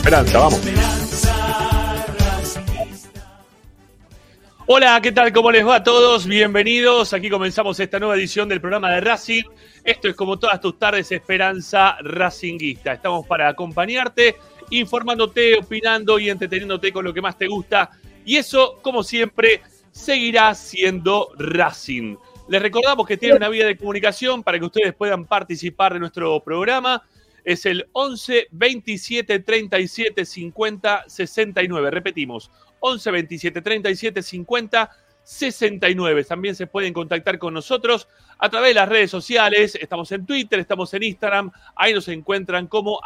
Esperanza, vamos. Hola, ¿qué tal? ¿Cómo les va a todos? Bienvenidos. Aquí comenzamos esta nueva edición del programa de Racing. Esto es como todas tus tardes, Esperanza Racinguista. Estamos para acompañarte, informándote, opinando y entreteniéndote con lo que más te gusta. Y eso, como siempre, seguirá siendo Racing. Les recordamos que tiene una vía de comunicación para que ustedes puedan participar de nuestro programa. Es el 11 27 37 50 69. Repetimos, 11 27 37 50 69. También se pueden contactar con nosotros a través de las redes sociales. Estamos en Twitter, estamos en Instagram. Ahí nos encuentran como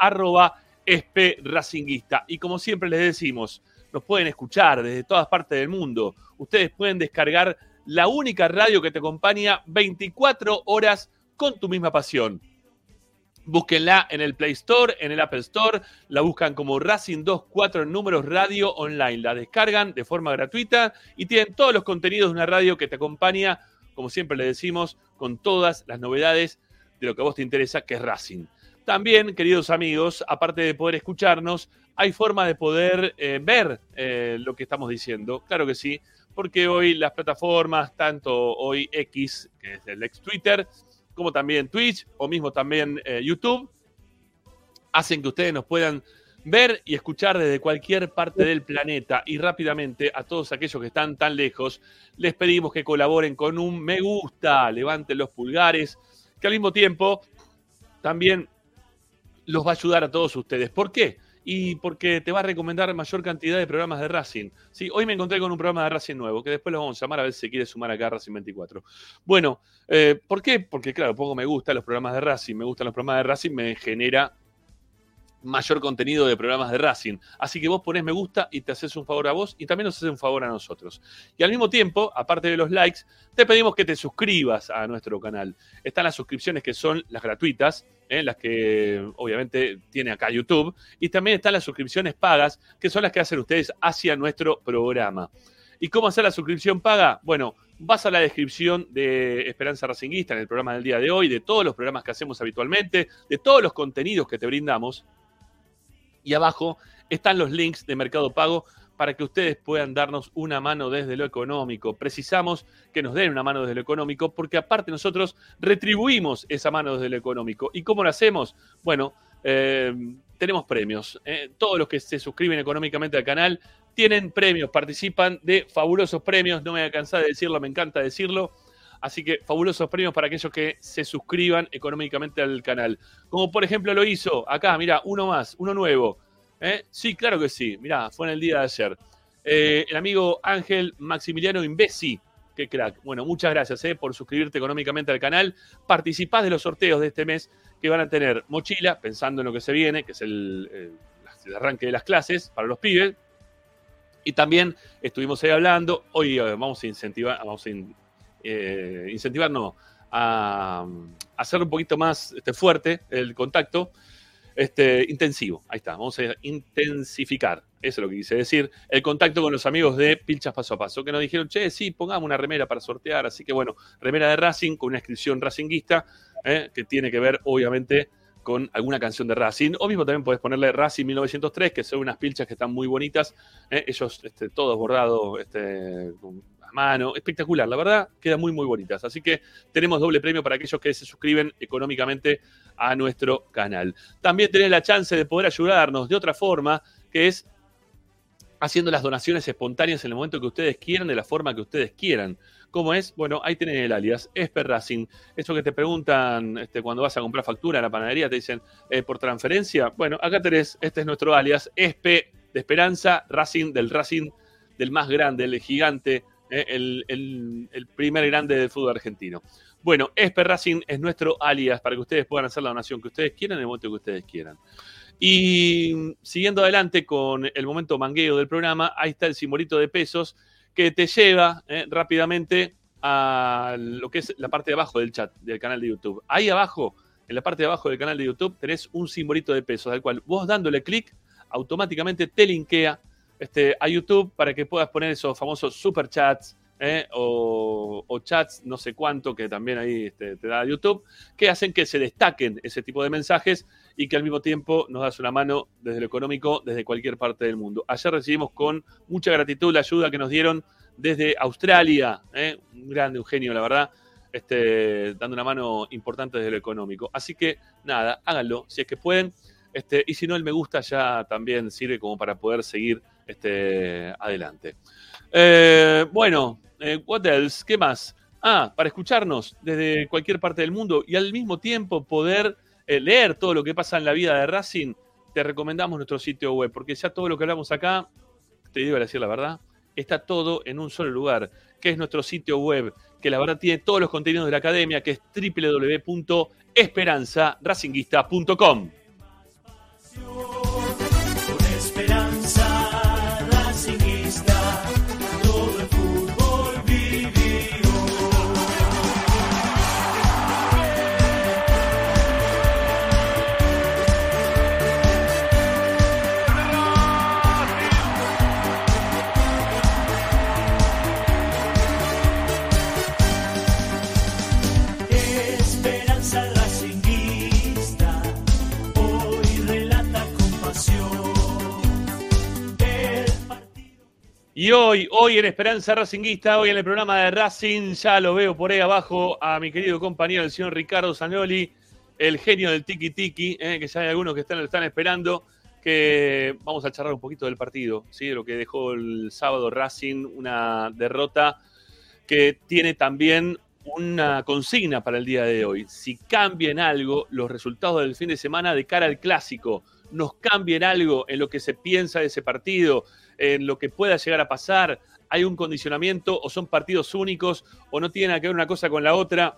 @espracinguista. Y como siempre les decimos, nos pueden escuchar desde todas partes del mundo. Ustedes pueden descargar la única radio que te acompaña 24 horas con tu misma pasión. Búsquenla en el Play Store, en el Apple Store, la buscan como Racing 24 en números radio online. La descargan de forma gratuita y tienen todos los contenidos de una radio que te acompaña, como siempre le decimos, con todas las novedades de lo que a vos te interesa, que es Racing. También, queridos amigos, aparte de poder escucharnos, hay forma de poder ver lo que estamos diciendo. Claro que sí, porque hoy las plataformas, tanto hoy X, que es el ex Twitter, como también Twitch o mismo también YouTube, hacen que ustedes nos puedan ver y escuchar desde cualquier parte del planeta. Y rápidamente a todos aquellos que están tan lejos, les pedimos que colaboren con un me gusta, levanten los pulgares, que al mismo tiempo también los va a ayudar a todos ustedes. ¿Por qué? Y porque te va a recomendar mayor cantidad de programas de Racing. ¿Sí? Hoy me encontré con un programa de Racing nuevo, que después lo vamos a llamar a ver si se quiere sumar acá a Racing 24. Bueno, ¿por qué? Porque claro, poco me gustan los programas de Racing, me genera mayor contenido de programas de Racing. Así que vos ponés me gusta y te haces un favor a vos y también nos haces un favor a nosotros. Y al mismo tiempo, aparte de los likes, te pedimos que te suscribas a nuestro canal. Están las suscripciones que son las gratuitas, las que obviamente tiene acá YouTube, y también están las suscripciones pagas, que son las que hacen ustedes hacia nuestro programa. ¿Y cómo hacer la suscripción paga? Bueno, vas a la descripción de Esperanza Racinguista en el programa del día de hoy, de todos los programas que hacemos habitualmente, de todos los contenidos que te brindamos, y abajo están los links de Mercado Pago para que ustedes puedan darnos una mano desde lo económico. Precisamos que nos den una mano desde lo económico porque aparte nosotros retribuimos esa mano desde lo económico. ¿Y cómo lo hacemos? Bueno, tenemos premios. Todos los que se suscriben económicamente al canal tienen premios, participan de fabulosos premios. No me voy a cansar de decirlo, me encanta decirlo. Así que fabulosos premios para aquellos que se suscriban económicamente al canal. Como por ejemplo lo hizo acá, mirá, uno más, uno nuevo. Sí, claro que sí, mirá, fue en el día de ayer. El amigo Ángel Maximiliano Imbesi, qué crack. Bueno, muchas gracias por suscribirte económicamente al canal. Participás de los sorteos de este mes que van a tener mochila, pensando en lo que se viene, que es el arranque de las clases para los pibes. Y también estuvimos ahí hablando, hoy vamos a incentivarnos a hacer un poquito más fuerte el contacto intensivo. Ahí está, vamos a intensificar, eso es lo que quise decir, el contacto con los amigos de Pilchas Paso a Paso, que nos dijeron, che, sí, pongamos una remera para sortear, así que bueno, remera de Racing con una inscripción racinguista, que tiene que ver obviamente con alguna canción de Racing, o mismo también podés ponerle Racing 1903, que son unas pilchas que están muy bonitas, ellos todos bordados a mano, espectacular, la verdad, quedan muy muy bonitas, así que tenemos doble premio para aquellos que se suscriben económicamente a nuestro canal. También tenés la chance de poder ayudarnos de otra forma, que es haciendo las donaciones espontáneas en el momento que ustedes quieran, de la forma que ustedes quieran. ¿Cómo es? Bueno, ahí tienen el alias, Esper Racing. Eso que te preguntan cuando vas a comprar factura en la panadería, te dicen, ¿por transferencia? Bueno, acá tenés, este es nuestro alias, Espe de Esperanza, Racing del más grande, el gigante, el primer grande del fútbol argentino. Bueno, Esper Racing es nuestro alias para que ustedes puedan hacer la donación que ustedes quieran en el momento que ustedes quieran. Y siguiendo adelante con el momento mangueo del programa, ahí está el simbolito de pesos que te lleva rápidamente a lo que es la parte de abajo del chat del canal de YouTube. Ahí abajo, en la parte de abajo del canal de YouTube, tenés un simbolito de pesos, al cual vos dándole clic, automáticamente te linkea a YouTube para que puedas poner esos famosos super chats o chats no sé cuánto que también ahí te da YouTube, que hacen que se destaquen ese tipo de mensajes y que al mismo tiempo nos das una mano desde lo económico, desde cualquier parte del mundo. Ayer recibimos con mucha gratitud la ayuda que nos dieron desde Australia, un grande, un genio, la verdad, dando una mano importante desde lo económico. Así que nada, háganlo si es que pueden, y si no, el me gusta ya también sirve como para poder seguir adelante. What else? ¿Qué más? Para escucharnos desde cualquier parte del mundo y al mismo tiempo poder leer todo lo que pasa en la vida de Racing, te recomendamos nuestro sitio web, porque ya todo lo que hablamos acá, te digo a decir la verdad, está todo en un solo lugar, que es nuestro sitio web, que la verdad tiene todos los contenidos de la academia, que es www.esperanzaracinguista.com. Y hoy en Esperanza Racinguista, hoy en el programa de Racing, ya lo veo por ahí abajo a mi querido compañero, el señor Ricardo Zanoli, el genio del tiki-tiki, que ya hay algunos que lo están esperando, que vamos a charlar un poquito del partido, ¿sí? De lo que dejó el sábado Racing, una derrota que tiene también una consigna para el día de hoy. Si cambian algo los resultados del fin de semana de cara al clásico, nos cambien algo en lo que se piensa de ese partido, en lo que pueda llegar a pasar, hay un condicionamiento o son partidos únicos o no tienen que ver una cosa con la otra,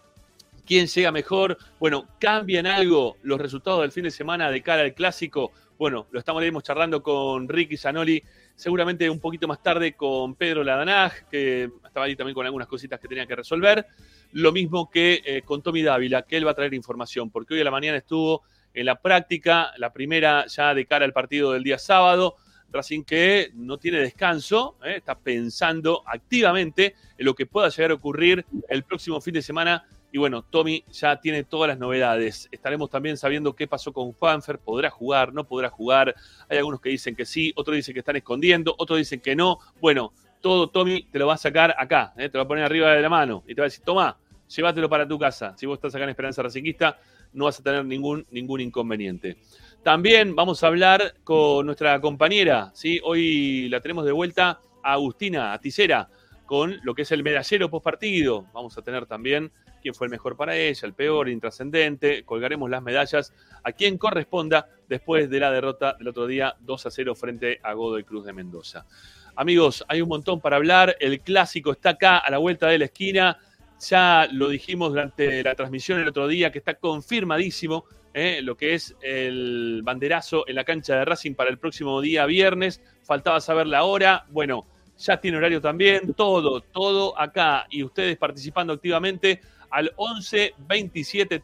quién llega mejor, bueno, cambian algo los resultados del fin de semana de cara al clásico, bueno, lo estaremos charlando con Ricky Zanoli, seguramente un poquito más tarde con Pedro Ladanaj, que estaba ahí también con algunas cositas que tenía que resolver, lo mismo que con Tommy Dávila, que él va a traer información, porque hoy a la mañana estuvo en la práctica, la primera ya de cara al partido del día sábado, Racing que no tiene descanso, está pensando activamente en lo que pueda llegar a ocurrir el próximo fin de semana. Y bueno, Tommy ya tiene todas las novedades. Estaremos también sabiendo qué pasó con Juanfer, podrá jugar, no podrá jugar. Hay algunos que dicen que sí, otros dicen que están escondiendo, otros dicen que no. Bueno, todo Tommy te lo va a sacar acá, te lo va a poner arriba de la mano y te va a decir, tomá, llévatelo para tu casa. Si vos estás acá en Esperanza Racinguista, no vas a tener ningún inconveniente. También vamos a hablar con nuestra compañera, ¿sí? Hoy la tenemos de vuelta a Agustina Aticera con lo que es el medallero postpartido. Vamos a tener también quién fue el mejor para ella, el peor, intrascendente. Colgaremos las medallas a quien corresponda después de la derrota del otro día 2-0 frente a Godoy Cruz de Mendoza. Amigos, hay un montón para hablar. El clásico está acá a la vuelta de la esquina. Ya lo dijimos durante la transmisión el otro día que está confirmadísimo lo que es el banderazo en la cancha de Racing para el próximo día viernes. Faltaba saber la hora. Bueno, ya tiene horario también. Todo acá. Y ustedes participando activamente al 11 27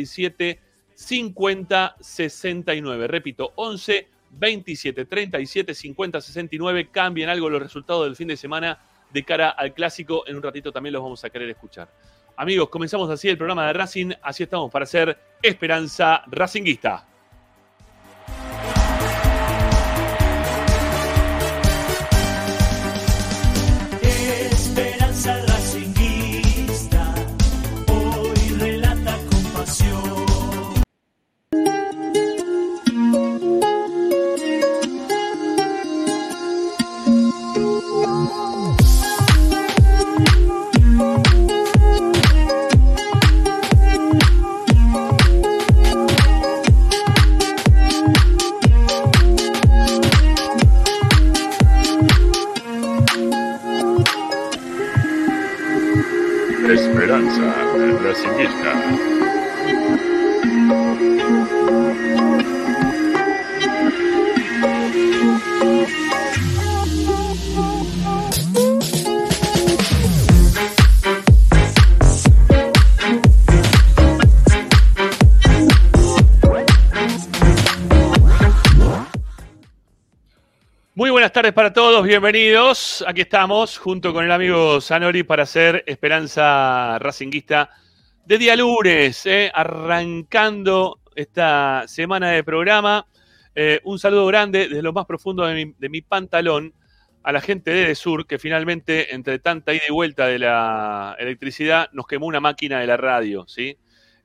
37 50 69. Repito, 11 27 37 50 69. Cambien algo los resultados del fin de semana de cara al clásico. En un ratito también los vamos a querer escuchar. Amigos, comenzamos así el programa de Racing. Así estamos para hacer Esperanza Racinguista. Esperanza Racinguista, hoy relata con pasión. Esperanza Racinguista. Muy buenas tardes para todos, bienvenidos. Aquí estamos junto con el amigo Zanoli para hacer Esperanza Racinguista de día lunes, arrancando esta semana de programa. Un saludo grande desde lo más profundo de mi pantalón a la gente de Edesur, que finalmente, entre tanta ida y vuelta de la electricidad, nos quemó una máquina de la radio, ¿sí?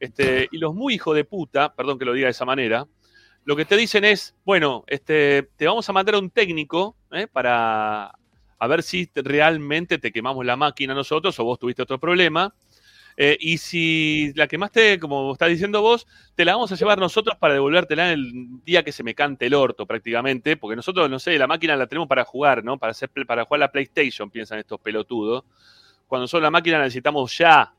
Y los muy hijos de puta, perdón que lo diga de esa manera, lo que te dicen es, bueno, te vamos a mandar a un técnico para a ver si realmente te quemamos la máquina nosotros o vos tuviste otro problema. Y si la quemaste, como estás diciendo vos, te la vamos a llevar nosotros para devolvértela en el día que se me cante el orto prácticamente, porque nosotros, no sé, la máquina la tenemos para jugar, ¿no? Para jugar la PlayStation, piensan estos pelotudos. Cuando nosotros la máquina la necesitamos ya,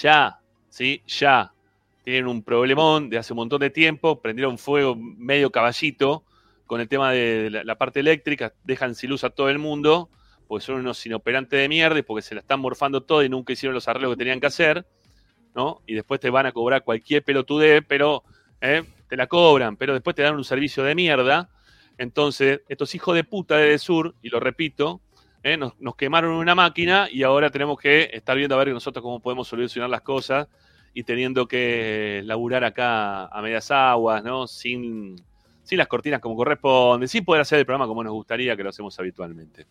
¿sí? Ya. Tienen un problemón de hace un montón de tiempo, prendieron fuego medio caballito con el tema de la parte eléctrica, dejan sin luz a todo el mundo, porque son unos inoperantes de mierda y porque se la están morfando todo y nunca hicieron los arreglos que tenían que hacer, ¿no? Y después te van a cobrar cualquier pelotudez, pero te la cobran, pero después te dan un servicio de mierda. Entonces, estos hijos de puta de Edesur, y lo repito, nos quemaron una máquina y ahora tenemos que estar viendo a ver nosotros cómo podemos solucionar las cosas y teniendo que laburar acá a medias aguas, ¿no? Sin las cortinas como corresponde, sin poder hacer el programa como nos gustaría, que lo hacemos habitualmente.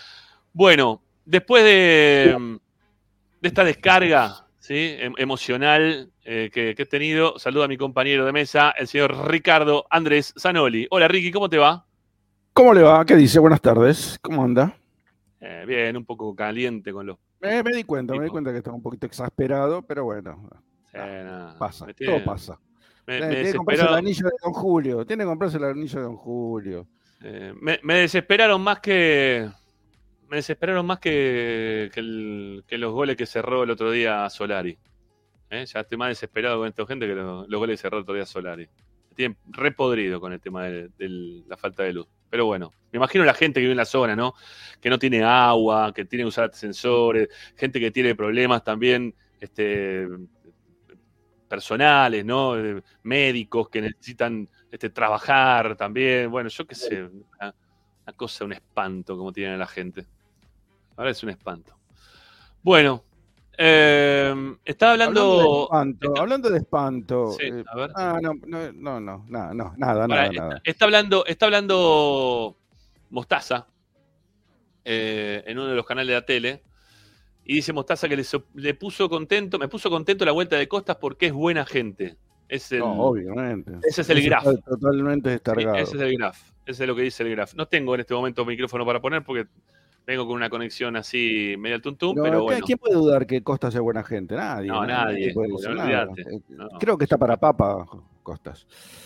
Bueno, después de esta descarga, ¿sí? Emocional que he tenido, saludo a mi compañero de mesa, el señor Ricardo Andrés Zanoli. Hola Ricky, ¿cómo te va? ¿Cómo le va? ¿Qué dice? Buenas tardes. ¿Cómo anda? Bien, un poco caliente con los... Me di cuenta que estaba un poquito exasperado, pero bueno. Pasa, todo pasa. Tiene que comprarse el anillo de Don Julio. Tiene que comprarse el anillo de Don Julio. Me desesperaron más que... Me desesperaron más que los goles que cerró el otro día Solari. Ya estoy más desesperado con esta gente que los goles que cerró el otro día Solari. Me tienen repodrido con el tema de la falta de luz. Pero bueno, me imagino la gente que vive en la zona, ¿no? Que no tiene agua, que tiene que usar ascensores, gente que tiene problemas también personales, ¿no? Médicos que necesitan trabajar también. Bueno, yo qué sé, una cosa, un espanto como tienen a la gente. Ahora es un espanto. Bueno, estaba hablando... Hablando de espanto. Sí, a ver. Nada. Está hablando Mostaza en uno de los canales de la tele. Y dice Mostaza que me puso contento la vuelta de Costas porque es buena gente. Obviamente. Ese es el graf. Totalmente descargado. Sí, ese es el graf. Ese es lo que dice el graf. No tengo en este momento micrófono para poner porque vengo con una conexión así media al tuntún, pero bueno. ¿Quién puede dudar que Costas es buena gente? Nadie. No, nadie. Creo que está para papa, Costas.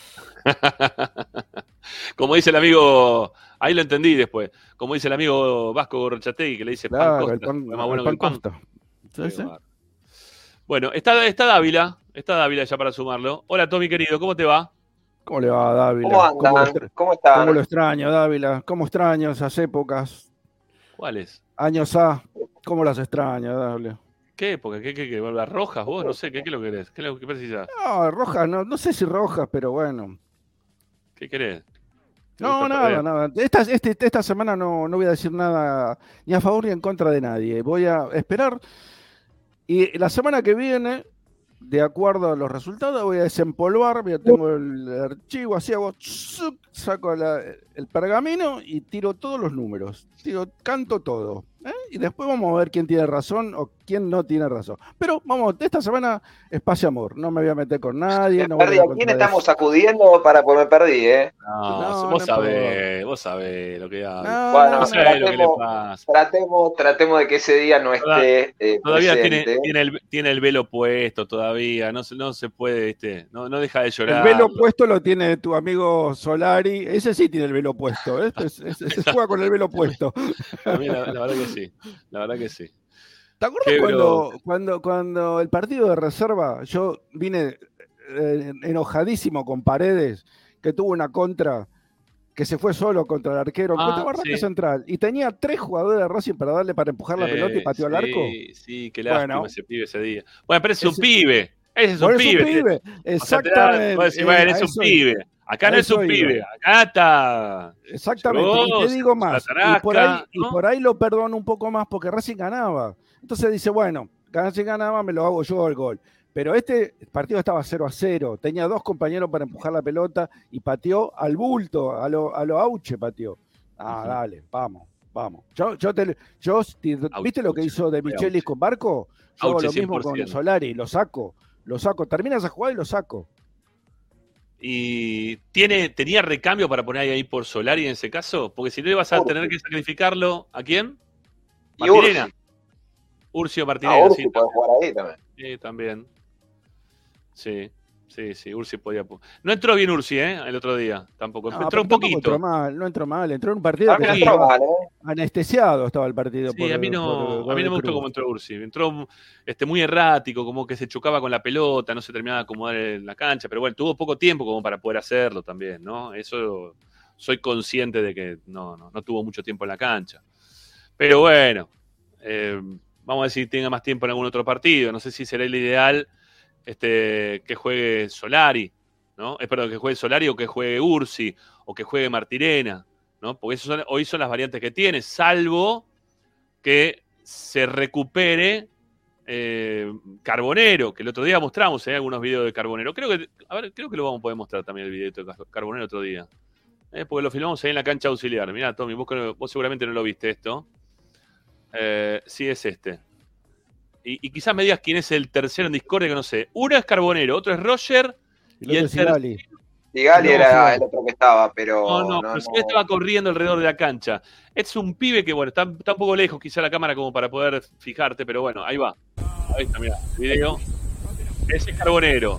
Como dice el amigo, ahí lo entendí después, como dice el amigo Vasco Gorrochategui, que le dice pan Costa, es más bueno que el pan. ¿Sí? Bueno, está Dávila ya para sumarlo. Hola Tommy querido, ¿cómo te va? ¿Cómo le va, Dávila? ¿Cómo andan? ¿Cómo están? ¿Cómo lo extraño, Dávila? ¿Cómo extraño esas épocas? ¿Cuáles? Años A. ¿Cómo las extraño, Dávila? ¿Qué época? ¿Qué? ¿Las rojas vos? No sé, ¿qué es lo que querés? ¿Qué es lo que precisás? No, rojas, no sé si rojas, pero bueno. ¿Qué querés? No, nada. Esta semana no voy a decir nada ni a favor ni en contra de nadie. Voy a esperar y la semana que viene, de acuerdo a los resultados, voy a desempolvar, tengo el archivo, así hago, saco el pergamino y tiro todos los números, canto todo. Y después vamos a ver quién tiene razón o quién no tiene razón. Pero vamos, esta semana es paz y amor, no me voy a meter con nadie. ¿A quién estamos sacudiendo porque me perdí, No, vos sabés lo que hay. Bueno, vos sabés lo que le pasa. Tratemos de que ese día no esté todavía presente. tiene el velo puesto todavía, no se puede, no deja de llorar. El velo puesto lo tiene tu amigo Solari, ese sí tiene el velo puesto, se juega con el velo puesto. A mí la verdad que sí. ¿Te acuerdas cuando el partido de reserva, yo vine enojadísimo con Paredes, que tuvo una contra, que se fue solo contra el arquero, contra Barraca Central, y tenía 3 jugadores de Racing para empujar la pelota y pateó al arco? Sí, qué lástima ese pibe ese día. Bueno, pero es un pibe. Ese es un pibe. Exactamente. O sea, es un pibe. Acá no es un pibe, acá está. Exactamente, y te digo más, por ahí lo perdono un poco más porque Racing ganaba. Entonces dice, bueno, Racing ganaba, me lo hago yo el gol. Pero este partido estaba 0-0. Tenía 2 compañeros para empujar la pelota y pateó al bulto, a lo Auche pateó. Dale, vamos. ¿Viste lo que hizo De Michelis con Barco? Yo hago lo mismo 100%. con Solari, lo saco. Termina esa jugada y lo saco. ¿Y tenía recambio para poner ahí por Solari en ese caso? Porque si no ibas a tener que sacrificarlo, ¿a quién? Y Martirena. Ursi o Martirena. Ursi puede jugar ahí también. Sí, también. Sí, Ursi podía. No entró bien Ursi, el otro día, tampoco. Entró un poquito. No entró mal, entró en un partido que Entró mal, anestesiado estaba el partido. Sí, a mí no me gustó cómo entró Ursi. Entró muy errático, como que se chocaba con la pelota, no se terminaba de acomodar en la cancha, pero bueno, tuvo poco tiempo como para poder hacerlo también, ¿no? Eso soy consciente de que no tuvo mucho tiempo en la cancha. Pero bueno, vamos a ver si tenga más tiempo en algún otro partido. No sé si será el ideal que juegue Solari, ¿no? Perdón, que juegue Solari o que juegue Ursi o que juegue Martirena, ¿no? Porque hoy son las variantes que tiene, salvo que se recupere Carbonero, que el otro día mostramos algunos videos de Carbonero. Creo que lo vamos a poder mostrar también el video de Carbonero otro día. Porque lo filmamos ahí en la cancha auxiliar. Mirá, Tommy, vos seguramente no lo viste esto. Sí, es este. Y quizás me digas quién es el tercero en discordia, que no sé. Uno es Carbonero, otro es Roger y el tercero. Sigali era el otro que estaba, pero. No, pero Sigali estaba corriendo alrededor de la cancha. Es un pibe que, bueno, está un poco lejos quizá la cámara como para poder fijarte, pero bueno, ahí va. Ahí está, mirá, el video. Ese es Carbonero.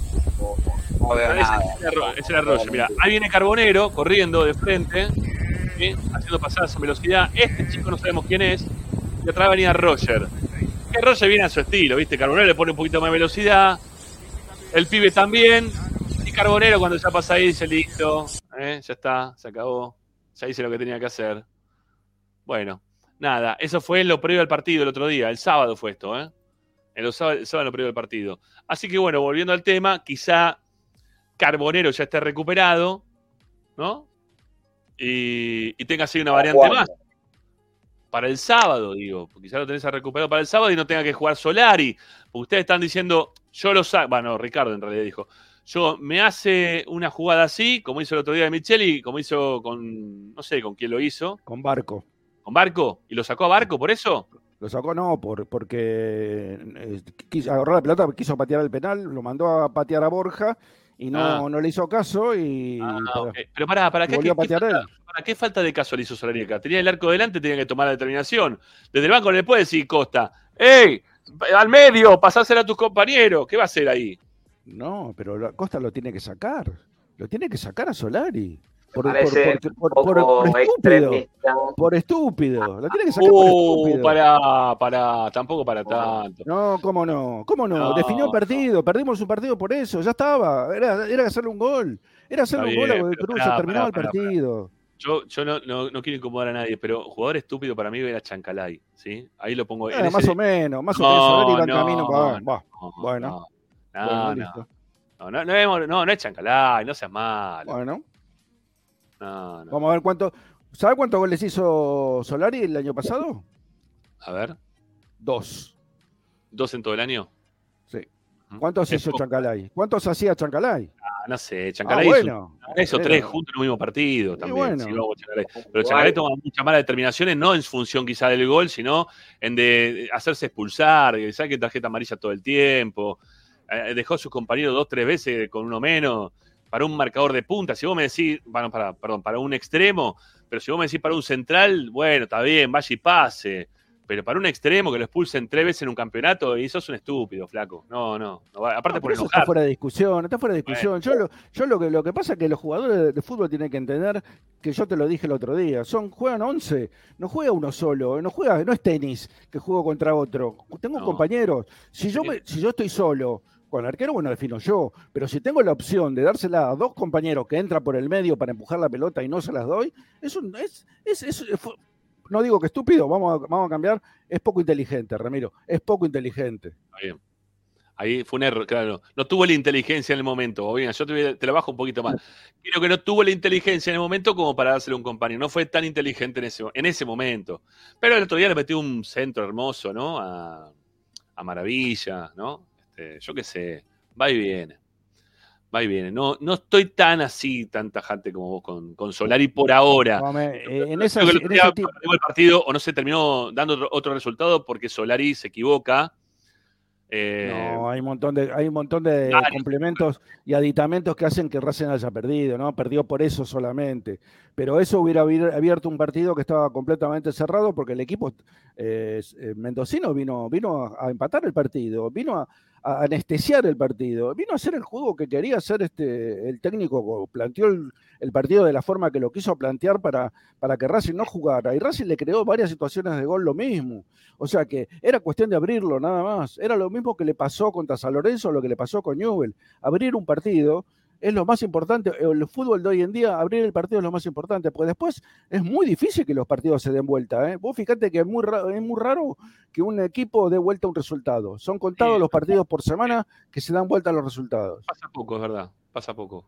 No veo nada. Ese era Roger, mirá. Ahí viene Carbonero corriendo de frente, ¿sí? Haciendo pasadas a velocidad. Este chico no sabemos quién es. Y atrás venía Roger. Que Roger viene a su estilo, ¿viste? Carbonero le pone un poquito más de velocidad. El pibe también. Y Carbonero cuando ya pasa ahí dice, listo, ya está, se acabó. Ya hice lo que tenía que hacer. Bueno, nada, eso fue lo previo al partido el otro día. El sábado fue esto, el sábado lo previo al partido. Así que bueno, volviendo al tema, quizá Carbonero ya esté recuperado, ¿no? Y tenga así una variante más. Para el sábado, digo, porque quizás lo tenés a recuperar para el sábado y no tenga que jugar Solari. Porque ustedes están diciendo, yo lo saco. Bueno, Ricardo en realidad dijo, me hace una jugada así, como hizo el otro día de Micheli, como hizo con, no sé con quién lo hizo. Con Barco. ¿Con Barco? ¿Y lo sacó a Barco por eso? Lo sacó porque quiso agarrar la pelota, quiso patear el penal, lo mandó a patear a Borja y no le hizo caso y okay. Pero ¿para qué? Volvió a patear él. ¿Para qué falta de caso le hizo Solari acá? Tenía el arco delante, tenía que tomar la determinación. Desde el banco no le puede decir Costa, ¡ey! Al medio, pasásela a tus compañeros. ¿Qué va a hacer ahí? No, pero Costa lo tiene que sacar. Lo tiene que sacar a Solari. Por estúpido. Por estúpido. Lo tiene que sacar por estúpido. Tampoco para tanto. No, ¿cómo no? Definió el partido. Perdimos un partido por eso. Ya estaba. Era hacerle un gol. Era hacerle un gol a Godoy Cruz. Se terminaba el partido. Yo no quiero incomodar a nadie, pero jugador estúpido para mí era Chancalay, ¿sí? Ahí lo pongo. Más o menos. Solari iba en camino para... Bueno. No es Chancalay, no seas malo. Bueno. No. Vamos a ver cuánto. ¿Sabe cuántos goles hizo Solari el año pasado? A ver. 2. ¿2 en todo el año? Sí. ¿Cuántos hizo Chancalay? ¿Cuántos hacía Chancalay? No sé, Chancalay hizo 3 juntos en el mismo partido también. Bueno. Pero Chancalay toma muchas malas determinaciones, no en función quizá del gol, sino en de hacerse expulsar, que saque tarjeta amarilla todo el tiempo. Dejó a sus compañeros 2-3 veces con uno menos. Para un marcador de punta, si vos me decís, para un extremo, pero si vos me decís para un central, bueno, está bien, vaya y pase. Pero para un extremo que lo expulsen 3 veces en un campeonato, y sos un estúpido, flaco. No. Aparte por eso enojar. Está fuera de discusión. Bueno. Yo lo que pasa es que los jugadores de fútbol tienen que entender que yo te lo dije el otro día. Juegan 11, no juega uno solo, no es tenis que juego contra otro. Tengo compañeros. Si yo estoy solo, con el arquero, bueno, defino yo, pero si tengo la opción de dársela a 2 compañeros que entran por el medio para empujar la pelota y no se las doy, no digo que estúpido, vamos a cambiar, es poco inteligente, Ramiro, es poco inteligente. Está bien. Ahí fue un error, claro. No tuvo la inteligencia en el momento. O bien, yo te la bajo un poquito más. Creo que no tuvo la inteligencia en el momento como para dárselo a un compañero. No fue tan inteligente en ese momento. Pero el otro día le metió un centro hermoso, ¿no? A Maravilla, ¿no? Yo qué sé, va y viene. Va y viene. No estoy tan así, tan tajante como vos con Solari por ahora. No, Creo que el otro día perdimos el partido o no se terminó dando otro resultado porque Solari se equivoca. No, hay un montón de complementos y aditamentos que hacen que Racing haya perdido, ¿no? Perdió por eso solamente. Pero eso hubiera abierto un partido que estaba completamente cerrado porque el equipo mendocino vino a empatar el partido, vino a anestesiar el partido, vino a hacer el juego que quería hacer el técnico, planteó el partido de la forma que lo quiso plantear para que Racing no jugara. Y Racing le creó varias situaciones de gol lo mismo. O sea que era cuestión de abrirlo nada más. Era lo mismo que le pasó contra San Lorenzo, lo que le pasó con Newell. Abrir un partido es lo más importante. El fútbol de hoy en día, abrir el partido es lo más importante, porque después es muy difícil que los partidos se den vuelta. Vos fíjate que es muy raro que un equipo dé vuelta a un resultado. Son contados los partidos por semana que se dan vuelta a los resultados. Pasa poco, es verdad. Pasa poco.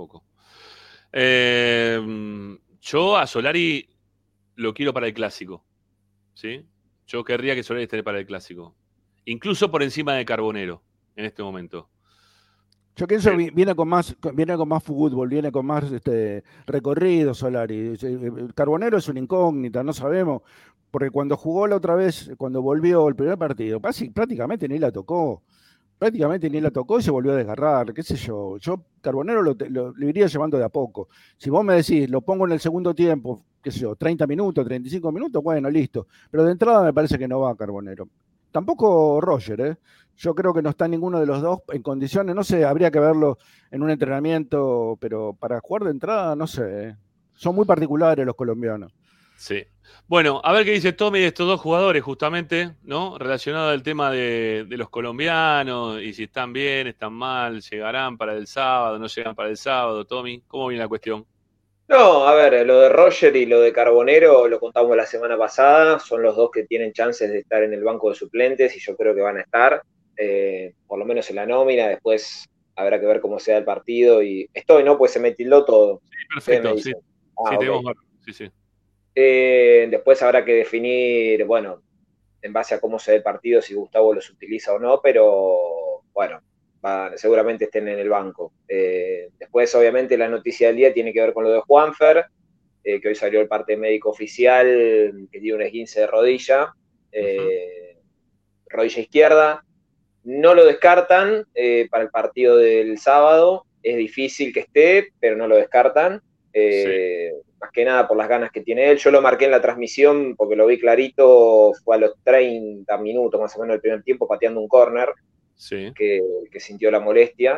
Yo a Solari lo quiero para el Clásico. ¿Sí? Yo querría que Solari esté para el Clásico. Incluso por encima de Carbonero en este momento. Yo pienso que viene con más fútbol, viene con más recorrido Solari. Carbonero es una incógnita, no sabemos. Porque cuando jugó la otra vez, cuando volvió el primer partido, prácticamente ni la tocó. Y se volvió a desgarrar, qué sé yo. Yo Carbonero lo iría llevando de a poco. Si vos me decís, lo pongo en el segundo tiempo, qué sé yo, 30 minutos, 35 minutos, bueno, listo. Pero de entrada me parece que no va Carbonero. Tampoco Roger, ¿eh? Yo creo que no está ninguno de los dos en condiciones, no sé, habría que verlo en un entrenamiento, pero para jugar de entrada, no sé, ¿eh? Son muy particulares los colombianos. Sí. Bueno, a ver qué dice Tommy de estos dos jugadores, justamente, ¿no? Relacionado al tema de los colombianos y si están bien, están mal, llegarán para el sábado, no llegan para el sábado. Tommy, ¿cómo viene la cuestión? No, a ver, lo de Roger y lo de Carbonero lo contamos la semana pasada, son los dos que tienen chances de estar en el banco de suplentes y yo creo que van a estar, por lo menos en la nómina, después habrá que ver cómo sea el partido y ¿no? Pues se me tildó todo. Sí, perfecto, sí. Sí. Después habrá que definir, bueno, en base a cómo se ve el partido, si Gustavo los utiliza o no, pero bueno, seguramente estén en el banco. Después, obviamente, la noticia del día tiene que ver con lo de Juanfer, que hoy salió el parte médico oficial, que tiene un esguince de rodilla, rodilla izquierda. No lo descartan para el partido del sábado. Es difícil que esté, pero no lo descartan. Más que nada por las ganas que tiene él. Yo lo marqué en la transmisión porque lo vi clarito, fue a los 30 minutos más o menos del primer tiempo pateando un córner que sintió la molestia.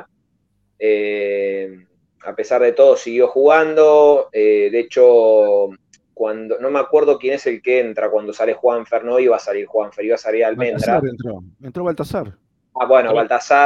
A pesar de todo siguió jugando, de hecho cuando no me acuerdo quién es el que entra cuando sale Juanfer, no iba a salir Juanfer, iba a salir Almendra. Entró Baltasar. Ah, bueno, Baltasar.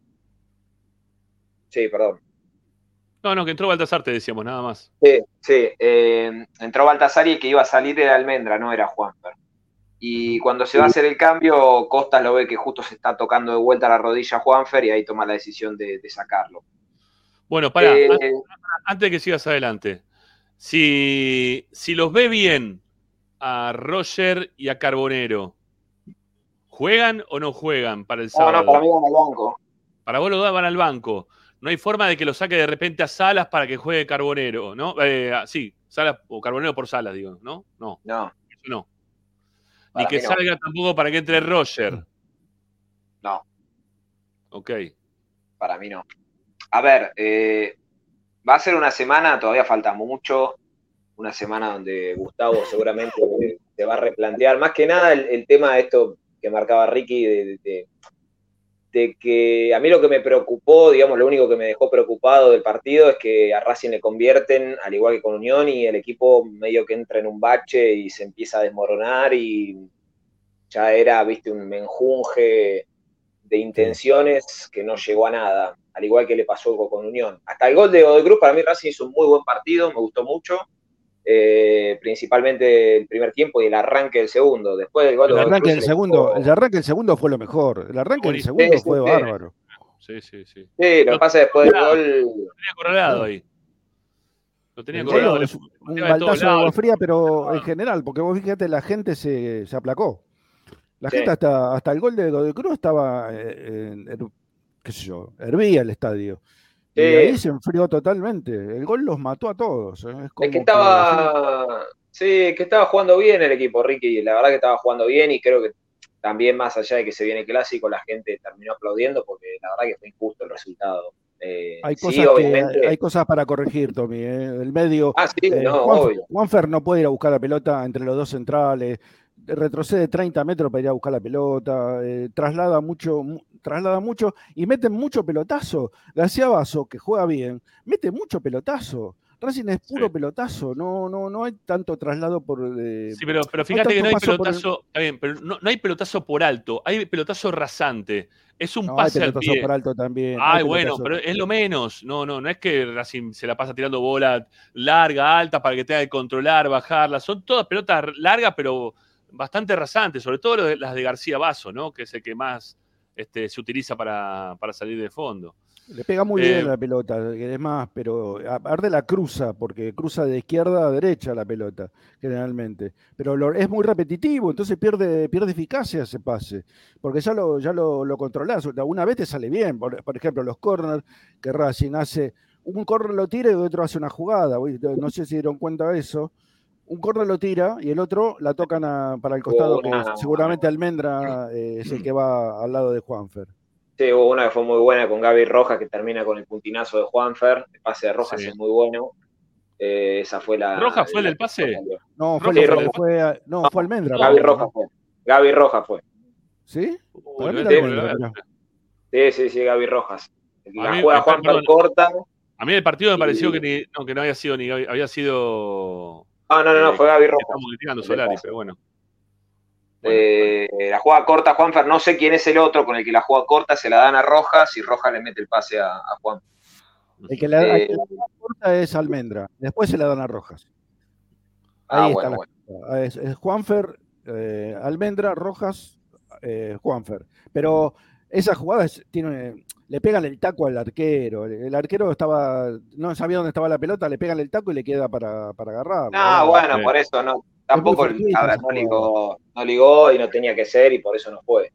Sí, perdón. No, que entró Baltasar, te decíamos, nada más. Sí. Entró Baltasar y el que iba a salir era Almendra, no era Juanfer. Y cuando se va a hacer el cambio, Costas lo ve que justo se está tocando de vuelta la rodilla a Juanfer y ahí toma la decisión de sacarlo. Bueno, pará, antes de que sigas adelante, si los ve bien a Roger y a Carbonero, ¿juegan o no juegan para el sábado? No, para mí van al banco. Para vos los dos van al banco. No hay forma de que lo saque de repente a Salas para que juegue Carbonero, ¿no? Sí, Salas o Carbonero por Salas, digo, ¿no? No. Eso no. Ni que salga tampoco para que entre Roger. No. Ok. Para mí no. A ver, va a ser una semana, todavía falta mucho, una semana donde Gustavo seguramente se va a replantear. Más que nada el tema de esto que marcaba Ricky, de que a mí lo que me preocupó, digamos, lo único que me dejó preocupado del partido es que a Racing le convierten, al igual que con Unión, y el equipo medio que entra en un bache y se empieza a desmoronar y ya era, viste, un menjunje de intenciones que no llegó a nada, al igual que le pasó con Unión. Hasta el gol de Godoy Cruz, para mí Racing hizo un muy buen partido, me gustó mucho, principalmente el primer tiempo y el arranque del segundo. Después del gol el arranque del segundo fue lo mejor. El arranque del segundo fue bárbaro. Sí. Sí, lo que pasa después del gol. Lo tenía correlado ahí. Lo tenía correlado. Un baldazo de agua fría, pero en general, porque vos fíjate, la gente se aplacó. La Sí. gente hasta el gol de Godoy Cruz estaba, qué sé yo, hervía el estadio. Sí. Y ahí se enfrió totalmente. El gol los mató a todos. Es Es como que que sí, que estaba jugando bien el equipo, Ricky. La verdad que estaba jugando bien y creo que también más allá de que se viene el clásico, la gente terminó aplaudiendo porque la verdad que fue injusto el resultado. hay Sí, cosas hay obviamente. cosas para corregir, Tommy. El medio, Ah, sí, no, obvio. Juanfer no puede ir a buscar la pelota entre los dos centrales, retrocede 30 metros para ir a buscar la pelota, traslada mucho y mete mucho pelotazo. García Basso, que juega bien, mete mucho pelotazo. Racing es Sí. puro pelotazo, no hay tanto traslado Sí, pero no hay fíjate que tanto no hay paso por el. pelotazo, está bien, pero no hay pelotazo por alto, hay pelotazo rasante. Es un No, hay pase al pelotazo pie. por alto también, hay Ay, bueno, pelotazo. pero es lo menos. No es que Racing se la pasa tirando bola larga, alta, para que tenga que controlar, bajarla. Son todas pelotas largas, pero bastante rasantes, sobre todo las de García Basso, ¿no? Que es el que más se utiliza para salir de fondo. Le pega muy bien Eh, a la pelota, que es más, pero aparte la cruza, porque cruza de izquierda a derecha la pelota, generalmente. Pero es muy repetitivo, entonces pierde eficacia ese pase, porque ya lo controlás. Una vez te sale bien, por ejemplo, los corners, que Racing hace, un corner lo tira y otro hace una jugada. No sé si dieron cuenta de eso. Un corner lo tira y el otro la tocan para el Hubo costado, que una, seguramente Almendra es el que va al lado de Juanfer. sí, hubo una que fue muy buena con Gaby Rojas que termina con el puntinazo de Juanfer. El pase de Rojas sí. es muy bueno. Esa fue ¿Roja fue el la del que mejor pase? salió. No, ¿Roja fue el del pase? fue Almendra No. Gaby para mí. Rojas fue. Gaby Rojas fue. ¿Sí? Para Lo mí voy a era tener que Almendra, ver. mirá. Sí, Gaby Rojas. A La mí, juega Juanfer perdón, corta. a mí el partido me pareció Y... que no había sido ni Gaby, había sido No, fue Gaby que estamos Rojas. criticando El del Solari, pase. pero bueno. Está bien. La juega corta Juanfer, no sé quién es el otro con el que la juega corta, se la dan a Rojas y Rojas le mete el pase a Juan. El que la corta es Almendra. Después se la dan a Rojas. Ahí está bueno. es Juanfer, Almendra, Rojas, Juanfer. Pero esa jugada le pegan el taco al arquero. El arquero no sabía dónde estaba la pelota, le pegan el taco y le queda para agarrarlo. Bueno, Sí. por eso no. Es muy Tampoco, fortuita a ver, esa jugada. no ligó y no tenía que ser y por eso no fue.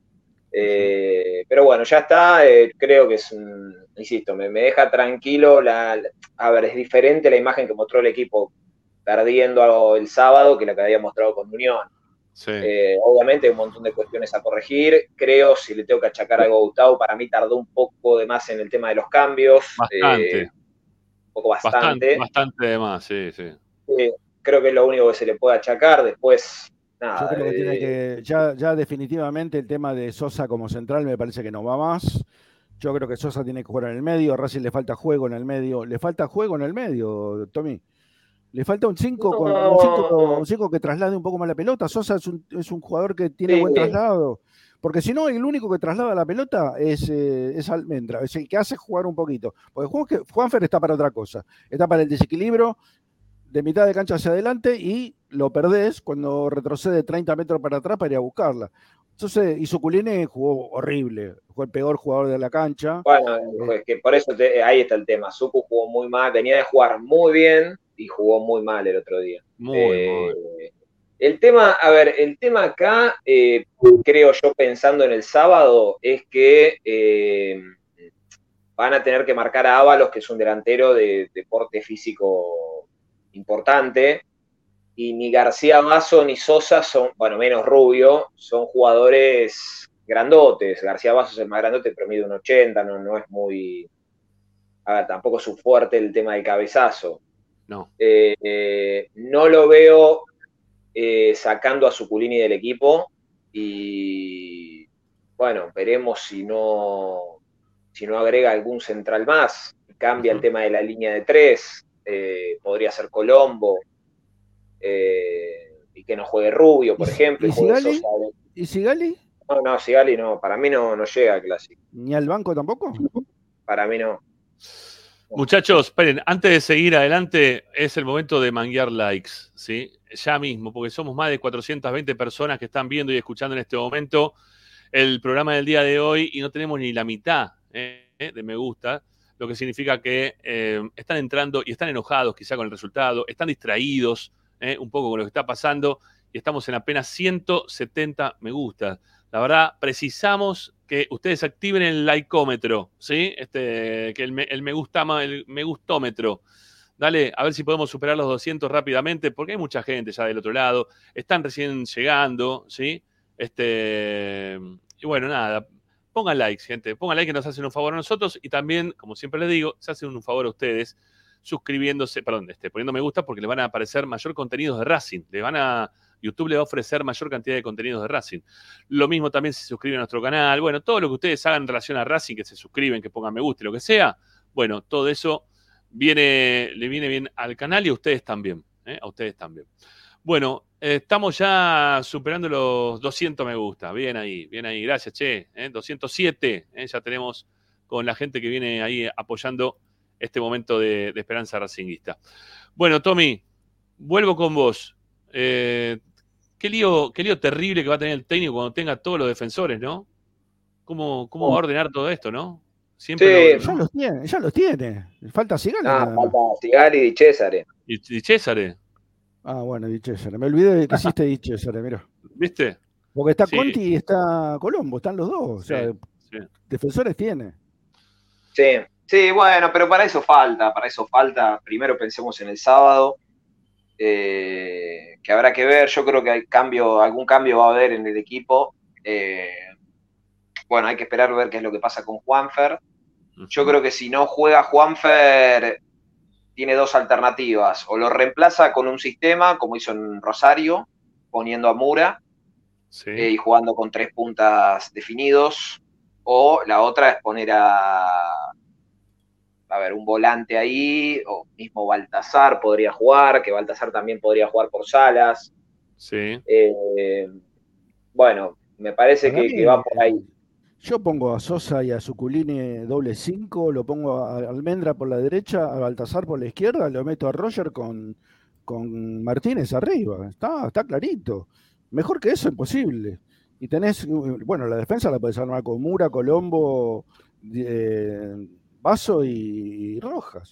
Pero bueno, ya está. Creo que insisto, me deja tranquilo. A ver, es diferente la imagen que mostró el equipo perdiendo el sábado que la que había mostrado con Unión. Sí. Obviamente hay un montón de cuestiones a corregir. Creo, si le tengo que achacar algo a Gustavo, para mí tardó un poco de más en el tema de los cambios. Bastante. Un poco bastante. Bastante de más, sí. Creo que es lo único que se le puede achacar. Después, nada. Yo creo que tiene que, ya definitivamente el tema de Sosa como central me parece que no va más. Yo creo que Sosa tiene que jugar en el medio, a Racing le falta juego en el medio. Le falta juego en el medio, Tommy. Le falta un 5 No, un 5 que traslade un poco más la pelota. Sosa es un jugador que tiene sí, buen traslado. Porque si no, el único que traslada la pelota es Almendra, es el que hace jugar un poquito. Porque Juanfer está para otra cosa. Está para el desequilibrio de mitad de cancha hacia adelante y lo perdés cuando retrocede 30 metros para atrás para ir a buscarla. Entonces, y Suculini jugó horrible, fue el peor jugador de la cancha. Bueno, es que por eso ahí está el tema. Suku jugó muy mal, venía de jugar muy bien y jugó muy mal el otro día. Muy. El tema acá, creo yo pensando en el sábado, es que van a tener que marcar a Ábalos, que es un delantero de porte físico importante, y ni García Basso ni Sosa son, bueno, menos Rubio, son jugadores grandotes. García Basso es el más grandote, pero mide un 80, no es muy... A ver, tampoco es su fuerte el tema del cabezazo. No. No lo veo sacando a Suculini del equipo y bueno, veremos si no agrega algún central más, cambia el tema de la línea de 3, podría ser Colombo, y que no juegue Rubio, por ejemplo, y juegue Sigali? Sosa. ¿Y Sigali? No, Sigali no, para mí no llega al clásico. ¿Ni al banco tampoco? Para mí no. Muchachos, esperen, antes de seguir adelante, es el momento de manguear likes, ¿sí? Ya mismo, porque somos más de 420 personas que están viendo y escuchando en este momento el programa del día de hoy y no tenemos ni la mitad de me gusta, lo que significa que están entrando y están enojados quizá con el resultado, están distraídos un poco con lo que está pasando y estamos en apenas 170 me gusta. La verdad, precisamos que ustedes activen el likeómetro, ¿sí? Que el me gusta, el me gustómetro. Dale, a ver si podemos superar los 200 rápidamente, porque hay mucha gente ya del otro lado. Están recién llegando, ¿sí? Y bueno, nada. Pongan like, gente. Pongan like que nos hacen un favor a nosotros. Y también, como siempre les digo, se hacen un favor a ustedes suscribiéndose, poniendo me gusta porque les van a aparecer mayor contenidos de Racing. YouTube le va a ofrecer mayor cantidad de contenidos de Racing. Lo mismo también si se suscriben a nuestro canal. Bueno, todo lo que ustedes hagan en relación a Racing, que se suscriben, que pongan me gusta y lo que sea. Bueno, todo eso le viene bien al canal y a ustedes también. A ustedes también. Bueno, estamos ya superando los 200 me gusta. Bien ahí. Gracias, che. 207. Ya tenemos con la gente que viene ahí apoyando este momento de esperanza racinguista. Bueno, Tommy, vuelvo con vos. Qué lío terrible que va a tener el técnico cuando tenga todos los defensores, ¿no? ¿Cómo va a ordenar todo esto, no? Siempre sí, ya los tiene. Falta Sigali. Falta Sigali y Di Cesare. ¿Y Cesare? Ah, bueno, Di Cesare. Me olvidé de que existe Di Cesare, mira. ¿Viste? Porque está Conti y está Colombo, están los dos. O sea, defensores tiene. Sí, bueno, pero para eso falta. Primero pensemos en el sábado. Que habrá que ver. Yo creo que algún cambio va a haber en el equipo. Bueno, hay que esperar a ver qué es lo que pasa con Juanfer. Yo creo que si no juega Juanfer, tiene dos alternativas. O lo reemplaza con un sistema, como hizo en Rosario, poniendo a Mura y jugando con 3 puntas definidos. O la otra es poner un volante ahí, o mismo Baltazar podría jugar, que Baltazar también podría jugar por Salas. Sí. Bueno, me parece que va por ahí. Yo pongo a Sosa y a Zuculini doble 5, lo pongo a Almendra por la derecha, a Baltazar por la izquierda, lo meto a Roger con Martínez arriba. Está clarito. Mejor que eso, imposible. Y tenés, bueno, la defensa la podés armar con Mura, Colombo, Vaso y Rojas.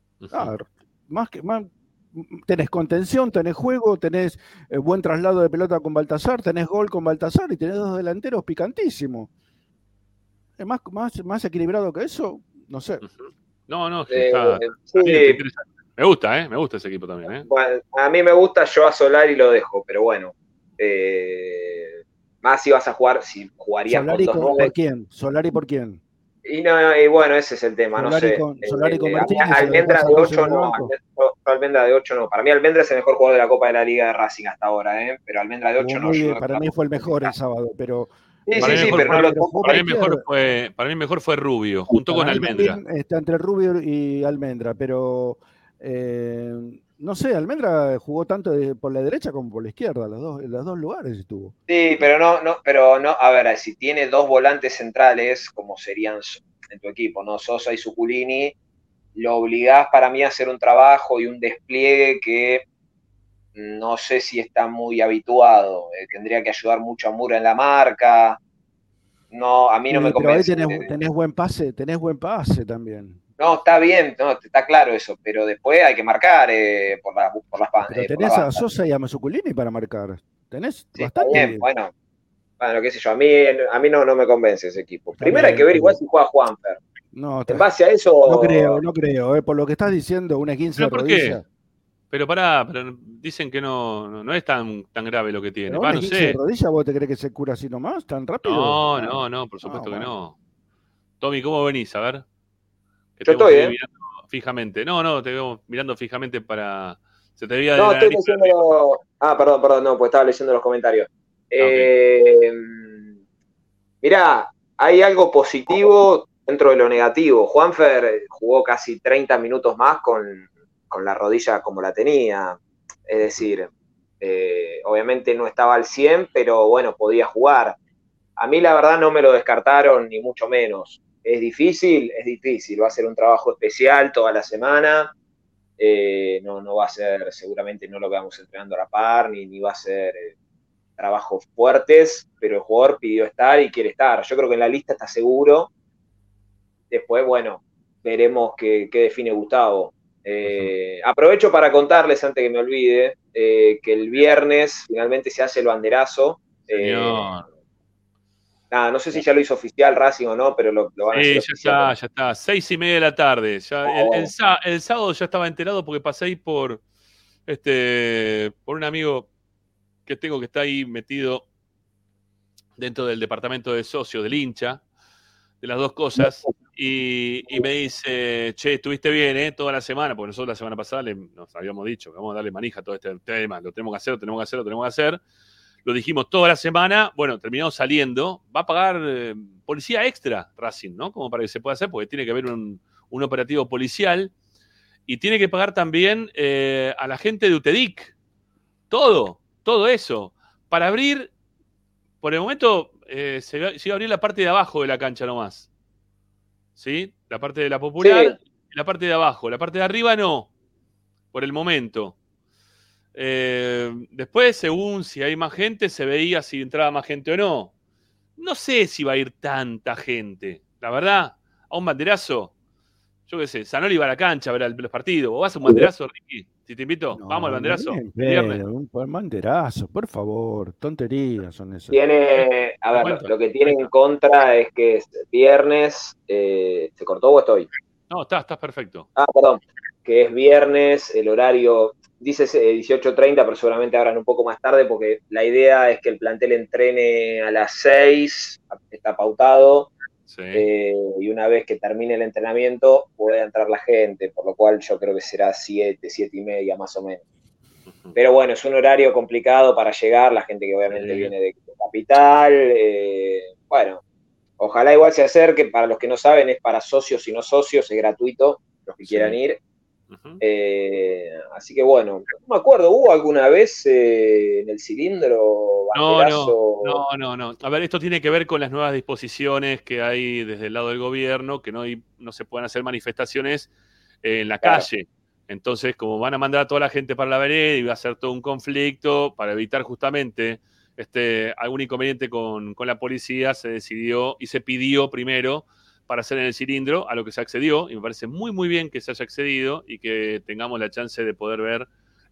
Tenés contención, tenés juego, tenés buen traslado de pelota con Baltazar, tenés gol con Baltazar y tenés dos delanteros picantísimos. Más equilibrado que eso, no sé. No, está interesante. Me gusta ese equipo también. Bueno, a mí me gusta, yo a Solari lo dejo, pero bueno. Más si vas a jugar, si jugarías Solari con 2 ¿por quién? ¿Solari por quién? Y bueno, ese es el tema, Solari no sé. Solari con Martínez. Almendra de 8 no. Almendra de 8 no. Para mí Almendra es el mejor jugador de la Copa de la Liga de Racing hasta ahora, pero Almendra de 8 no. Para mí fue el mejor el sábado, pero... Para mí mejor fue Rubio, junto con Almendra. Está entre Rubio y Almendra, pero no sé, Almendra jugó tanto por la derecha como por la izquierda, en los dos lugares estuvo. Sí, pero no, a ver, si tiene 2 volantes centrales, como serían en tu equipo, ¿no? Sosa y Zuculini, lo obligás para mí a hacer un trabajo y un despliegue que no sé si está muy habituado. Tendría que ayudar mucho a Mura en la marca. No, a mí no me convence. Pero ahí tenés buen pase también. No, está bien, está claro eso, pero después hay que marcar por las bandas. Pero tenés a Sosa y a Mazzuculini para marcar. Tenés bastante. Bien, bueno, qué sé yo, a mí no me convence ese equipo. Primero hay que ver igual si juega Juanfer. No, en base a eso... No creo. Por lo que estás diciendo, una 15 de rodilla. ¿Por qué? Pero dicen que no es tan grave lo que tiene. No sé. ¿De rodilla vos te crees que se cura así nomás, tan rápido? No, por supuesto que no. Tommy, ¿cómo venís? A ver. Yo estoy, mirando fijamente. No, te veo mirando fijamente para... Se te veía estoy leyendo... perdón, pues estaba leyendo los comentarios. Mirá, hay algo positivo dentro de lo negativo. Juanfer jugó casi 30 minutos más con la rodilla como la tenía. Es decir, obviamente no estaba al 100, pero bueno, podía jugar. A mí la verdad no me lo descartaron, ni mucho menos. ¿Es difícil? Es difícil. Va a ser un trabajo especial toda la semana. No va a ser, seguramente no lo veamos entrenando a la par, ni va a ser trabajos fuertes, pero el jugador pidió estar y quiere estar. Yo creo que en la lista está seguro. Después, bueno, veremos qué define Gustavo. Aprovecho para contarles, antes que me olvide, que el viernes finalmente se hace el banderazo. nada, no sé si ya lo hizo oficial Racing o no, pero lo van a hacer oficial. Ya está. 6:30 de la tarde. Ya, Bueno. el sábado ya estaba enterado porque pasé ahí por un amigo que tengo que está ahí metido dentro del departamento de socios del hincha, de las dos cosas, y me dice, che, estuviste bien, toda la semana, porque nosotros la semana pasada nos habíamos dicho que vamos a darle manija a todo este tema, lo tenemos que hacer, lo tenemos que hacer, lo tenemos que hacer. Lo dijimos toda la semana, bueno, terminamos saliendo, va a pagar policía extra Racing, ¿no? Como para que se pueda hacer, porque tiene que haber un operativo policial, y tiene que pagar también a la gente de UTEDIC, todo eso, para abrir, por el momento se iba a abrir la parte de abajo de la cancha nomás, ¿sí? La parte de la popular, Sí. y la parte de abajo, la parte de arriba no, por el momento. Después, según si hay más gente, se veía si entraba más gente o no. No sé si va a ir tanta gente. La verdad, a un banderazo, yo qué sé, Zanoli va a la cancha a ver los partidos. ¿Vos vas a un banderazo, Ricky? Si te invito, vamos al banderazo. Un banderazo, por favor. Tonterías son esas. A ver, lo que tiene en contra es que es viernes. ¿Se cortó o estoy? No, estás perfecto. Perdón. Que es viernes, el horario dice 18:30, pero seguramente abran un poco más tarde porque la idea es que el plantel entrene a las 6, está pautado, Sí. Y una vez que termine el entrenamiento puede entrar la gente, por lo cual yo creo que será 7:30 más o menos. Pero bueno, es un horario complicado para llegar, la gente que obviamente viene de Capital, bueno, ojalá igual se acerque, para los que no saben es para socios y no socios, es gratuito, los que quieran ir. Así que bueno, no me acuerdo, ¿hubo alguna vez en el cilindro banderazo? No. A ver, esto tiene que ver con las nuevas disposiciones que hay desde el lado del gobierno, que no se pueden hacer manifestaciones en la calle. Entonces, como van a mandar a toda la gente para la vereda y va a ser todo un conflicto, para evitar justamente algún inconveniente con la policía, se decidió y se pidió primero para hacer en el cilindro, a lo que se accedió, y me parece muy, muy bien que se haya accedido y que tengamos la chance de poder ver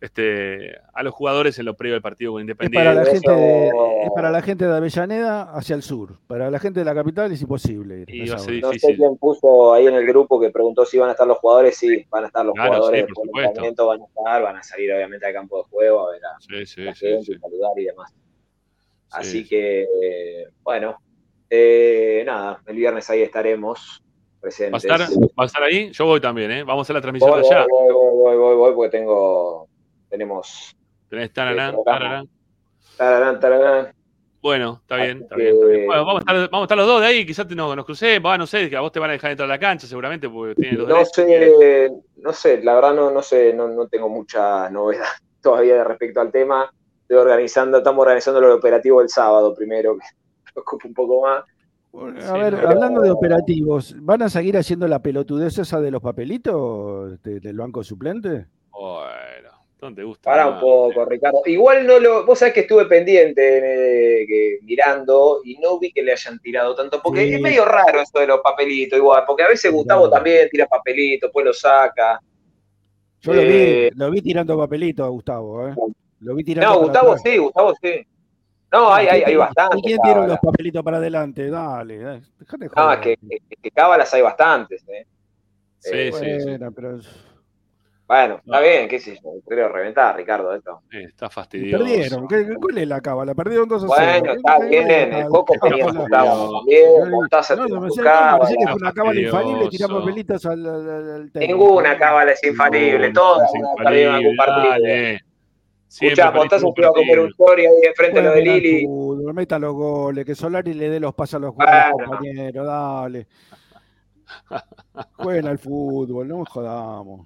a los jugadores en lo previo del partido con Independiente. Es para la gente de Avellaneda hacia el sur. Para la gente de la capital es imposible ir. Y va a ser no difícil. sé quién puso ahí en el grupo que preguntó si van a estar los jugadores. Sí, van a estar los jugadores. Sí, por del entrenamiento van a salir obviamente al campo de juego a ver a la gente, saludar y demás. Así que, bueno, nada, el viernes ahí estaremos presentes. ¿Va a estar ahí? Yo voy también, ¿eh? Vamos a hacer la transmisión de allá. Voy, porque tenemos... Tenés tararán. Bueno, está bien. Bueno, vamos a estar los dos de ahí, quizás nos crucemos, no sé, que a vos te van a dejar entrar a la cancha seguramente, porque tienen los derechos. No sé, la verdad no sé, no tengo mucha novedad todavía respecto al tema. Estamos organizando el operativo el sábado primero, que me ocupa un poco más. A ver, hablando de operativos, ¿van a seguir haciendo la pelotudez esa de los papelitos del banco suplente? Bueno, ¿dónde te gusta? Pará un poco, Ricardo. Igual vos sabés que estuve pendiente mirando y no vi que le hayan tirado tanto, porque es medio raro eso de los papelitos, igual, porque a veces Gustavo también tira papelitos, después lo saca. Yo lo vi tirando papelitos a Gustavo, ¿eh? Lo vi tirando. No, Gustavo sí. No, hay bastante. ¿Y quién tiró los papelitos para adelante? Dale, dejate joder. No, es que cábalas hay bastantes, ¿eh? Sí. Pero... Bueno, está bien, qué sé yo, creo reventar, Ricardo, esto. Está fastidioso. Perdieron, ¿cuál es la cábala? Perdieron 2-0. Bueno, está bien, el Coco tenía su cábala también, no me sé que fue una cábala infalible tirar papelitos al técnico. Ninguna cábala es infalible, todas perdieron algún partido. Escuchá, Mostaza se iba a comer un chori ahí enfrente de lo de Lili. Meta los goles, que Solari le dé los pasos a los compañeros, dale. Jueguen al fútbol, no jodamos.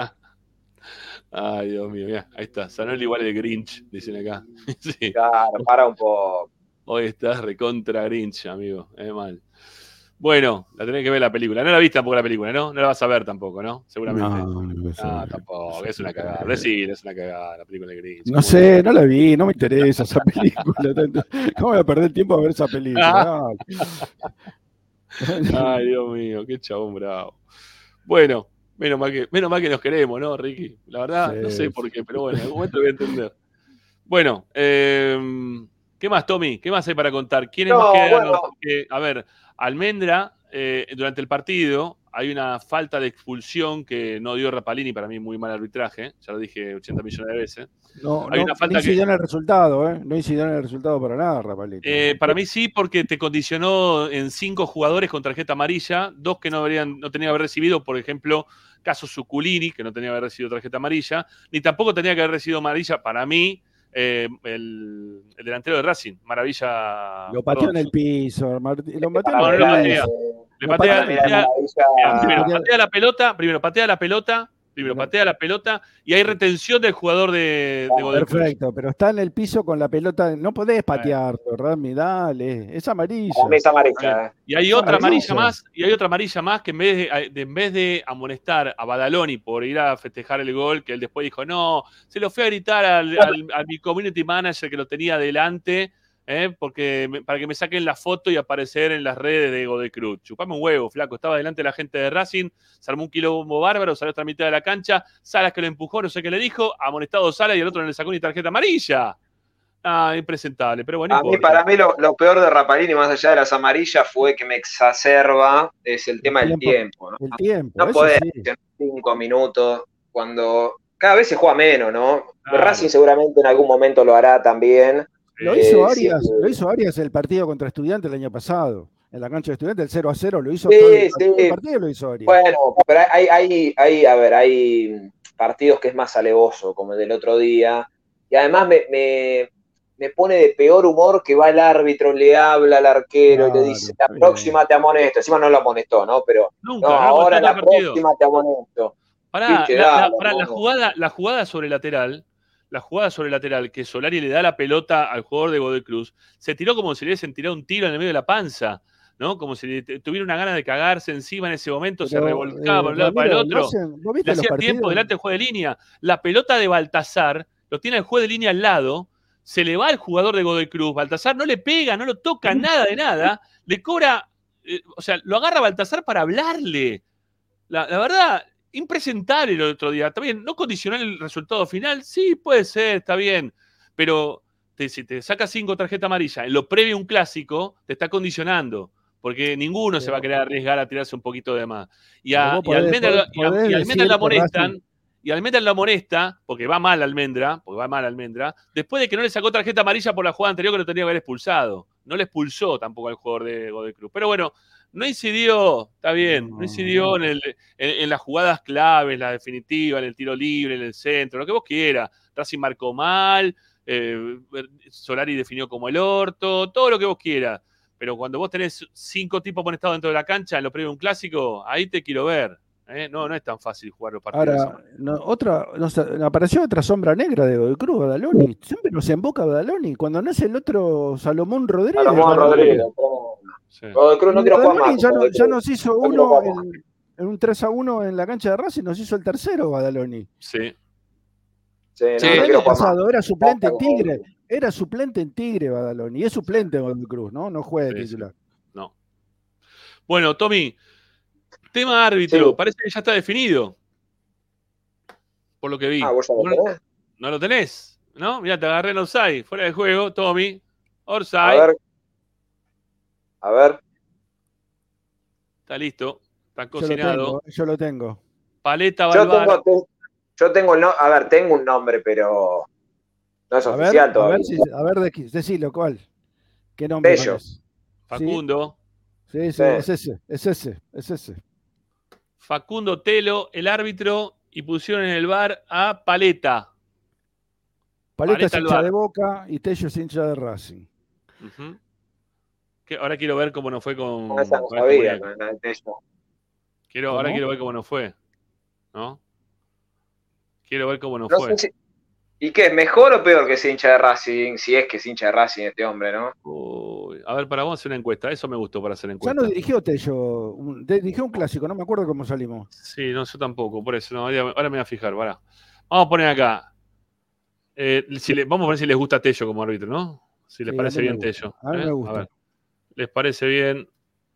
Ay, Dios mío, mira, ahí está. Zanoli igual de Grinch, dicen acá. Sí. Claro, para un poco. Hoy estás recontra Grinch, amigo. Es mal. Bueno, la tenés que ver la película. No la viste tampoco la película, ¿no? No la vas a ver tampoco, ¿no? Seguramente. No, tampoco. Es una cagada. Decir, es una cagada la película de Grinch. No sé, no la vi, no me interesa esa película. ¿Cómo voy a perder el tiempo a ver esa película? Ay, Dios mío, qué chabón bravo. Bueno, menos mal que nos queremos, ¿no, Ricky? La verdad, no sé por qué, pero bueno, en algún momento lo voy a entender. Bueno, ¿Qué más, Tommy? ¿Qué más hay para contar? ¿Quiénes No, más quedaron? bueno. Porque, a ver, Almendra, durante el partido, hay una falta de expulsión que no dio Rapalini, para mí muy mal arbitraje, ya lo dije 80 millones de veces. No, Hay una falta incidió en el resultado, ¿eh? No incidió en el resultado para nada, Rapalini. Para mí sí, porque te condicionó en 5 jugadores con tarjeta amarilla, 2 que no tenían que haber recibido, por ejemplo, caso Suculini, que no tenía que haber recibido tarjeta amarilla, ni tampoco tenía que haber recibido amarilla, para mí, el delantero de Racing, Maravilla. Lo pateó en el piso, lo pateó en Para el mí la- piso. Le No, patea, para- primero patea- patea la pelota, primero patea la pelota y hay retención del jugador de Godoy Cruz. Perfecto, pero está en el piso con la pelota. No podés patear, Rami, dale. Es amarilla. Para mí es amarilla. Y hay Es otra amarilla. amarilla más que en vez de amonestar a Badaloni por ir a festejar el gol, que él después dijo, no, se lo fue a gritar al mi community manager que lo tenía delante, para que me saquen la foto y aparecer en las redes de Godoy Cruz. Chupame un huevo, flaco. Estaba delante de la gente de Racing, se armó un quilombo bárbaro, salió a otra mitad de la cancha, Salas que lo empujó, no sé qué le dijo, amonestado Salas y el otro no le sacó ni tarjeta amarilla. Impresentable, pero bueno. Para mí lo peor de Rapalini, más allá de las amarillas, fue que me exacerba es el tema del tiempo. ¿No? El tiempo. No eso podés sí. en 5 minutos cuando cada vez se juega menos, ¿no? Claro. Racing seguramente en algún momento lo hará también. Lo hizo sí. Arias el partido contra Estudiantes el año pasado. En la cancha de Estudiantes, el 0-0 lo hizo Sí, todo el sí. partido lo hizo Arias. Bueno, pero hay partidos que es más alevoso, como el del otro día. Y además me pone de peor humor que va el árbitro, le habla al arquero y le dice, la próxima te amonesto. Encima no lo amonestó, ¿no? Pero nunca, no, ahora la partido. próxima te amonesto. Pará, Pinche, la jugada sobre lateral, que Solari le da la pelota al jugador de Godoy Cruz, se tiró como si le hubiesen tirado un tiro en el medio de la panza, ¿no? Como si tuviera una gana de cagarse encima en ese momento, se revolcaba para un lado para el otro. Le hacía tiempo delante del juez de línea. La pelota de Baltazar, lo tiene el juez de línea al lado, se le va al jugador de Godoy Cruz, Baltazar no le pega, no lo toca, nada de nada, le cobra, lo agarra Baltazar para hablarle. La verdad, impresentable el otro día. Está bien, no condicionar el resultado final, sí, puede ser, está bien, pero si te sacas 5 tarjetas amarillas en lo previo a un clásico, te está condicionando, porque ninguno se va a querer arriesgar a tirarse un poquito de más. Y Almendra lo amonesta, porque va mal Almendra, después de que no le sacó tarjeta amarilla por la jugada anterior que lo tenía que haber expulsado. No le expulsó tampoco al jugador de Godoy Cruz. Pero bueno, no incidió, está bien, no incidió en las jugadas claves, la definitiva, en el tiro libre, en el centro, lo que vos quieras. Racing marcó mal, Solari definió como el orto, todo lo que vos quieras. Pero cuando vos tenés 5 tipos amonestados dentro de la cancha en lo previo de un clásico, ahí te quiero ver. No es tan fácil jugar los partidos. Ahora, apareció otra sombra negra de Godoy Cruz, Badaloni. Siempre nos emboca Badaloni. Cuando nace el otro Salomón Rodríguez. Sí. Godoy Cruz no quiero jugar más. Ya nos hizo uno en un 3-1 en la cancha de Racing, nos hizo el tercero Badaloni. Sí. El año pasado era suplente en Tigre. Era suplente en Tigre Badaloni. Y es suplente en Godoy Cruz, ¿no? No juega de titular. No. Bueno, Tommy. Tema árbitro, sí. Parece que ya está definido. Por lo que vi. ¿Vos ya lo tenés? ¿No lo tenés? ¿No? Mirá, te agarré en offside. Fuera de juego, Tommy. Offside. A ver. Está listo. Está cocinado. Yo lo tengo. Paleta Balvar. Yo tengo un nombre, pero no es oficial todavía. A ver, decilo, ¿cuál? ¿Qué nombre? Tello. Facundo. Sí, es ese. Facundo Telo, el árbitro, y pusieron en el VAR a Paleta. Paleta es hincha de Boca y Tello es hincha de Racing. Uh-huh. Ahora quiero ver cómo nos fue con. No sabía, ahora quiero ver cómo nos fue. ¿No? Quiero ver cómo nos fue. ¿Y qué? ¿Mejor o peor que sea hincha de Racing? Si es que es hincha de Racing este hombre, ¿no? A ver, vamos a hacer una encuesta. Eso me gustó para hacer encuesta. Ya no dirigió Tello. Dirigió un clásico, no me acuerdo cómo salimos. Sí, no, yo tampoco. Por eso, no, ahora me voy a fijar. Vamos a poner acá. Vamos a ver si les gusta Tello como árbitro, ¿no? Si les parece bien Tello. A mí me gusta. A ver. ¿Les parece bien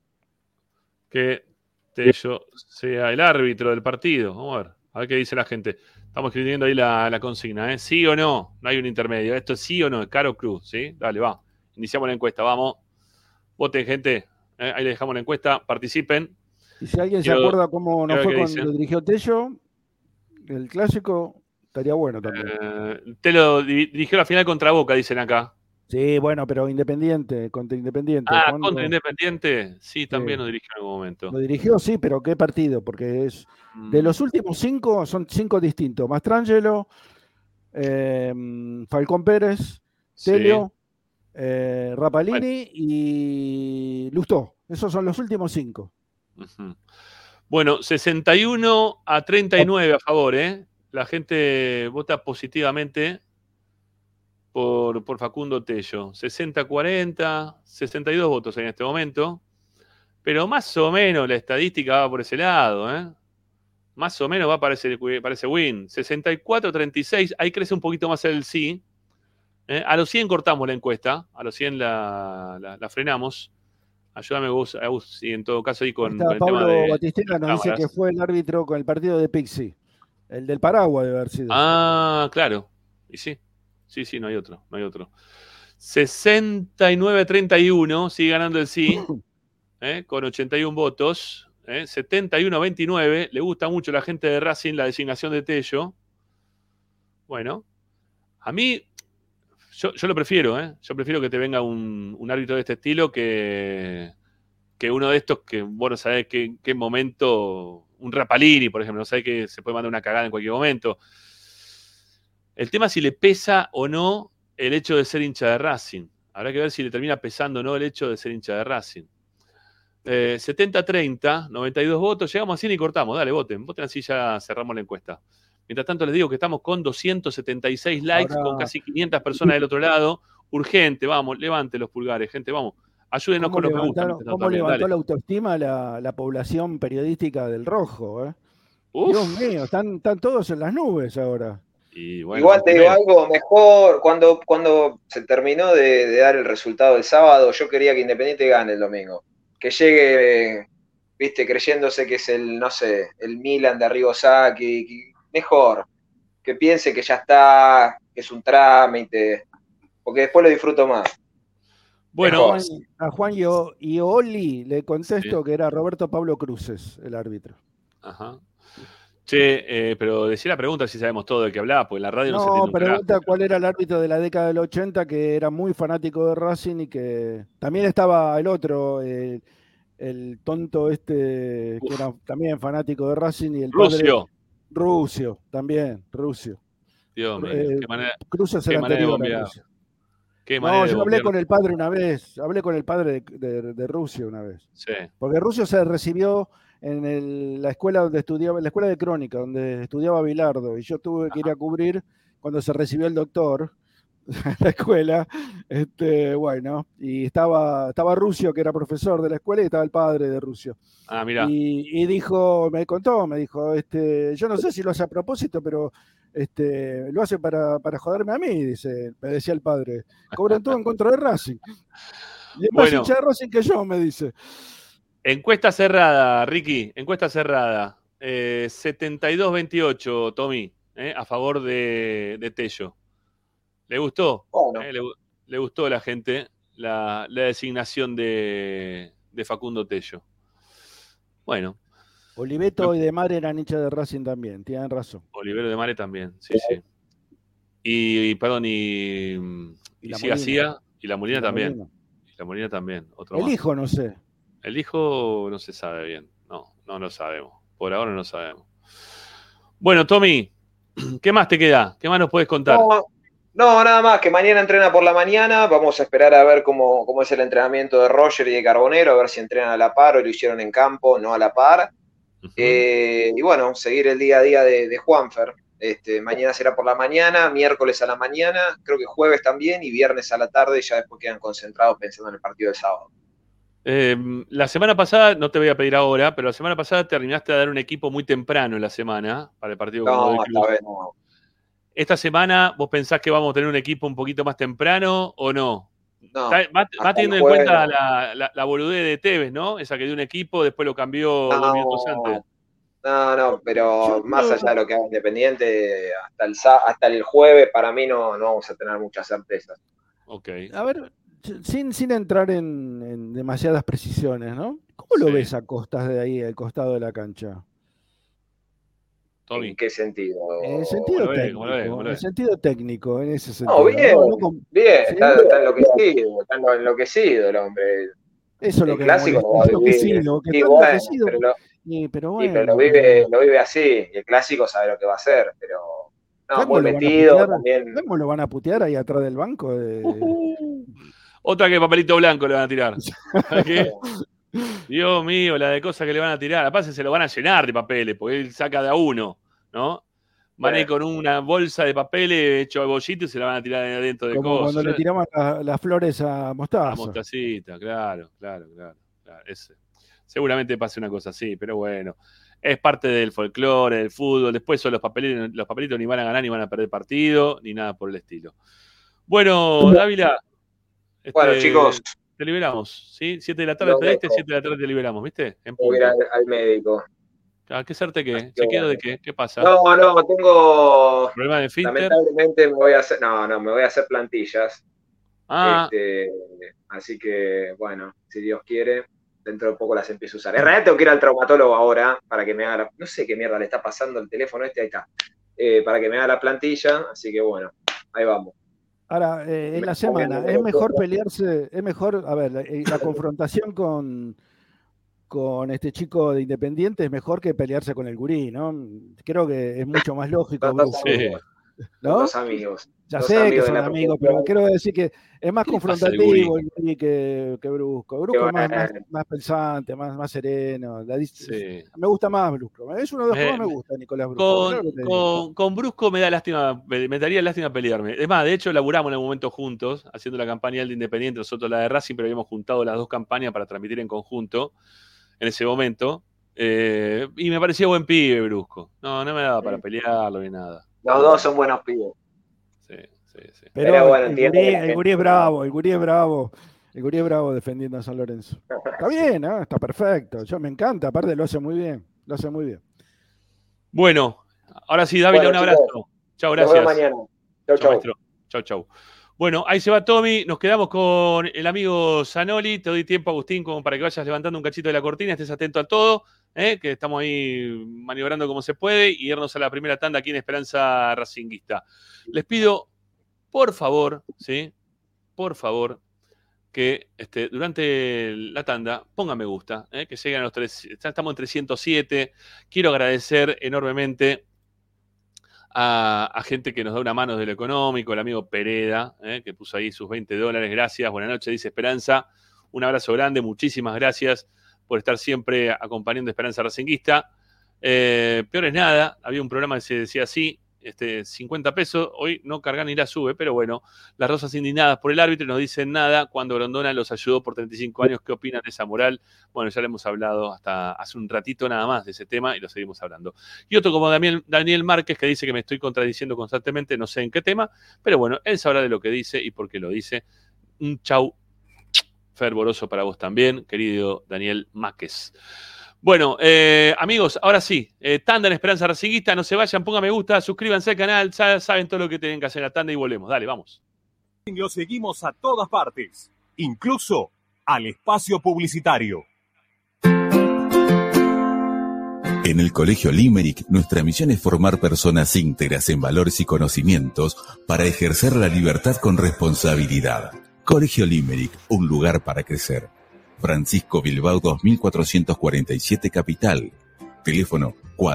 que Tello sea el árbitro del partido? Vamos a ver qué dice la gente. Estamos escribiendo ahí la consigna, ¿eh? ¿Sí o no? No hay un intermedio. Esto es sí o no, es Caro Cruz, ¿sí? Dale, va. iniciamos la encuesta, vamos. Voten, gente. Ahí le dejamos la encuesta, participen. Y si alguien se acuerda cómo nos fue cuando dirigió Tello, el clásico, estaría bueno también. Tello dirigió la final contra Boca, dicen acá. Sí, bueno, pero Independiente, contra Independiente. Contra Independiente, sí, también nos dirigió en algún momento. Lo dirigió, sí, pero ¿qué partido? Porque es de los últimos 5, son 5 distintos. Mastrangelo, Falcón Pérez, Tello, Rapalini y Lustó. Esos son los últimos 5. Bueno, 61-39 a favor, ¿eh? La gente vota positivamente por Facundo Tello. 60-40, 62 votos en este momento. Pero más o menos la estadística va por ese lado, ¿eh? Más o menos va para ese win. 64-36, ahí crece un poquito más el sí. A los 100 cortamos la encuesta, a los 100 la frenamos. Ayúdame vos, y en todo caso ahí con el Pablo tema de Batistela nos dice que fue el árbitro con el partido de Pixi. El del Paraguay debe haber sido. Claro. Y sí. Sí, no hay otro. 69-31, sigue ganando el sí, con 81 votos. 71-29, le gusta mucho a la gente de Racing la designación de Tello. Bueno, a mí, yo lo prefiero, yo prefiero que te venga un árbitro de este estilo que uno de estos que vos no sabés qué momento, un Rapalini, por ejemplo, no sabés que se puede mandar una cagada en cualquier momento. El tema es si le pesa o no el hecho de ser hincha de Racing. Habrá que ver si le termina pesando o no el hecho de ser hincha de Racing. 70-30, 92 votos. Llegamos a 100 y cortamos. Dale, voten. Voten así ya cerramos la encuesta. Mientras tanto les digo que estamos con 276 likes, con casi 500 personas del otro lado. Urgente, vamos, levante los pulgares, gente, vamos. Ayúdenos con los me gusta. ¿Cómo levantó la autoestima la población periodística del Rojo? Dios mío, están todos en las nubes ahora. Bueno, igual te digo algo mejor, cuando se terminó de dar el resultado del sábado, yo quería que Independiente gane el domingo. Que llegue, viste, creyéndose que es el Milan de Arrigosaki, mejor. Que piense que ya está, que es un trámite, porque después lo disfruto más. Bueno, a Juan Ioli le contesto que era Roberto Pablo Cruces, el árbitro. Ajá. Che, pero decía la pregunta si sabemos todo de qué hablaba, porque la radio no se entiende. No, pregunta cuál era el árbitro de la década del 80 que era muy fanático de Racing y que también estaba el otro, el tonto que era también fanático de Racing y el Rusio. Rusio, también, Rusio. Dios mío, qué manera. Cruces el anterior a Rusio. Yo hablé con el padre una vez, de Rusio una vez. Sí. Porque Rusio se recibió en la escuela donde estudiaba, en la escuela de crónica, donde estudiaba Bilardo, y yo tuve que ir a cubrir cuando se recibió el doctor en la escuela, y estaba Rusio, que era profesor de la escuela, y estaba el padre de Rusio. Mira. Y me dijo, yo no sé si lo hace a propósito, pero lo hace para joderme a mí, me decía el padre. Cobran todo en contra de Racing. Y es más hincha de Racing que yo, me dice. Encuesta cerrada, Ricky, encuesta cerrada. 72-28, Tommy, a favor de Tello. ¿Le gustó? Bueno. Le gustó a la gente la designación de Facundo Tello. Bueno. Oliveto y Demare eran hinchas de Racing también, tienen razón. Olivero Demare también, sí. Y la Siga, y la Molina también. Y la Molina también. El hijo, no sé. El hijo no se sabe bien. No lo sabemos. Por ahora no lo sabemos. Bueno, Tommy, ¿qué más te queda? ¿Qué más nos puedes contar? No, nada más, que mañana entrena por la mañana. Vamos a esperar a ver cómo es el entrenamiento de Roger y de Carbonero, a ver si entrenan a la par o lo hicieron en campo, no a la par. Uh-huh. Y bueno, seguir el día a día de Juanfer. Mañana será por la mañana, miércoles a la mañana, creo que jueves también, y viernes a la tarde, ya después quedan concentrados pensando en el partido del sábado. La semana pasada, no te voy a pedir ahora, pero la semana pasada terminaste de dar un equipo muy temprano en la semana para el partido con Godoy Cruz. Esta vez no. ¿Esta semana vos pensás que vamos a tener un equipo un poquito más temprano o no? No. Va teniendo en cuenta la boludez de Tevez, ¿no? Esa que dio un equipo, después lo cambió 2 minutos antes. No, pero más allá de lo que haga Independiente, hasta el jueves, para mí no vamos a tener muchas certezas. Ok. A ver, sin entrar en demasiadas precisiones, ¿no? ¿Cómo lo ves a Costas de ahí, al costado de la cancha? Tommy. ¿En qué sentido? En sentido técnico, en sentido técnico, en ese sentido. Bien, ¿sí? está enloquecido el hombre. Eso es lo que clásico me molesta, pero bueno, pero lo vive así, y el clásico sabe lo que va a hacer, pero muy metido también. ¿Cómo lo van a putear ahí atrás del banco? Otra que papelito blanco le van a tirar. ¿Qué? Dios mío, la de cosas que le van a tirar. Aparte se lo van a llenar de papeles, porque él saca de a uno, ¿no? Van ahí con una bolsa de papeles hecho de bollito y se la van a tirar adentro de como cosas. Cuando le tiramos las flores a Mostaza. A Mostacita, claro. Seguramente pase una cosa así, pero bueno. Es parte del folclore, del fútbol. Después son los papelitos ni van a ganar ni van a perder partido, ni nada por el estilo. Bueno, Dávila. Bueno, chicos. Te liberamos, ¿sí? 7 de la tarde pediste, 7 de la tarde te liberamos, ¿viste? Voy a ir al médico. ¿A qué hacerte qué? ¿Chequeo de qué? ¿Qué pasa? No, tengo... ¿Problema de finter? Lamentablemente me voy a hacer plantillas. Ah. Así que, bueno, si Dios quiere, dentro de poco las empiezo a usar. En realidad tengo que ir al traumatólogo ahora para que me haga no sé qué mierda le está pasando al teléfono ahí está. Para que me haga la plantilla, así que bueno, ahí vamos. Ahora, en la semana, es mejor pelearse, a ver, la confrontación con este chico de Independiente es mejor que pelearse con el gurí, ¿no? Creo que es mucho más lógico. ¿no? Los amigos. Ya sé que son amigos, pero quiero decir que es más confrontativo el gurí que Brusco. Brusco es más pensante, más sereno. Me gusta más Brusco. Es uno de los que más me gusta, Nicolás Brusco. Con Brusco me daría lástima pelearme. Es más, de hecho, laburamos en algún momento juntos, haciendo la campaña de Independiente, nosotros la de Racing, pero habíamos juntado las dos campañas para transmitir en conjunto en ese momento. Y me parecía buen pibe, Brusco. No me daba para pelearlo ni nada. Los dos son buenos pibes. Sí. Pero bueno, el gurí es bravo, el gurí es bravo defendiendo a San Lorenzo. Está bien, ¿no? Está perfecto. Yo me encanta, aparte lo hace muy bien. Bueno, ahora sí, David, un abrazo. Chao, gracias. Nos vemos mañana. Chau. Bueno, ahí se va Tommy, nos quedamos con el amigo Zanoli. Te doy tiempo, Agustín, como para que vayas levantando un cachito de la cortina, estés atento a todo, que estamos ahí maniobrando como se puede y irnos a la primera tanda aquí en Esperanza Racinguista. Les pido, por favor, ¿sí? Por favor, que durante la tanda pongan me gusta, que lleguen a los 3, estamos en 307. Quiero agradecer enormemente a gente que nos da una mano desde lo económico, el amigo Pereda, que puso ahí sus $20. Gracias, buenas noches, dice Esperanza. Un abrazo grande, muchísimas gracias por estar siempre acompañando a Esperanza Racinguista. Peor es nada, había un programa que se decía así, 50 pesos, hoy no cargan ni la sube, pero bueno, las rosas indignadas por el árbitro no dicen nada cuando Grondona los ayudó por 35 años. ¿Qué opinan de esa moral? Bueno, ya le hemos hablado hasta hace un ratito nada más de ese tema y lo seguimos hablando. Y otro como Daniel Márquez, que dice que me estoy contradiciendo constantemente, no sé en qué tema, pero bueno, él sabrá de lo que dice y por qué lo dice. Un chau fervoroso para vos también, querido Daniel Márquez. Bueno, amigos, ahora sí, tanda en Esperanza Racinguista, no se vayan, pongan me gusta, suscríbanse al canal, ya saben todo lo que tienen que hacer en la tanda y volvemos. Dale, vamos. Lo seguimos a todas partes, incluso al espacio publicitario. En el Colegio Limerick, nuestra misión es formar personas íntegras en valores y conocimientos para ejercer la libertad con responsabilidad. Colegio Limerick, un lugar para crecer. Francisco Bilbao 2447 Capital. Teléfono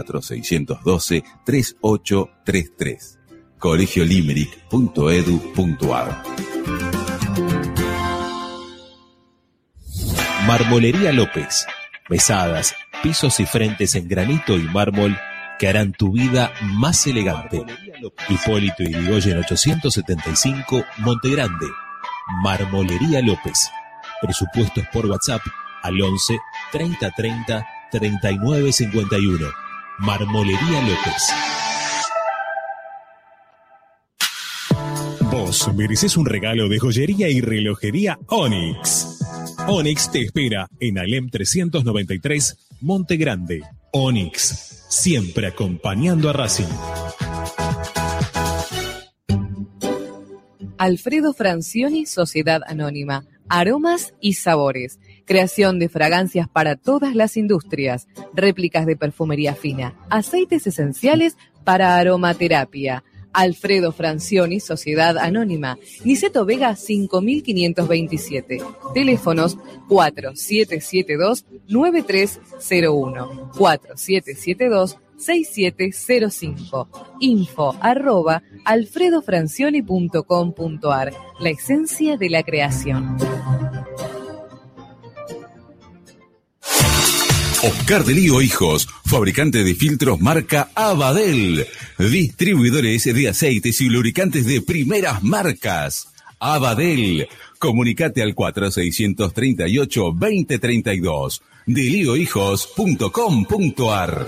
4612-3833. colegiolimerick.edu.ar. Marmolería López. Mesadas, pisos y frentes en granito y mármol que harán tu vida más elegante. Hipólito Yrigoyen 875, Montegrande. Marmolería López. Presupuestos por WhatsApp al 11 30 30 39 51. Marmolería López. Vos mereces un regalo de joyería y relojería Onyx. Onyx te espera en Alem 393, Monte Grande. Onyx, siempre acompañando a Racing. Alfredo Francioni, Sociedad Anónima. Aromas y sabores. Creación de fragancias para todas las industrias. Réplicas de perfumería fina. Aceites esenciales para aromaterapia. Alfredo Francioni, Sociedad Anónima. Niceto Vega 5527. Teléfonos 4772-9301. 4772-6705. info@alfredofrancioni.com.ar. La esencia de la creación. Oscar de Lío Hijos, fabricante de filtros marca Abadel. Distribuidores de aceites y lubricantes de primeras marcas. Abadel. Comunicate al 4638-2032. deliohijos.com.ar.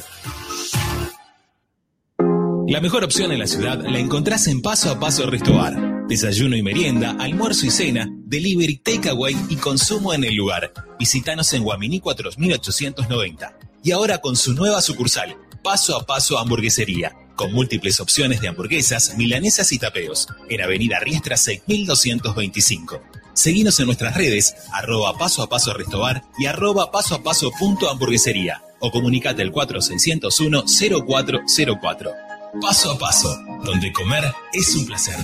La mejor opción en la ciudad la encontrás en Paso a Paso Restobar. Desayuno y merienda, almuerzo y cena, delivery, takeaway y consumo en el lugar. Visítanos en Guaminí 4890. Y ahora con su nueva sucursal, Paso a Paso Hamburguesería, con múltiples opciones de hamburguesas, milanesas y tapeos, en Avenida Riestra 6225. Seguinos en nuestras redes, @Paso a Paso Restobar y @pasoapaso.hamburguesería o comunicate al 4601-0404. Paso a Paso, donde comer es un placer.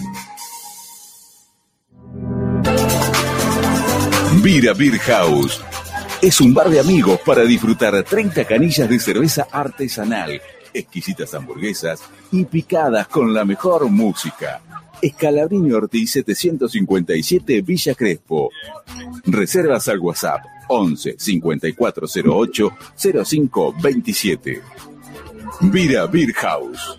Vira Beer House. Es un bar de amigos para disfrutar 30 canillas de cerveza artesanal, exquisitas hamburguesas y picadas con la mejor música. Escalabrini Ortiz 757 Villa Crespo. Reservas al WhatsApp 11 5408 0527. Vira Beer House.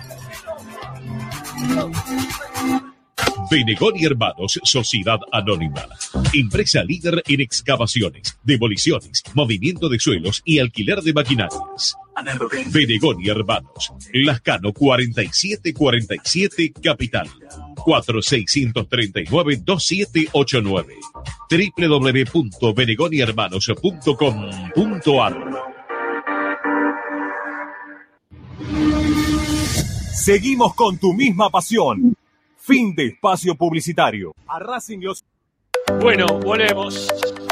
Venegón y Hermanos, Sociedad Anónima. Empresa líder en excavaciones, demoliciones, movimiento de suelos y alquiler de maquinarias. Venegón y Hermanos, Lascano 4747, Capital. 4639-2789. www.venegonyhermanos.com.ar. Seguimos con tu misma pasión. Fin de espacio publicitario. A Racing los... Bueno, volvemos.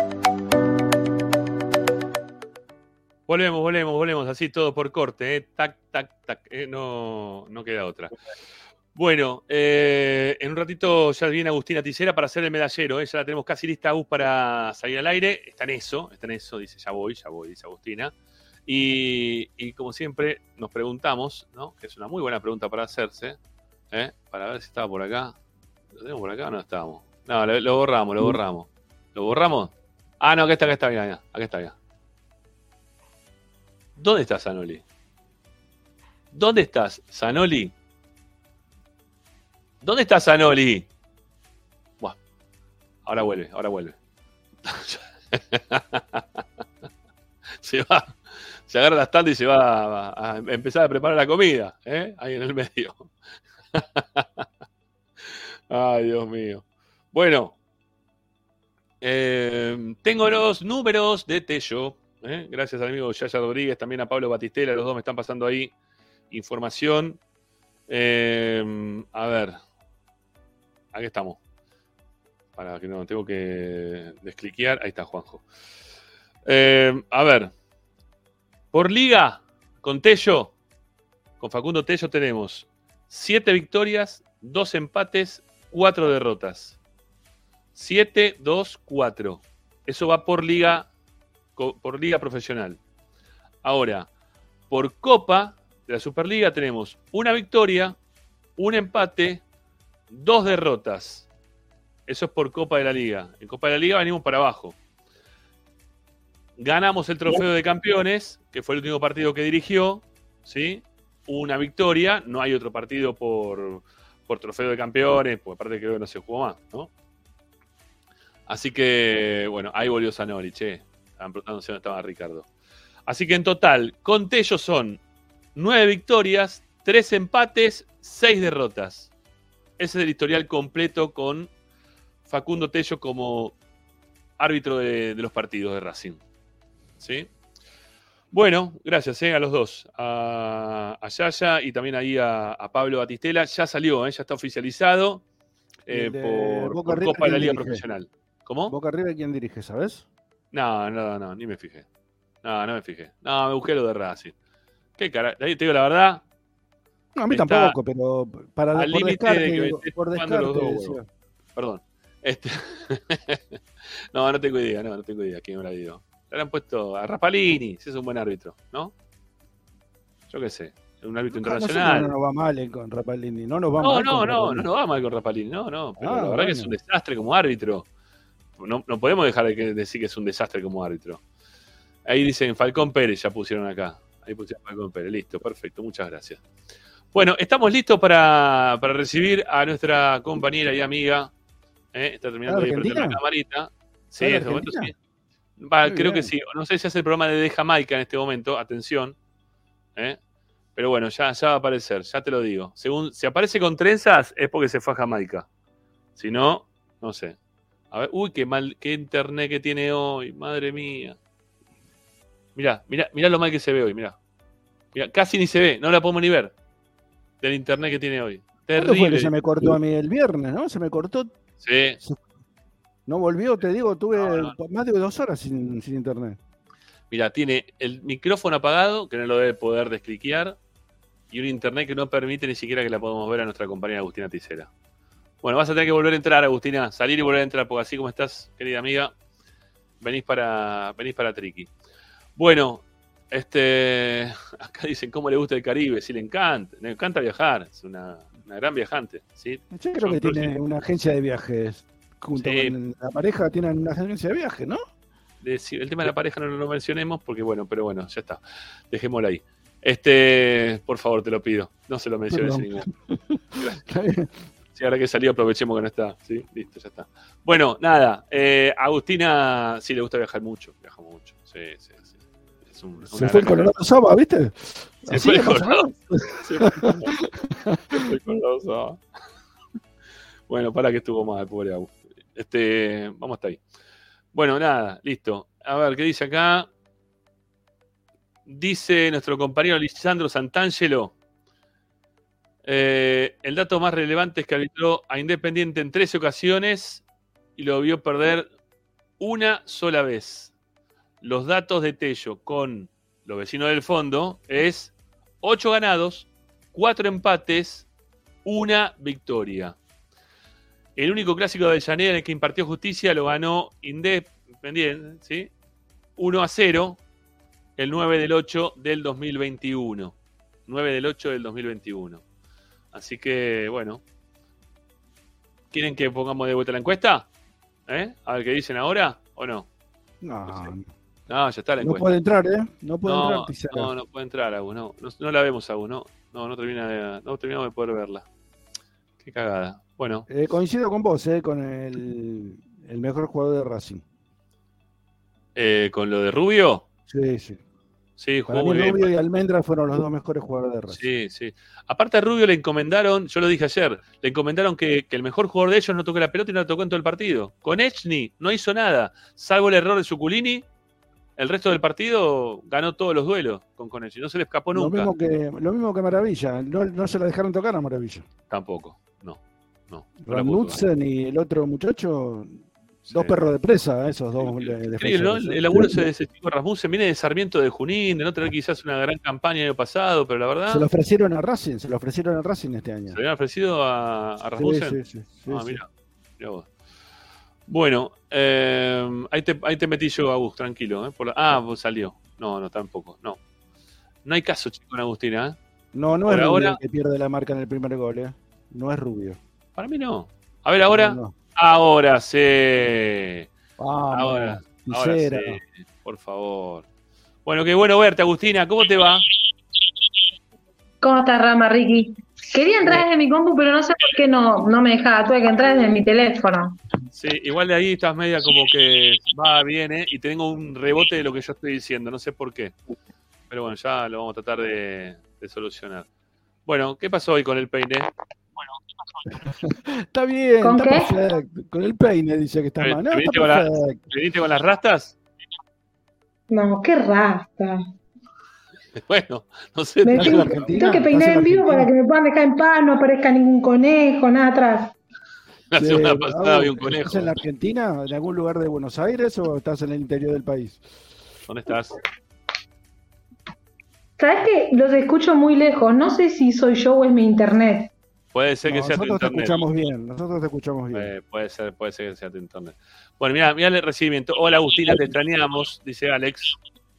Volvemos, así todo por corte, tac, tac, tac, no queda otra. Bueno, en un ratito ya viene Agustina Ticera para hacer el medallero, ya la tenemos casi lista, Agus, para salir al aire, está en eso, dice, ya voy, dice Agustina. Y como siempre nos preguntamos, ¿no? Que es una muy buena pregunta para hacerse, para ver si estaba por acá. ¿Lo tenemos por acá o no estábamos? No, lo borramos. ¿Lo borramos? Ah, no, acá está, mira, acá está, mira. ¿Dónde estás, Zanoli? ¿Dónde estás, Zanoli? ¿Dónde está Zanoli? Buah, ahora vuelve. Se agarra la stand y se va a empezar a preparar la comida, ahí en el medio. Ay, Dios mío. Bueno, tengo los números de Tello. Gracias al amigo Yaya Rodríguez, también a Pablo Batistela, los dos me están pasando ahí información. A ver, aquí estamos. Para que no tengo que descliquear. Ahí está Juanjo. A ver, por liga, con Tello, con Facundo Tello tenemos 7 victorias, 2 empates, 4 derrotas. 7, 2, 4. Eso va por liga profesional. Ahora, por Copa de la Superliga tenemos 1 victoria, 1 empate, 2 derrotas. Eso es por Copa de la Liga. En Copa de la Liga venimos para abajo. Ganamos el trofeo de campeones, que fue el último partido que dirigió, ¿sí? 1 victoria, no hay otro partido por trofeo de campeones, porque aparte creo que no se jugó más, ¿no? Así que, bueno, ahí volvió Zanoli, estaban preguntando si dónde estaba Ricardo. Así que en total, con Tello son 9 victorias, 3 empates, 6 derrotas. Ese es el historial completo con Facundo Tello como árbitro de los partidos de Racing. ¿Sí? Bueno, gracias a los dos, a Yaya y también ahí a Pablo Batistela. Ya salió, ya está oficializado. por Boca Copa River, de la ¿quién Liga dirige? Profesional. ¿Cómo? Boca River, ¿quién dirige, sabes? No, ni me fijé. No me fijé. No, me busqué lo de Racing. ¿Qué cara? Ahí te digo la verdad. No, a mí Está tampoco, pero al por límite descarte, de que me estés por chupando los descarte, dos huevos. decía. Perdón. No tengo idea quién me la dio. Le habrán puesto a Rapalini, si es un buen árbitro, ¿no? Yo qué sé, un árbitro internacional. No nos va mal con Rapalini, no nos va No mal. con nos Rapalini. va mal con Rapalini, no, pero la verdad bueno. que es un desastre como árbitro. No podemos dejar de decir que es un desastre como árbitro. Ahí dicen Falcón Pérez, ya pusieron acá. Ahí pusieron Falcón Pérez, listo, perfecto, muchas gracias. Bueno, estamos listos para recibir a nuestra compañera y amiga. Está terminando de prender la camarita. Sí, en este momento sí. Creo que sí. No sé si hace el programa de Jamaica en este momento, atención. Pero bueno, ya va a aparecer, ya te lo digo. Si aparece con trenzas es porque se fue a Jamaica. Si no, no sé. A ver, uy, qué internet que tiene hoy, madre mía. Mirá lo mal que se ve hoy, mirá, casi ni se ve, no la podemos ni ver. Del internet que tiene hoy. Terrible. ¿Cuándo fue que se me cortó a mí el viernes, no? Se me cortó. Sí. No volvió, te digo, tuve más de 2 horas sin internet. Mira, tiene el micrófono apagado, que no lo debe poder descliquear, y un internet que no permite ni siquiera que la podamos ver a nuestra compañera Agustina Ticera. Bueno, vas a tener que volver a entrar, Agustina, salir y volver a entrar, porque así como estás, querida amiga, venís para Triqui. Bueno, acá dicen cómo le gusta el Caribe, sí le encanta viajar, es una gran viajante, ¿sí? Yo creo que tiene una agencia de viajes, junto con la pareja tienen una agencia de viajes, ¿no? El tema de la pareja no lo mencionemos porque pero bueno, ya está, dejémoslo ahí. Por favor, te lo pido, no se lo menciones en ningún. Sí, ahora que salió aprovechemos que no está, sí, listo, ya está. Bueno, nada, Agustina sí le gusta viajar mucho, viajamos mucho, sí. Se fue el Colorado Saba, ¿viste? Se fue el Colorado. Bueno, para que estuvo mal, pobre Agus. Vamos hasta ahí. Bueno, nada, listo. A ver, ¿qué dice acá? Dice nuestro compañero Lisandro Santangelo. El dato más relevante es que arbitró a Independiente en 13 ocasiones y lo vio perder una sola vez. Los datos de Tello con los vecinos del fondo es 8 ganados, 4 empates, 1 victoria. El único clásico de Avellaneda en el que impartió justicia lo ganó Independiente, ¿sí? 1-0, el 9/8 del 2021. 9/8 del 2021. Así que, bueno. ¿Quieren que pongamos de vuelta la encuesta? A ver qué dicen ahora, ¿o no? No, ya está la encuesta. No puede entrar, No puede entrar, Ticera. No puede entrar, Agus, no la vemos, Agus, no terminamos de poder verla. Qué cagada. Bueno. Coincido con vos, con el mejor jugador de Racing. ¿Con lo de Rubio? Sí. Sí, Para jugó mí muy bien. Rubio y Almendra fueron los 2 mejores jugadores de Racing. Sí. Aparte a Rubio le encomendaron, yo lo dije ayer, le encomendaron que el mejor jugador de ellos no tocó la pelota y no la tocó en todo el partido. Con Echny no hizo nada, salvo el error de Zuculini. El resto del partido ganó todos los duelos con Echny, no se le escapó nunca. Lo mismo que Maravilla, no se la dejaron tocar a Maravilla. Tampoco, no. Rasmussen y el otro muchacho, 2 perros de presa, esos 2 defensores. ¿No? El laburo de ese chico Rasmussen viene de Sarmiento de Junín, de no tener quizás una gran campaña el año pasado, pero la verdad... Se lo ofrecieron a Racing este año. ¿Se le habían ofrecido a Rasmussen? Sí. Mira vos. Bueno, ahí te metí yo, Agus, tranquilo. Vos salió. No, tampoco, no. No hay caso, chico, con Agustina, No es Rubio el que pierde la marca en el primer gol, No es Rubio. Para mí no. A ver, ahora... No. Ahora sí. Ahora sí, por favor. Bueno, qué bueno verte, Agustina. ¿Cómo te va? ¿Cómo estás, Rama, Ricky? Quería entrar desde mi compu, pero no sé por qué no me dejaba. Tuve que entrar desde mi teléfono. Sí, igual de ahí estás media como que va, viene, y tengo un rebote de lo que yo estoy diciendo. No sé por qué. Pero bueno, ya lo vamos a tratar de solucionar. Bueno, ¿qué pasó hoy con el peine? Está bien, ¿Con está qué? perfecto. Con el peine dice que está mal. No, está perfecto. ¿Te viniste con las rastas? No, qué rasta. Bueno, no sé. Tengo que peinar en vivo para que me puedan dejar en paz, no aparezca ningún conejo, nada atrás. La semana pasada había un conejo. ¿Estás en la Argentina? ¿En algún lugar de Buenos Aires o estás en el interior del país? ¿Dónde estás? ¿Sabes que los escucho muy lejos? No sé si soy yo o es mi internet. Puede ser que sea tu Nosotros te internet. escuchamos bien. Puede ser que sea tu internet. Bueno, mira el recibimiento. Hola Agustina, te extrañamos, dice Alex.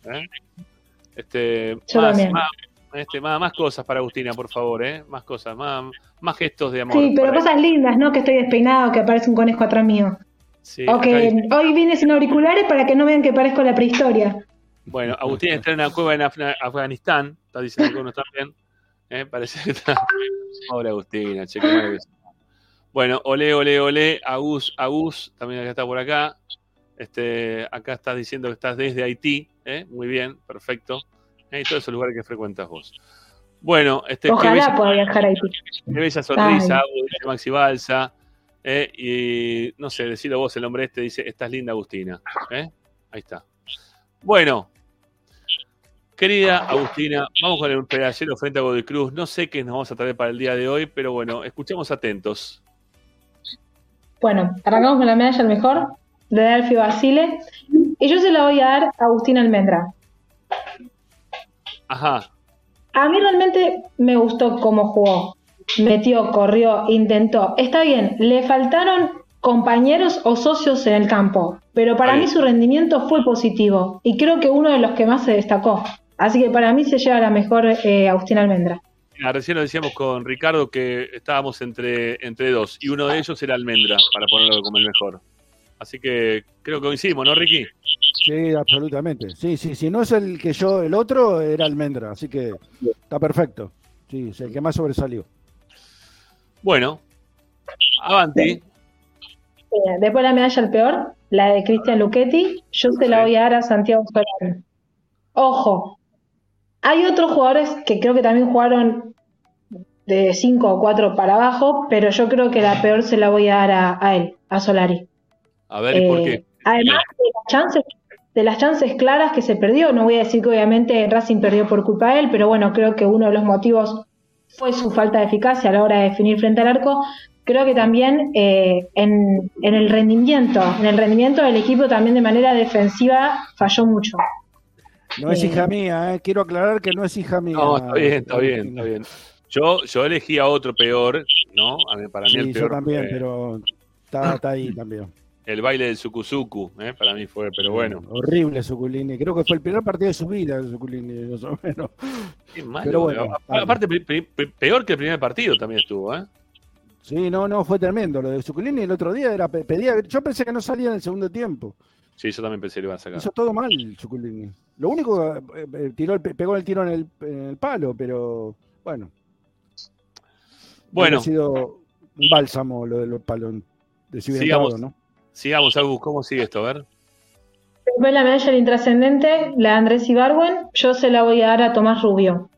Yo también. Más cosas para Agustina, por favor, más cosas, más gestos de amor. Sí, pero cosas lindas, ¿no? Que estoy despeinado, que aparece un conejo atrás mío. Sí, o que hoy vine sin auriculares para que no vean que parezco la prehistoria. Bueno, Agustina está en una cueva en Afganistán, está diciendo que uno está bien. Parece que está. Pobre Agustina, che, qué mal que es. Bueno, olé, Agus, también acá está por acá. Acá estás diciendo que estás desde Haití, muy bien, perfecto. Y todos esos lugares que frecuentas vos. Bueno, ojalá pueda viajar a Haití. Qué bella sonrisa, Agus, dice Maxi Balsa. Y no sé, decilo vos el nombre dice, estás linda Agustina. Ahí está. Bueno, querida Agustina, vamos con el pedacero frente a Godoy Cruz. No sé qué nos vamos a traer para el día de hoy, pero bueno, escuchemos atentos. Bueno, arrancamos con la medalla al mejor, de Alfio Basile, y yo se la voy a dar a Agustín Almendra. Ajá. A mí realmente me gustó cómo jugó. Metió, corrió, intentó. Está bien, le faltaron compañeros o socios en el campo, pero para mí su rendimiento fue positivo y creo que uno de los que más se destacó. Así que para mí se lleva la mejor Agustín Almendra. Recién lo decíamos con Ricardo que estábamos entre dos y uno de ellos era Almendra, para ponerlo como el mejor. Así que creo que coincidimos, ¿no, Ricky? Sí, absolutamente. Sí, si no es el otro era Almendra, así que está perfecto. Sí, es el que más sobresalió. Bueno, avanti. Después la medalla al peor, la de Cristian Luchetti, yo se la voy a dar a Santiago Solari. Ojo, hay otros jugadores que creo que también jugaron de 5 o 4 para abajo, pero yo creo que la peor se la voy a dar a él, a Solari. A ver, ¿y por qué? Además de las chances claras que se perdió, no voy a decir que obviamente Racing perdió por culpa de él, pero bueno, creo que uno de los motivos fue su falta de eficacia a la hora de definir frente al arco. Creo que también en el rendimiento del equipo también de manera defensiva falló mucho. No es hija mía, quiero aclarar que no es hija mía. No, está bien. Yo elegí a otro peor, ¿no? Para mí el peor. Yo también, pero está ahí también. El baile del Sucuzucu, para mí fue, pero bueno. Horrible Suculini. Creo que fue el primer partido de su vida, Suculini, más o menos. Qué malo. Pero bueno, aparte, peor que el primer partido también estuvo, Sí, no, fue tremendo. Lo de Suculini el otro día pedía. Yo pensé que no salía en el segundo tiempo. Sí, yo también pensé que lo iban a sacar. Hizo todo mal Suculini. Lo único, pegó el tiro en el palo, pero bueno. Ha sido un bálsamo lo del palo de si hubiera entrado, ¿no? Sigamos, Agus, ¿cómo sigue esto? A ver. Después la medalla del intrascendente, la de Andrés Ibargüen, yo se la voy a dar a Tomás Rubio.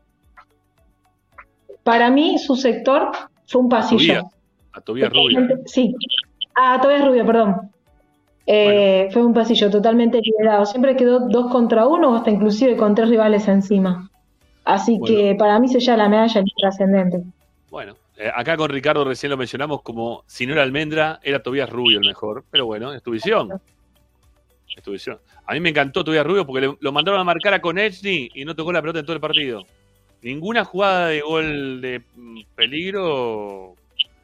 Para mí, su sector fue un pasillo. A Tobías Rubio. Sí, a Tobías Rubio, perdón. Fue un pasillo totalmente liberado. Siempre quedó 2 contra 1 o hasta inclusive con 3 rivales encima. Así que para mí se lleva la medalla del intrascendente. Bueno. Acá con Ricardo recién lo mencionamos como si no era Almendra, era Tobías Rubio el mejor. Pero bueno, es tu visión. A mí me encantó Tobías Rubio porque lo mandaron a marcar a Konechny y no tocó la pelota en todo el partido. Ninguna jugada de gol de peligro.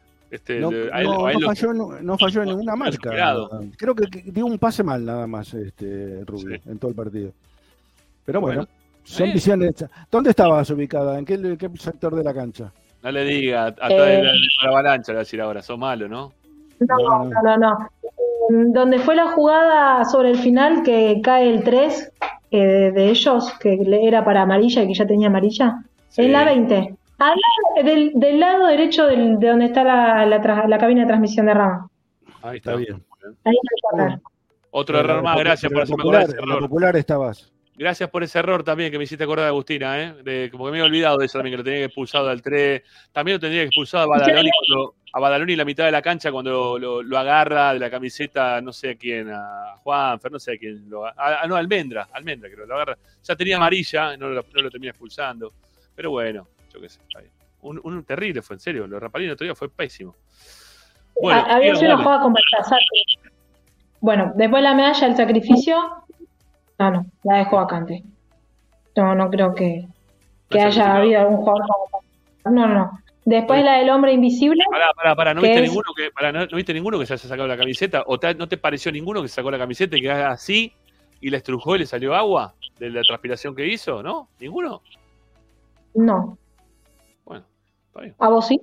No falló en ninguna marca. Creo que dio un pase mal nada más Rubio en todo el partido. Pero bueno, son visiones. ¿Dónde estabas ubicada? ¿En qué sector de la cancha? No le diga, atrás de la avalancha, le voy a decir ahora, sos malo, ¿no? No. Donde fue la jugada sobre el final que cae el 3 de ellos, que era para amarilla y que ya tenía amarilla, en la 20. Del lado derecho de donde está la cabina de transmisión de Rama. Ahí está bien. Ahí está. Otro error más, gracias por hacerme acordar de ese error. Popular estabas. Gracias por ese error también que me hiciste acordar de Agustina, como que me he olvidado de eso también, que lo tenía que expulsado al 3. También lo tendría que expulsado a Badaloni en la mitad de la cancha cuando lo agarra de la camiseta, no sé a quién, a Juanfer, no sé a quién. Almendra que lo agarra. Ya tenía amarilla, no lo termina expulsando. Pero bueno, yo qué sé, está bien. Un terrible fue, en serio. Lo de Rapalini el otro día fue pésimo. Bueno, había sido una dale. jugada con Baltasar. Bueno, después la medalla del sacrificio, no, la dejo vacante. No creo que ¿La haya sacrificó? habido algún jugador como... No. Después la del hombre invisible. Pará, ¿no que viste es- ¿no viste ninguno que se haya sacado la camiseta? ¿O no te pareció ninguno que se sacó la camiseta y que haga así y la estrujó y le salió agua de la transpiración que hizo? ¿No? ¿Ninguno? No. Bueno, está bien. ¿A vos sí?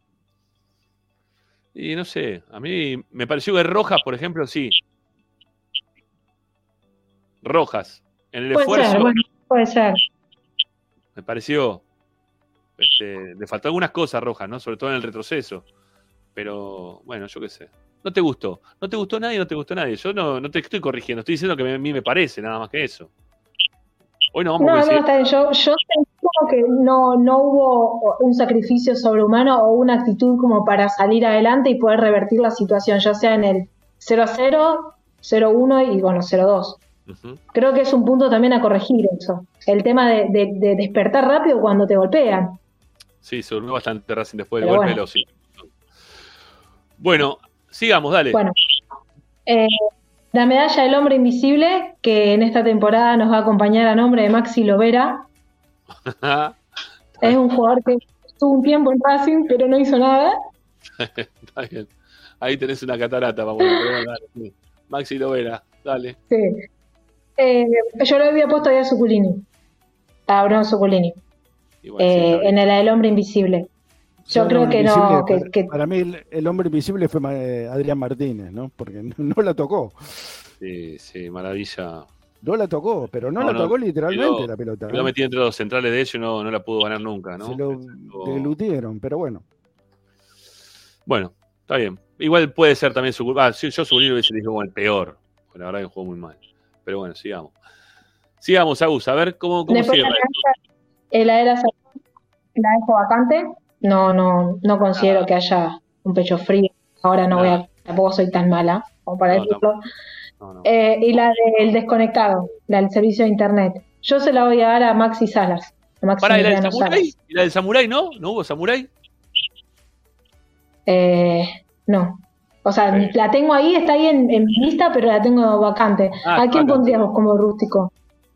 Y no sé, a mí me pareció que Rojas, por ejemplo, sí. Rojas, en el Puede esfuerzo, ser, bueno, puede ser. me pareció, le faltó algunas cosas a Rojas, ¿no? Sobre todo en el retroceso. Pero, bueno, yo qué sé. ¿No te gustó? ¿No te gustó nadie? No te gustó nadie. Yo no te estoy corrigiendo, estoy diciendo que a mí me parece, nada más que eso. Hoy no vamos a No, coincidir. está bien. Yo sentí como que no hubo un sacrificio sobrehumano o una actitud como para salir adelante y poder revertir la situación, ya sea en el 0-0, 0-1 y bueno, 0-2. Ujú. Creo que es un punto también a corregir eso. El tema de despertar rápido cuando te golpean. Sí, se durmió bastante Racing después del Pero golpe de los 5. Bueno, sigamos, dale. Bueno, la medalla del hombre invisible, que en esta temporada nos va a acompañar a nombre de Maxi Lovera. Es un jugador que estuvo un tiempo en Racing, pero no hizo nada. Está bien. Ahí tenés una catarata, vamos. Pero bueno, dale, sí. Maxi Lovera, dale. Sí. Yo lo había puesto ahí a Zuculini. A Bruno Zuculini. Y bueno, sí, está bien. En el hombre invisible. Yo El creo hombre que no. invisible, para mí el hombre invisible fue Adrián Martínez, ¿no? Porque no la tocó. Sí, maravilla. No la tocó, pero no la tocó literalmente la pelota. Lo metí entre los centrales de ellos y no la pudo ganar nunca, ¿no? Se lo deglutieron, pero bueno. Bueno, está bien. Igual puede ser también su culpa. Yo Zuculini hubiese dicho como el peor. Porque la verdad que jugó muy mal. Pero bueno, sigamos. Sigamos, Agus, a ver cómo Después cierra esto. la era la dejo vacante. No considero que haya un pecho frío. Ahora tampoco soy tan mala como para decirlo. Y la del desconectado, la del servicio de internet. Yo se la voy a dar a Maxi Salas. ¿Para la del Samurai? ¿Y la del Samurai no? ¿No hubo Samurai? No. O sea, la tengo ahí, está ahí en mi lista, pero la tengo vacante. ¿A quién pondrías vos como rústico?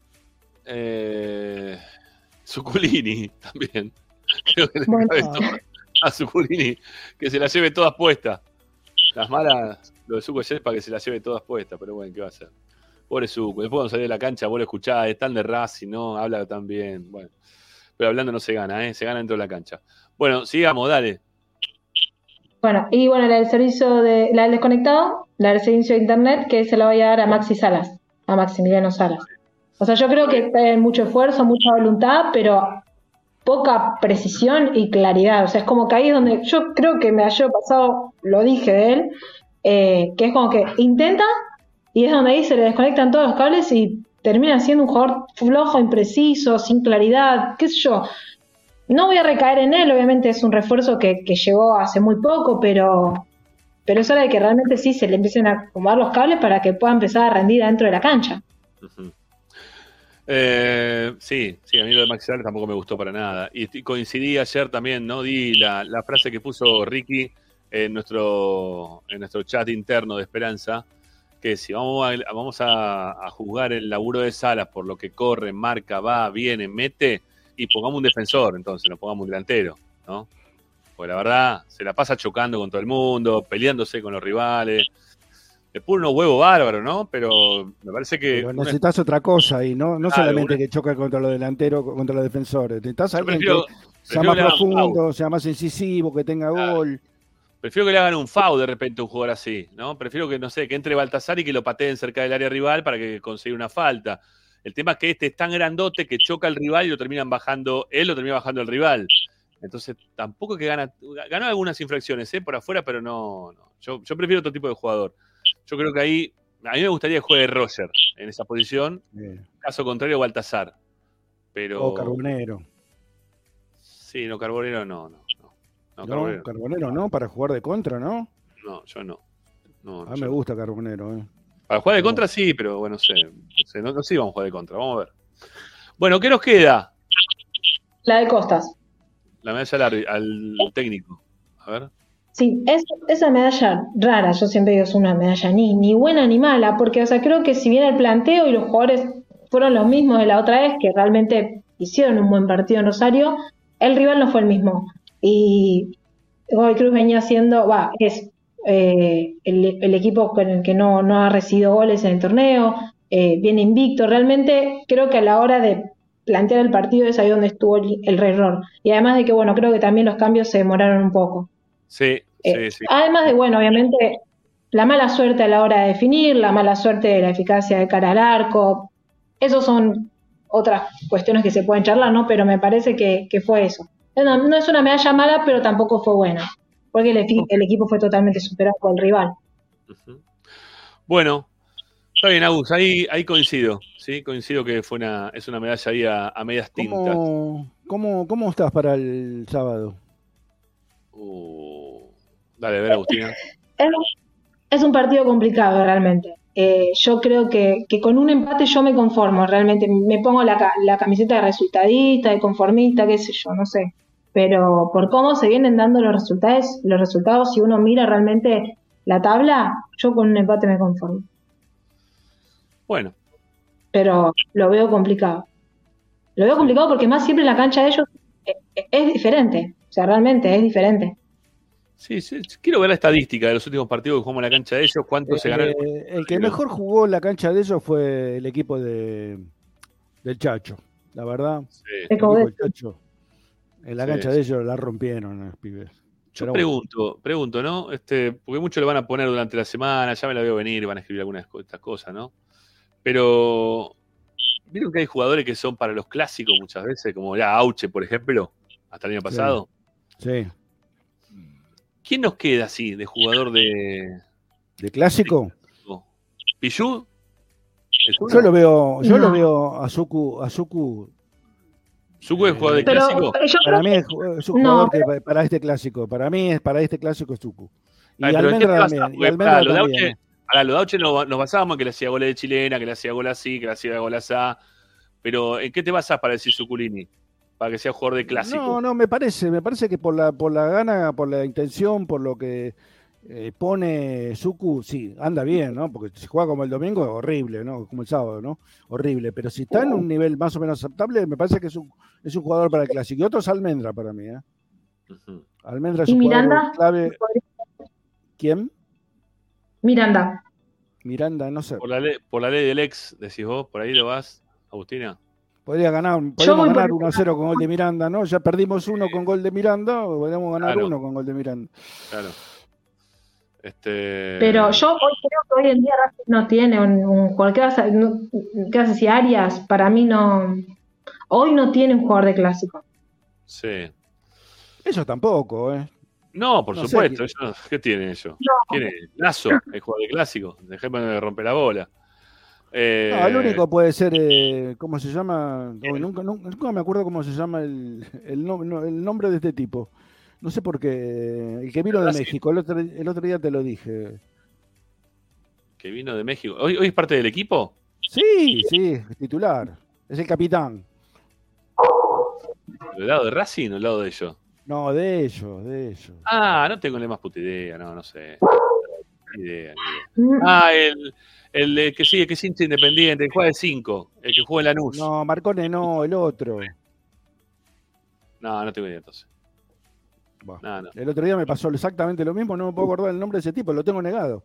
Zuculini también. Creo que bueno. A Zuculini, que se las lleve todas puestas. Las malas, lo de Zuco es para que se las lleve todas puestas, pero bueno, ¿qué va a hacer? Pobre Zuco. Después cuando salió de la cancha, vos lo escuchás, es tan de Racing, ¿no? Habla tan bien. Bueno, pero hablando no se gana, ¿eh? Se gana dentro de la cancha. Bueno, sigamos, dale. Bueno, y bueno, la del desconectado, la del servicio de internet, que se la voy a dar a Maxi Salas, a Maximiliano Salas. O sea, yo creo que hay mucho esfuerzo, mucha voluntad, pero poca precisión y claridad. O sea, es como que ahí es donde yo creo que me halló pasado, lo dije de él, que es como que intenta y es donde ahí se le desconectan todos los cables y termina siendo un jugador flojo, impreciso, sin claridad, qué sé yo. No voy a recaer en él, obviamente es un refuerzo que llegó hace muy poco, pero es hora de que realmente sí se le empiecen a acomodar los cables para que pueda empezar a rendir adentro de la cancha. Uh-huh. Sí, a mí lo de Maxi Salas tampoco me gustó para nada. Y coincidí ayer también, ¿no? Di la frase que puso Ricky en nuestro chat interno de Esperanza, que si vamos a juzgar el laburo de Salas por lo que corre, marca, va, viene, mete, y pongamos un defensor, entonces, no pongamos un delantero, ¿no? Porque la verdad, se la pasa chocando con todo el mundo, peleándose con los rivales. Le pone unos huevos bárbaros, ¿no? Pero me parece que... Pero necesitas otra cosa y no solamente que choque contra los delanteros, contra los defensores. Necesitas alguien que sea más profundo, sea más incisivo, que tenga gol. Prefiero que le hagan un foul de repente a un jugador así, ¿no? Prefiero que, no sé, que entre Baltasar y que lo pateen cerca del área rival para que consiga una falta. El tema es que este es tan grandote que choca al rival y lo termina bajando el rival. Entonces, tampoco que ganó algunas infracciones, por afuera, pero no. Yo prefiero otro tipo de jugador. Yo creo que ahí, a mí me gustaría que juegue Roger en esa posición. Caso contrario, Baltasar. Pero... O Carbonero. Sí, no, Carbonero no. Carbonero no, para jugar de contra, ¿no? No, yo no. A mí me gusta Carbonero, Para jugar de contra sí, pero bueno, no sé si vamos a jugar de contra, vamos a ver. Bueno, ¿qué nos queda? La de Costas. La medalla al técnico. A ver. Sí, esa medalla rara, yo siempre digo, es una medalla ni buena ni mala, porque, o sea, creo que si bien el planteo y los jugadores fueron los mismos de la otra vez, que realmente hicieron un buen partido en Rosario, el rival no fue el mismo. Y Godoy Cruz venía siendo, el equipo con el que no ha recibido goles en el torneo, viene invicto. Realmente creo que a la hora de plantear el partido es ahí donde estuvo el error. Y además de que, bueno, creo que también los cambios se demoraron un poco. Sí. Además de, bueno, obviamente, la mala suerte a la hora de definir, la mala suerte de la eficacia de cara al arco, esos son otras cuestiones que se pueden charlar, ¿no? Pero me parece que fue eso. No es una medalla mala, pero tampoco fue buena, porque el equipo fue totalmente superado por el rival. Bueno, está bien, Agus, ahí coincido, ¿sí? Coincido que es una medalla ahí a medias tintas. ¿Cómo estás para el sábado? Dale, a ver, Agustina. Es un partido complicado realmente. Yo creo que con un empate yo me conformo, realmente me pongo la camiseta de resultadista, de conformista, qué sé yo, no sé. Pero por cómo se vienen dando los resultados, si uno mira realmente la tabla, yo con un empate me conformo. Bueno. Pero lo veo complicado. Lo veo complicado porque más siempre la cancha de ellos es diferente. O sea, realmente es diferente. Sí, quiero ver la estadística de los últimos partidos que jugamos en la cancha de ellos, cuánto se ganó. El que mejor jugó en la cancha de ellos fue el equipo del Chacho, la verdad. Sí. El equipo del Chacho. En la cancha de ellos la rompieron los pibes. Yo pregunto, ¿no? Porque muchos lo van a poner durante la semana, ya me la veo venir, van a escribir algunas de estas cosas, ¿no? Pero vieron que hay jugadores que son para los clásicos muchas veces, como ya Auche, por ejemplo, hasta el año pasado. Sí. ¿Quién nos queda así de jugador de clásico? ¿Pichu? Yo lo veo a Suku. ¿Suku es jugador de clásico? Para mí es un jugador que para este clásico. Para mí para este clásico es Suku. Y Almendra también. Lo de Auche nos basábamos en que le hacía goles de chilena, que le hacía gol así, que le hacía gol asá. Pero ¿en qué te basás para decir Suculini? Para que sea jugador de clásico. No, me parece que por la gana, por la intención, por lo que pone Suku, sí, anda bien, ¿no? Porque si juega como el domingo es horrible, ¿no? Como el sábado, ¿no? Horrible. Pero si está en un nivel más o menos aceptable, me parece que es un jugador para el clásico. Y otro es Almendra para mí, ¿eh? Almendra es un jugador clave. ¿Quién? Miranda, no sé. Por la ley del ex, decís vos, por ahí lo vas, Agustina. Podríamos ganar 1-0 con gol de Miranda, ¿no? Ya perdimos 1 con gol de Miranda, o podríamos ganar 1 con gol de Miranda. Claro. Pero yo hoy creo que hoy en día Racing no tiene un jugador. ¿Qué vas a decir? Arias, para mí no. Hoy no tiene un jugador de clásico. Sí. Eso tampoco, ¿eh? No, por supuesto. ¿Qué tiene eso? No. ¿Quién es? Lazo, el jugador de clásico. Dejémosme de romper la bola. El único puede ser, ¿cómo se llama? Nunca me acuerdo cómo se llama el nombre de este tipo. No sé por qué. El que vino de México. El otro día te lo dije. ¿Que vino de México? ¿Hoy es parte del equipo? Sí, es titular. Es el capitán. ¿Del lado de Racing o del lado de ellos? No, de ellos. Ah, no tengo ni más puta idea. No sé. Ni idea. El que sigue, que es hincha independiente, el juega de 5, el que juega en Lanús. No, Marcone no, el otro. No tengo idea entonces. No. El otro día me pasó exactamente lo mismo, no me puedo acordar el nombre de ese tipo, lo tengo negado.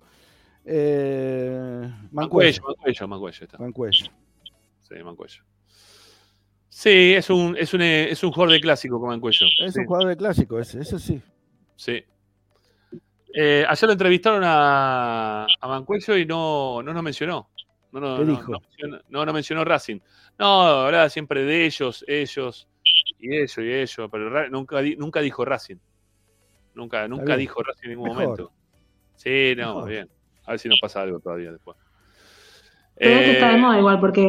Mancuello. Mancuello. Sí, Mancuello. Sí, es un jugador de clásico como Mancuello. Es un jugador de clásico, eso sí. Sí. Ayer lo entrevistaron a Mancuello y no nos mencionó. ¿Qué dijo? No mencionó Racing. No, hablaba siempre de ellos, y ellos, pero nunca dijo Racing. Nunca dijo Racing en ningún momento. Sí, Mejor. Bien. A ver si nos pasa algo todavía después. Pero es que está de moda igual, porque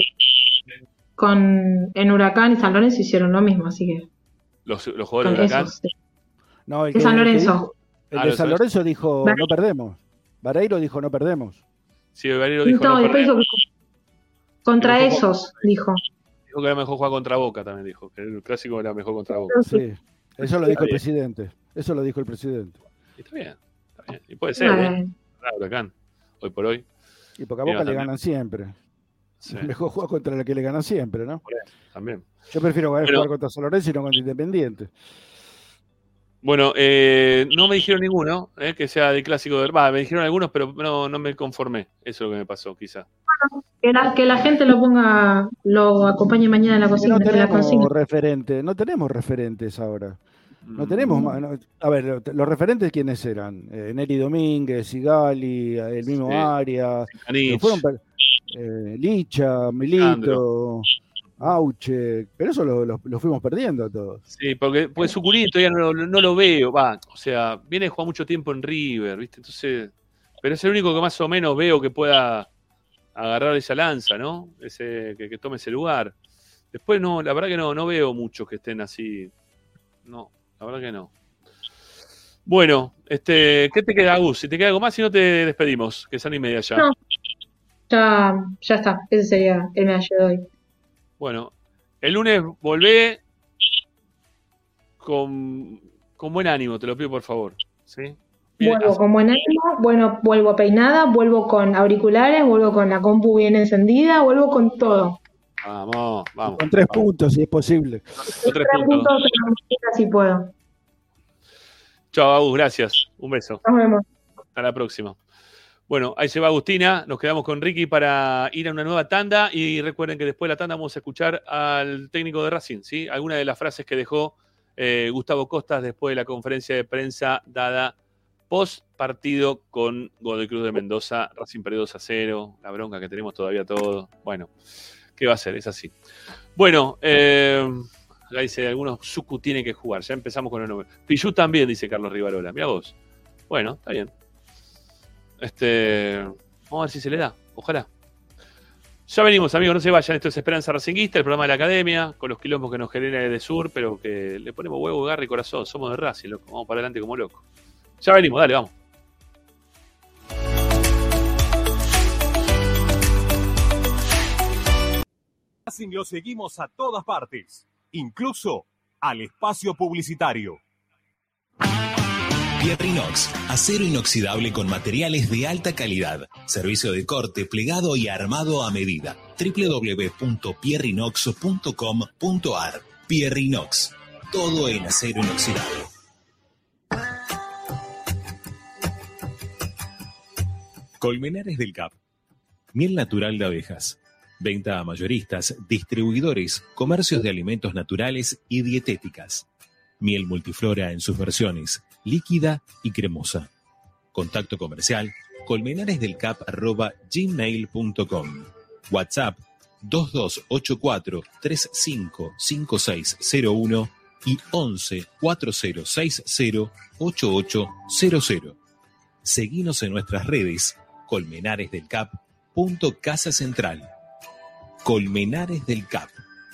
en Huracán y San Lorenzo hicieron lo mismo, así que. Los jugadores de Huracán. No, el de San Lorenzo. El de San Lorenzo dijo no perdemos. Vareiro dijo no perdemos. Sí, Vareiro dijo no perdemos. Contra esos, dijo. Dijo que era mejor jugar contra Boca también, dijo. Que el clásico era mejor contra Boca. Sí, eso lo dijo el presidente. Y está bien. Y puede ser, Huracán, hoy por hoy. Y porque a Boca le ganan siempre. Sí. Mejor jugar contra el que le ganan siempre, ¿no? También. Yo prefiero jugar contra San Lorenzo y no contra Independiente. Bueno, no me dijeron ninguno que sea de clásico del... me dijeron algunos, pero no me conformé. Eso es lo que me pasó, quizá. Bueno, que la gente lo acompañe mañana en la cocina. No tenemos referentes ahora. No tenemos más. A ver, los referentes, ¿quiénes eran? Nelly Domínguez, Sigali, el mismo Arias. Fueron Licha, Milito, Auche. Pero eso lo fuimos perdiendo a todos. Sí, porque Suculini todavía no lo veo. O sea, viene a jugar mucho tiempo en River, ¿viste? Entonces, pero es el único que más o menos veo que pueda agarrar esa lanza, ¿no? Que tome ese lugar. Después no, la verdad que no veo muchos que estén así. No. La verdad que no. Bueno, ¿qué te queda, Agus? Si te queda algo más, si no te despedimos, que es 1:30 ya. No, ya está. Ese sería el medallero de hoy. Bueno, el lunes volvé con buen ánimo, te lo pido por favor. ¿Sí? Vuelvo con buen ánimo, vuelvo peinada, vuelvo con auriculares, vuelvo con la compu bien encendida, vuelvo con todo. Vamos. Con 3 puntos, si es posible. Con 3 puntos si puedo. Chao, Agus, gracias. Un beso. Nos vemos. Hasta la próxima. Bueno, ahí se va Agustina. Nos quedamos con Ricky para ir a una nueva tanda. Y recuerden que después de la tanda vamos a escuchar al técnico de Racing, ¿sí? Algunas de las frases que dejó Gustavo Costas después de la conferencia de prensa dada post partido con Godoy Cruz de Mendoza. Racing perdió 2-0. La bronca que tenemos todavía todos. Bueno. ¿Qué va a ser? Es así. Bueno, acá dice, algunos Suku tienen que jugar. Ya empezamos con el nombre. Pichu también, dice Carlos Rivarola. Mirá vos. Bueno, está bien. Vamos a ver si se le da. Ojalá. Ya venimos, amigos. No se vayan. Esto es Esperanza Racinguista, el programa de la Academia, con los quilombos que nos genera de sur, pero que le ponemos huevo, garra y corazón. Somos de Racing, loco. Vamos para adelante como locos. Ya venimos, dale, vamos. Racing lo seguimos a todas partes, incluso al espacio publicitario. Pierrinox, acero inoxidable con materiales de alta calidad. Servicio de corte, plegado y armado a medida. www.pierrinox.com.ar. Pierrinox, todo en acero inoxidable. Colmenares del Cap. Miel natural de abejas. Venta a mayoristas, distribuidores, comercios de alimentos naturales y dietéticas. Miel multiflora en sus versiones, líquida y cremosa. Contacto comercial, colmenaresdelcap@gmail.com. WhatsApp 2284-355601 y 11-4060-8800. Seguinos en nuestras redes, colmenaresdelcap.casacentral. Colmenares del Cap.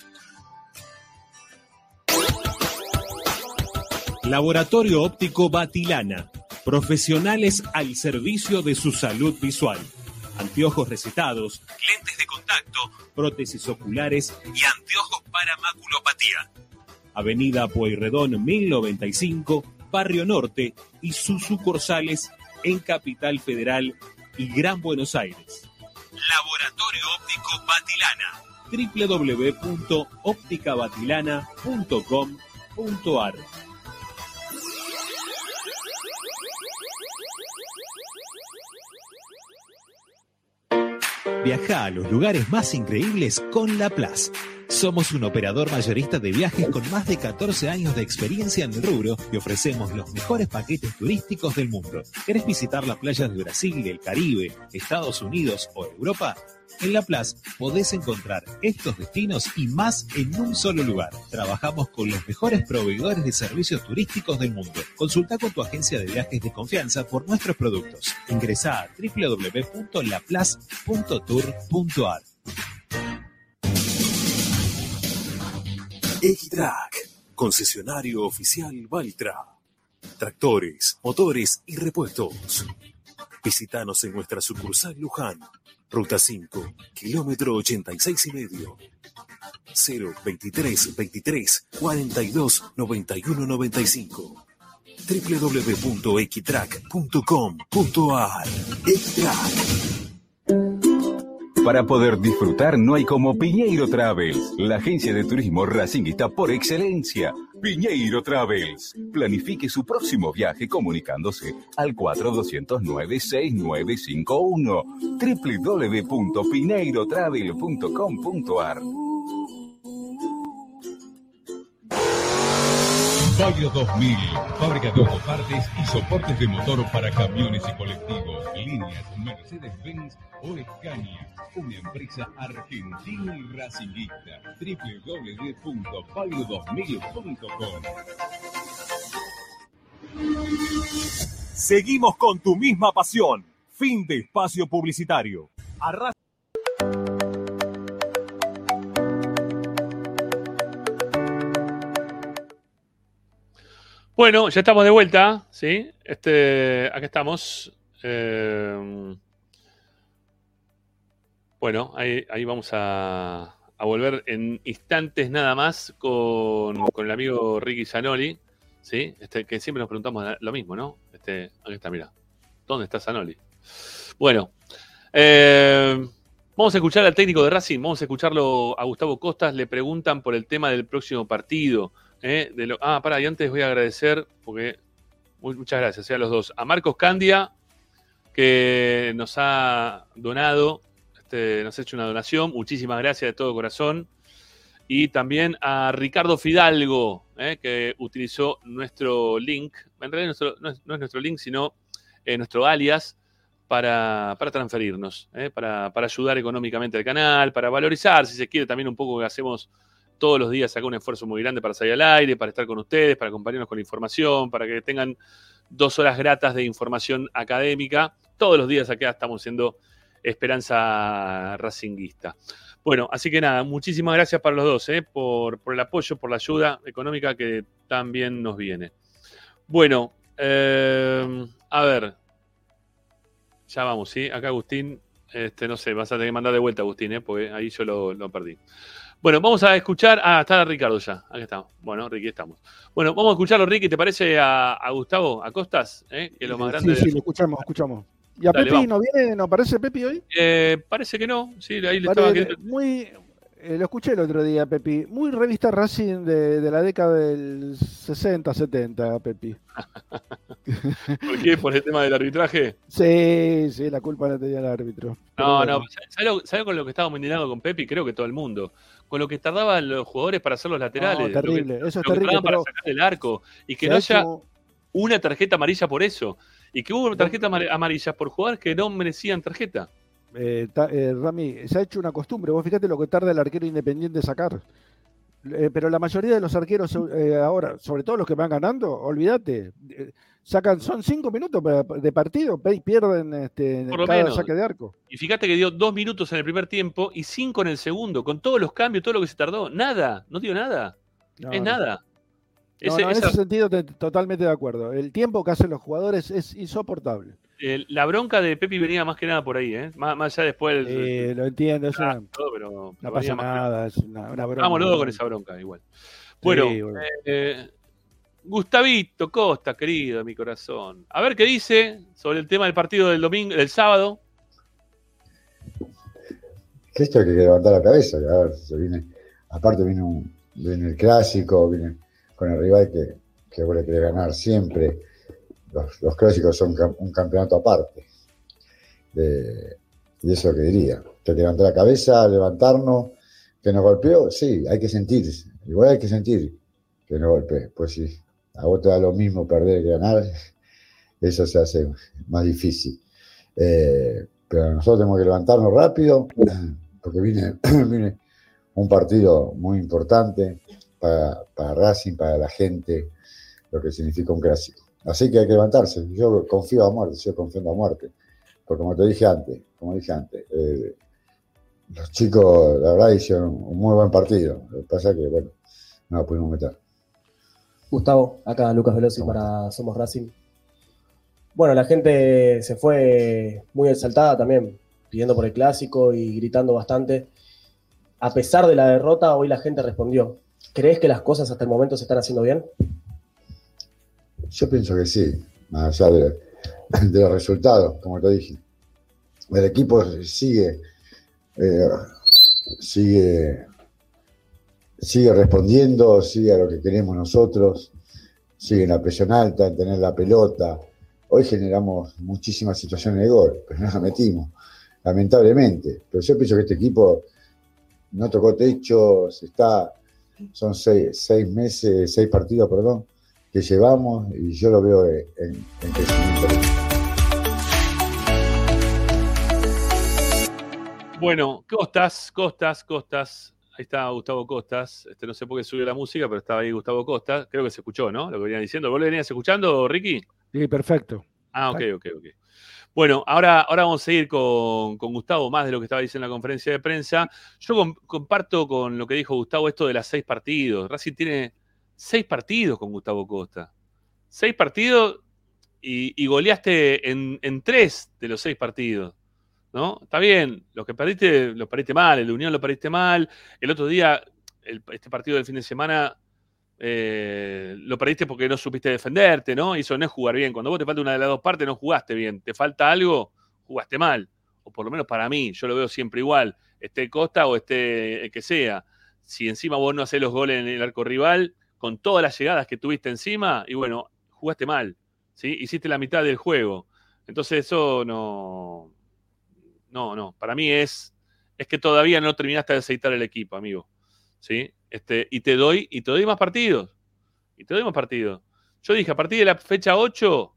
Laboratorio Óptico Batilana. Profesionales al servicio de su salud visual. Anteojos recetados, lentes de contacto, prótesis oculares y anteojos para maculopatía. Avenida Pueyrredón 1095, Barrio Norte y sus sucursales en Capital Federal y Gran Buenos Aires. Laboratorio Óptico Batilana. www.opticabatilana.com.ar. Viaja a los lugares más increíbles con Laplace. Somos un operador mayorista de viajes con más de 14 años de experiencia en el rubro y ofrecemos los mejores paquetes turísticos del mundo. ¿Querés visitar las playas de Brasil, el Caribe, Estados Unidos o Europa? En Laplace podés encontrar estos destinos y más en un solo lugar. Trabajamos con los mejores proveedores de servicios turísticos del mundo. Consulta con tu agencia de viajes de confianza por nuestros productos. Ingresá a www.laplace.tour.ar. Equitrack, concesionario oficial Valtra. Tractores, motores y repuestos. Visítanos en nuestra sucursal Luján, Ruta 5, kilómetro 86,5. 023 23 42 91 95. www.equitrack.com.ar. Equitrack. Para poder disfrutar no hay como Piñeiro Travels, la agencia de turismo racinguista por excelencia. Piñeiro Travels. Planifique su próximo viaje comunicándose al 4209-6951. www.pineirotravel.com.ar. Pablo 2000, fábrica de autopartes y soportes de motor para camiones y colectivos. Líneas Mercedes-Benz o Scania. Una empresa argentina y racinguista. www.pablo2000.com. Seguimos con tu misma pasión. Fin de espacio publicitario. Bueno, ya estamos de vuelta, ¿sí? Acá estamos. Bueno, ahí vamos a volver en instantes nada más con el amigo Ricky Zanoli, ¿sí? Que siempre nos preguntamos lo mismo, ¿no? Aquí está, mira. ¿Dónde está Zanoli? Bueno, vamos a escuchar al técnico de Racing, vamos a escucharlo a Gustavo Costas. Le preguntan por el tema del próximo partido. Y antes voy a agradecer, porque muchas gracias a los dos. A Marcos Candia, que nos ha donado, nos ha hecho una donación. Muchísimas gracias de todo corazón. Y también a Ricardo Fidalgo, que utilizó nuestro link. En realidad no es nuestro link, sino nuestro alias para transferirnos, para ayudar económicamente al canal, para valorizar, si se quiere, también un poco que hacemos todos los días acá un esfuerzo muy grande para salir al aire, para estar con ustedes, para acompañarnos con la información, para que tengan 2 horas gratas de información académica. Todos los días acá estamos siendo Esperanza Racinguista. Bueno, así que nada, muchísimas gracias para los dos, por el apoyo, por la ayuda económica que también nos viene. Bueno, a ver, ya vamos, ¿sí? Acá Agustín, no sé, vas a tener que mandar de vuelta, Agustín, porque ahí yo lo perdí. Bueno, vamos a escuchar. Está Ricardo ya. Aquí estamos. Bueno, Ricky, estamos. Bueno, vamos a escucharlo, Ricky. ¿Te parece a Gustavo Acostas? Que es lo más grande. Sí, lo escuchamos. ¿Y a Dale, Pepi vamos. no viene? ¿No aparece Pepi hoy? Parece que no. Sí, ahí le estaba quedando. Lo escuché el otro día, Pepi. Muy revista Racing de la década del 60, 70, Pepi. ¿Por qué? ¿Por el tema del arbitraje? Sí, la culpa la tenía el árbitro. No. ¿Sabes con lo que estábamos indignados con Pepi? Creo que todo el mundo. Con lo que tardaban los jugadores para hacer los laterales. No, terrible. Eso es lo que terrible. para sacar el arco. Y que no haya una tarjeta amarilla por eso. Y que hubo tarjetas amarillas por jugadores que no merecían tarjeta. Rami, se ha hecho una costumbre. Vos fíjate lo que tarda el arquero Independiente en sacar. Pero la mayoría de los arqueros ahora, sobre todo los que van ganando, olvídate, son 5 minutos de partido, pierden cada saque de arco. Y fíjate que dio 2 minutos en el primer tiempo y 5 en el segundo, con todos los cambios, todo lo que se tardó. Nada, no dio nada. Nada. En ese sentido totalmente de acuerdo. El tiempo que hacen los jugadores es insoportable. La bronca de Pepi venía más que nada por ahí, más allá después. Lo entiendo, pero no pasa nada, es una bronca. Estábamos luego con esa bronca, igual. Bueno, Gustavito Costa, querido de mi corazón. A ver qué dice sobre el tema del partido del sábado. Que esto hay que levantar la cabeza, a ver, aparte viene el clásico, viene con el rival que vos le querés ganar siempre. Los clásicos son un campeonato aparte. Y eso es lo que diría. Que levantar la cabeza, levantarnos, que nos golpeó, sí, hay que sentir. Igual hay que sentir que nos golpee. Pues sí, a vos te da lo mismo perder que ganar, eso se hace más difícil. Pero nosotros tenemos que levantarnos rápido, porque viene un partido muy importante para Racing, para la gente, lo que significa un clásico. Así que hay que levantarse. Yo confío a muerte, sigo confiando a muerte. Porque como dije antes, los chicos, la verdad, hicieron un muy buen partido. Lo que pasa es que, bueno, no lo pudimos meter. Gustavo, acá Lucas Velosi para Somos Racing. Bueno, la gente se fue muy exaltada también, pidiendo por el clásico y gritando bastante. A pesar de la derrota, hoy la gente respondió. ¿Crees que las cosas hasta el momento se están haciendo bien? Yo pienso que sí, más allá de los resultados, como te dije. El equipo sigue respondiendo, sigue a lo que queremos nosotros, sigue en la presión alta, en tener la pelota. Hoy generamos muchísimas situaciones de gol, pero no la metimos, lamentablemente. Pero yo pienso que este equipo no tocó techo, son 6 partidos, que llevamos, y yo lo veo en crecimiento. Bueno, Costas. Ahí está Gustavo Costas. No sé por qué subió la música, pero estaba ahí Gustavo Costas. Creo que se escuchó, ¿no? Lo que venían diciendo. ¿Vos lo venías escuchando, Ricky? Sí, perfecto. Ok. Bueno, ahora vamos a seguir con Gustavo, más de lo que estaba diciendo en la conferencia de prensa. Yo comparto con lo que dijo Gustavo esto de las 6 partidos. Racing tiene 6 partidos con Gustavo Costa. 6 partidos y goleaste en 3 de los 6 partidos. ¿No? Está bien, los que perdiste, los perdiste mal, el de Unión lo perdiste mal, el otro día, este partido del fin de semana, lo perdiste porque no supiste defenderte, ¿no? Y eso no es jugar bien. Cuando vos te falta una de las dos partes, no jugaste bien. Te falta algo, jugaste mal. O por lo menos para mí, yo lo veo siempre igual. Esté Costa o esté el que sea. Si encima vos no hacés los goles en el arco rival, con todas las llegadas que tuviste encima, y bueno, jugaste mal, ¿sí? Hiciste la mitad del juego. Entonces eso no, para mí es que todavía no terminaste de aceitar el equipo, amigo. ¿Sí? Y te doy más partidos. Yo dije, a partir de la fecha 8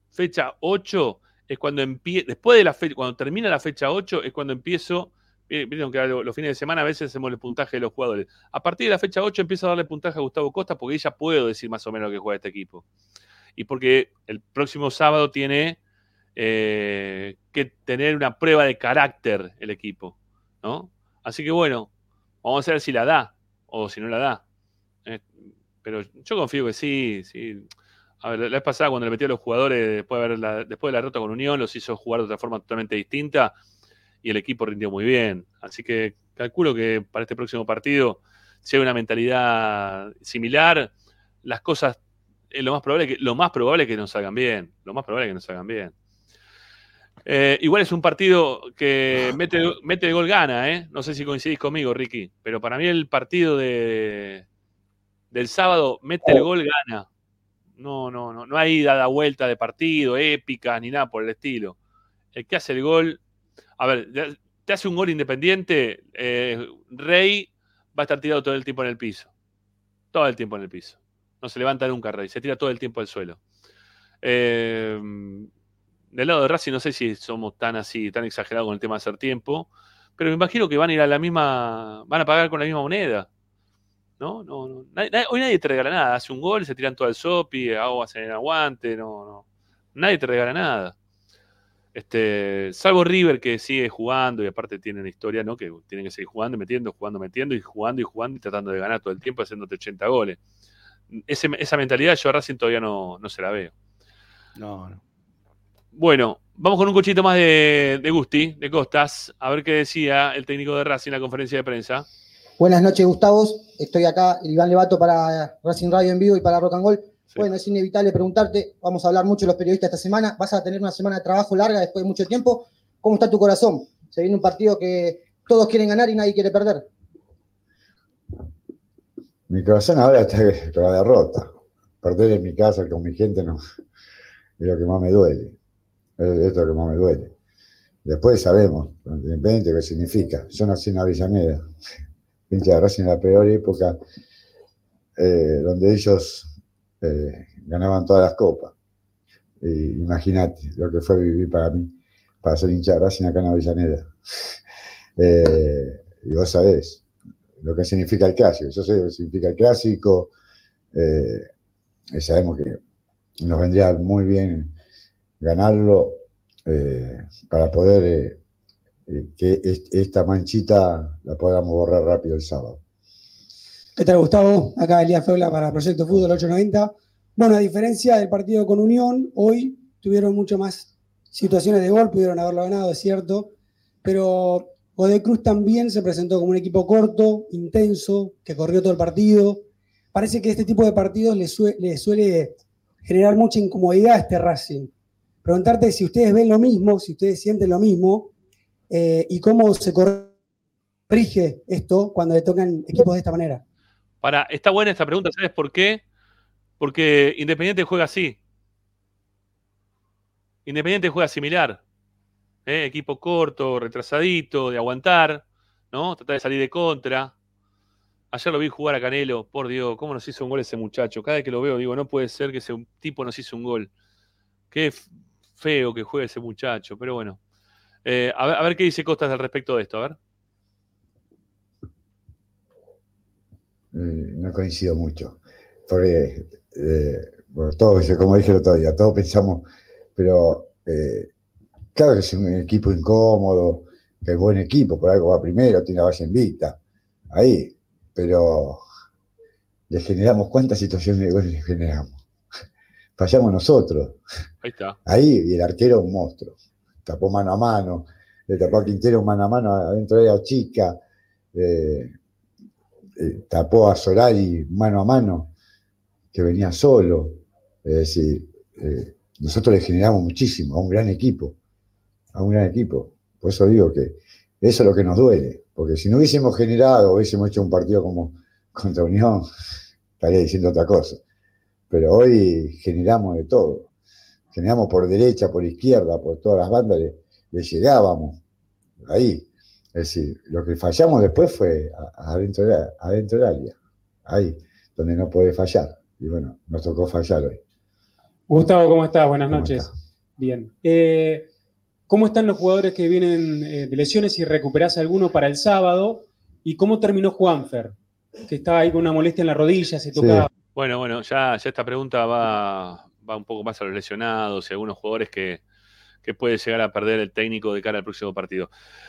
es cuando después de la fecha, cuando termina la fecha 8 es cuando empiezo, vieron que los fines de semana a veces hacemos el puntaje de los jugadores. A partir de la fecha 8 empiezo a darle puntaje a Gustavo Costa porque ya puedo decir más o menos lo que juega este equipo. Y porque el próximo sábado tiene que tener una prueba de carácter el equipo, ¿no? Así que bueno, vamos a ver si la da o si no la da. Pero yo confío que sí. A ver, la vez pasada cuando le metí a los jugadores después de la derrota con Unión, los hizo jugar de otra forma totalmente distinta y el equipo rindió muy bien. Así que calculo que para este próximo partido, si hay una mentalidad similar, las cosas, lo más probable es que nos salgan bien. Igual es un partido que mete el gol gana, ¿eh? No sé si coincidís conmigo, Ricky, pero para mí el partido del sábado mete el gol gana. No hay dada vuelta de partido, épica, ni nada por el estilo. El que hace el gol, a ver, te hace un gol Independiente, Rey va a estar tirado todo el tiempo en el piso. Todo el tiempo en el piso. No se levanta nunca Rey, se tira todo el tiempo al suelo. Del lado de Racing no sé si somos tan exagerados con el tema de hacer tiempo, pero me imagino que van a ir van a pagar con la misma moneda. ¿No? Hoy nadie te regala nada, hace un gol, se tiran todo al sopi, hacen el aguante, nadie te regala nada. Salvo River que sigue jugando y aparte tienen historia, ¿no? Que tienen que seguir jugando, metiendo y tratando de ganar todo el tiempo haciéndote 80 goles. Esa mentalidad yo a Racing todavía no se la veo. No. Bueno, vamos con un cochito más de Gusti, de Costas, a ver qué decía el técnico de Racing en la conferencia de prensa. Buenas noches, Gustavo. Estoy acá, Iván Levato, para Racing Radio en vivo y para Rock and Roll. Sí. Bueno, es inevitable preguntarte, vamos a hablar mucho los periodistas esta semana, vas a tener una semana de trabajo larga después de mucho tiempo. ¿Cómo está tu corazón? Se viene un partido que todos quieren ganar y nadie quiere perder. Mi corazón ahora está con la derrota. Perder en mi casa con mi gente no es lo que más me duele. Es lo que más me duele. Después sabemos, Independiente, qué significa. Yo nací en Avellaneda. Hincha de Racing en la peor época, donde ellos ganaban todas las copas. Imagínate lo que fue vivir para mí, para ser hincha de Racing acá en Avellaneda. Y vos sabés lo que significa el clásico. Yo sé lo que significa el clásico. Y sabemos que nos vendría muy bien ganarlo para poder que esta manchita la podamos borrar rápido el sábado. ¿Qué tal, Gustavo? Acá Elías Feula para Proyecto Fútbol 890. Bueno, a diferencia del partido con Unión, hoy tuvieron mucho más situaciones de gol, pudieron haberlo ganado, es cierto, pero Godoy Cruz también se presentó como un equipo corto, intenso, que corrió todo el partido. Parece que este tipo de partidos le suele generar mucha incomodidad a este Racing. Preguntarte si ustedes ven lo mismo, si ustedes sienten lo mismo, y cómo se corrige esto cuando le tocan equipos de esta manera. Está buena esta pregunta, ¿sabes por qué? Porque Independiente juega así. Independiente juega similar. Equipo corto, retrasadito, de aguantar, ¿no? Tratar de salir de contra. Ayer lo vi jugar a Canelo, por Dios, ¿cómo nos hizo un gol ese muchacho? Cada vez que lo veo digo, no puede ser que ese tipo nos hizo un gol. Qué feo que juegue ese muchacho, pero bueno. A ver qué dice Costas al respecto de esto, a ver. No coincido mucho, porque bueno, todos, como dije el otro día, todos pensamos, pero claro que es un equipo incómodo, que es buen equipo, por algo va primero, tiene la base invicta, ahí, pero le generamos, ¿cuántas situaciones de gol le generamos? Fallamos nosotros. Ahí está. Ahí, y el arquero un monstruo. Tapó mano a mano, le tapó a Quintero mano a mano adentro de la chica, tapó a Solari mano a mano, que venía solo. Es decir, nosotros le generamos muchísimo a un gran equipo. Por eso digo que eso es lo que nos duele, porque si no hubiésemos generado, hubiésemos hecho un partido como contra Unión, estaría diciendo otra cosa. Pero hoy generamos de todo. Generamos por derecha, por izquierda, por todas las bandas, le llegábamos ahí. Es decir, lo que fallamos después fue adentro del área, ahí, donde no puede fallar. Y bueno, nos tocó fallar hoy. Gustavo, ¿cómo estás? Buenas noches. Bien. ¿Cómo están los jugadores que vienen de lesiones, si recuperás alguno para el sábado? ¿Y cómo terminó Juanfer? Que estaba ahí con una molestia en la rodilla, se tocaba. Sí. Bueno, ya esta pregunta va un poco más a los lesionados y algunos jugadores que puede llegar a perder el técnico de cara al próximo partido.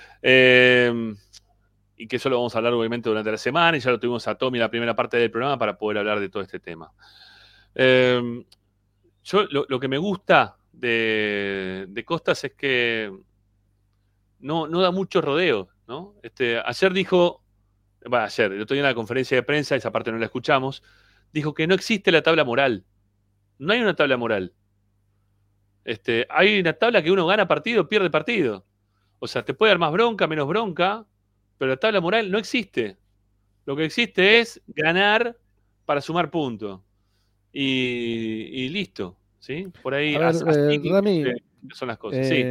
Y que eso lo vamos a hablar obviamente durante la semana, y ya lo tuvimos a Tommy en la primera parte del programa para poder hablar de todo este tema. Yo lo que me gusta de Costas es que no da mucho rodeo, ¿no? Ayer dijo, el otro día en la conferencia de prensa, esa parte no la escuchamos, dijo que no existe la tabla moral. No hay una tabla moral. Hay una tabla que uno gana partido, pierde partido. O sea, te puede dar más bronca, menos bronca, pero la tabla moral no existe. Lo que existe es ganar para sumar puntos. Y listo, ¿sí? Por ahí Rami, son las cosas. Sí.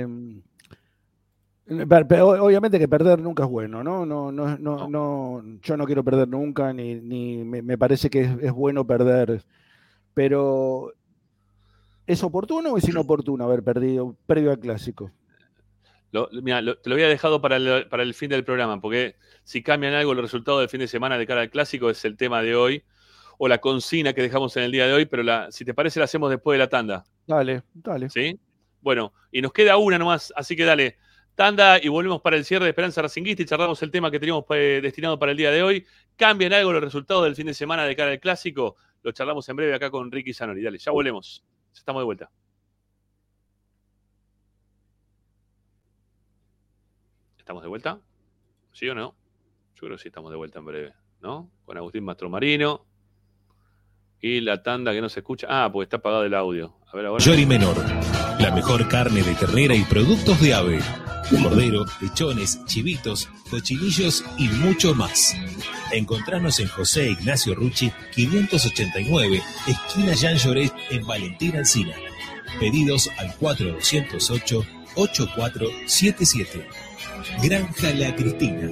Pero obviamente que perder nunca es bueno, ¿no? No, yo no quiero perder nunca, ni me parece que es bueno perder. Pero ¿es oportuno o es inoportuno haber perdido previo al clásico? Mira, te lo había dejado para el fin del programa, porque si cambian algo los resultados del fin de semana de cara al clásico es el tema de hoy, o la consigna que dejamos en el día de hoy, pero si te parece la hacemos después de la tanda. Dale. ¿Sí? Bueno, y nos queda una nomás, así que dale, tanda y volvemos para el cierre de Esperanza Racinguista y charlamos el tema que teníamos destinado para el día de hoy. ¿Cambian algo los resultados del fin de semana de cara al clásico? Lo charlamos en breve acá con Ricky Zanoli. Dale, ya volvemos. Estamos de vuelta. ¿Estamos de vuelta? ¿Sí o no? Yo creo que sí estamos de vuelta en breve, ¿no? Con Agustín Mastromarino y la tanda que no se escucha. Pues está apagado el audio. A ver ahora. Yori Menor, la mejor carne de ternera y productos de ave. Cordero, lechones, chivitos, cochinillos y mucho más. Encontranos en José Ignacio Rucci, 589, esquina Jean Lloret, en Valentín Alsina. Pedidos al 4208-8477. Granja La Cristina.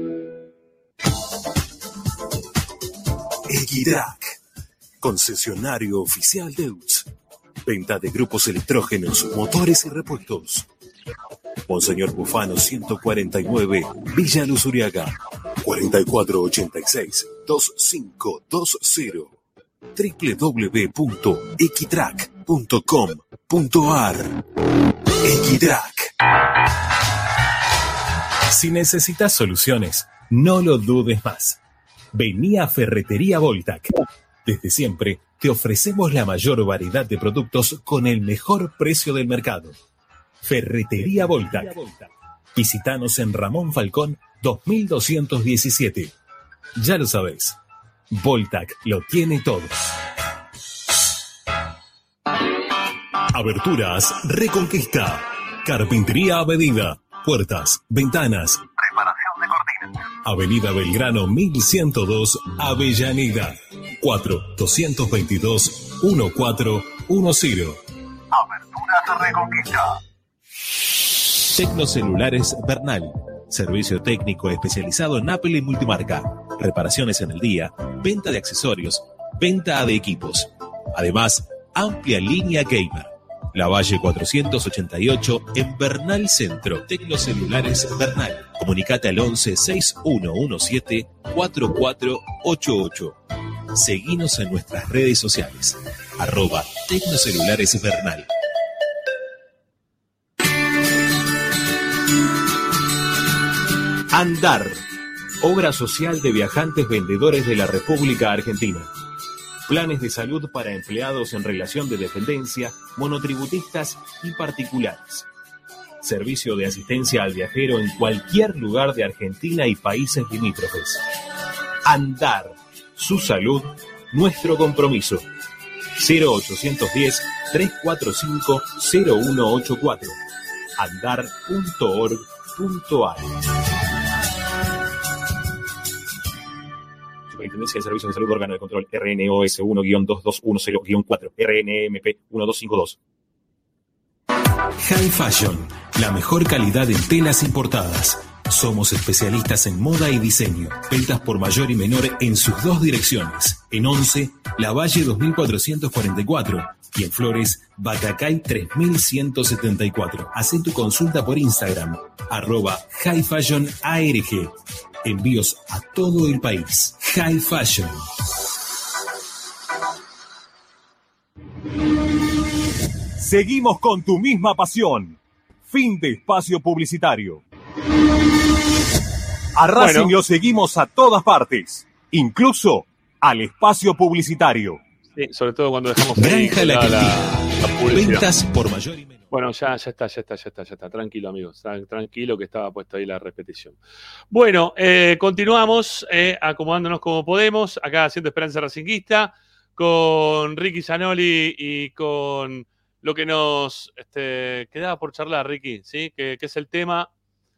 Equitrack, concesionario oficial de UTS. Venta de grupos electrógenos, motores y repuestos. Monseñor Bufano 149, Villa Luz Uriaga, 4486-2520, www.equitrack.com.ar. Equitrack. Si necesitas soluciones, no lo dudes más. Vení a Ferretería Voltac. Desde siempre te ofrecemos la mayor variedad de productos con el mejor precio del mercado. Ferretería Voltac. Visítanos en Ramón Falcón 2217. Ya lo sabéis, Voltac lo tiene todo. Aberturas Reconquista. Carpintería a medida. Puertas, ventanas. Preparación de cortinas. Avenida Belgrano 1102, Avellaneda. 4-222-1410. Aberturas Reconquista. Tecnocelulares Bernal. Servicio técnico especializado en Apple y multimarca. Reparaciones en el día, venta de accesorios, venta de equipos. Además, amplia línea gamer. Lavalle 488 en Bernal Centro. Tecnocelulares Bernal. Comunicate al 11 6117 4488. Seguinos en nuestras redes sociales. @Tecnocelulares Bernal. Andar. Obra social de viajantes vendedores de la República Argentina. Planes de salud para empleados en relación de dependencia, monotributistas y particulares. Servicio de asistencia al viajero en cualquier lugar de Argentina y países limítrofes. Andar. Su salud, nuestro compromiso. 0810-345-0184. andar.org.ar. Superintendencia de Servicios de Salud, órgano de control RNOS 1-2210-4, RNMP 1252. High Fashion, la mejor calidad en telas importadas. Somos especialistas en moda y diseño. Ventas por mayor y menor en sus dos direcciones. En 11, Lavalle 2444 y en Flores, Batacay 3174. Haz tu consulta por Instagram, @highfashionarg. Envíos a todo el país. High Fashion. Seguimos con tu misma pasión. Fin de espacio publicitario. A Racing lo seguimos a todas partes, incluso al espacio publicitario. Sí, sobre todo cuando dejamos Granja La publicidad. Ventas por mayor y menor. Bueno, ya está. Tranquilo, amigos. Tranquilo que estaba puesto ahí la repetición. Bueno, continuamos acomodándonos como podemos. Acá haciendo Esperanza Racinguista con Ricky Zanoli y con lo que nos quedaba por charlar, Ricky, ¿sí? Que es el tema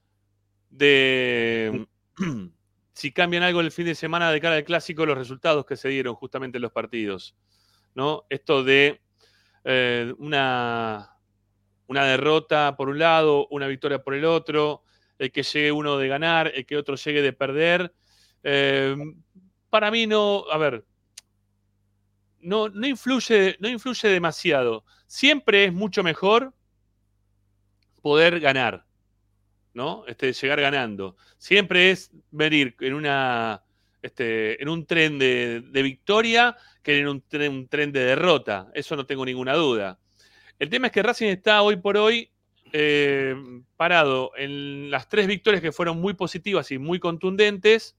de si cambian algo el fin de semana de cara al clásico, los resultados que se dieron justamente en los partidos, ¿no? Esto de una derrota por un lado, una victoria por el otro, el que llegue uno de ganar, el que otro llegue de perder. Para mí no influye demasiado. Siempre es mucho mejor poder ganar, ¿no? Llegar ganando. Siempre es venir en un tren de victoria que en un tren de derrota. Eso no tengo ninguna duda. El tema es que Racing está hoy por hoy parado en las 3 victorias que fueron muy positivas y muy contundentes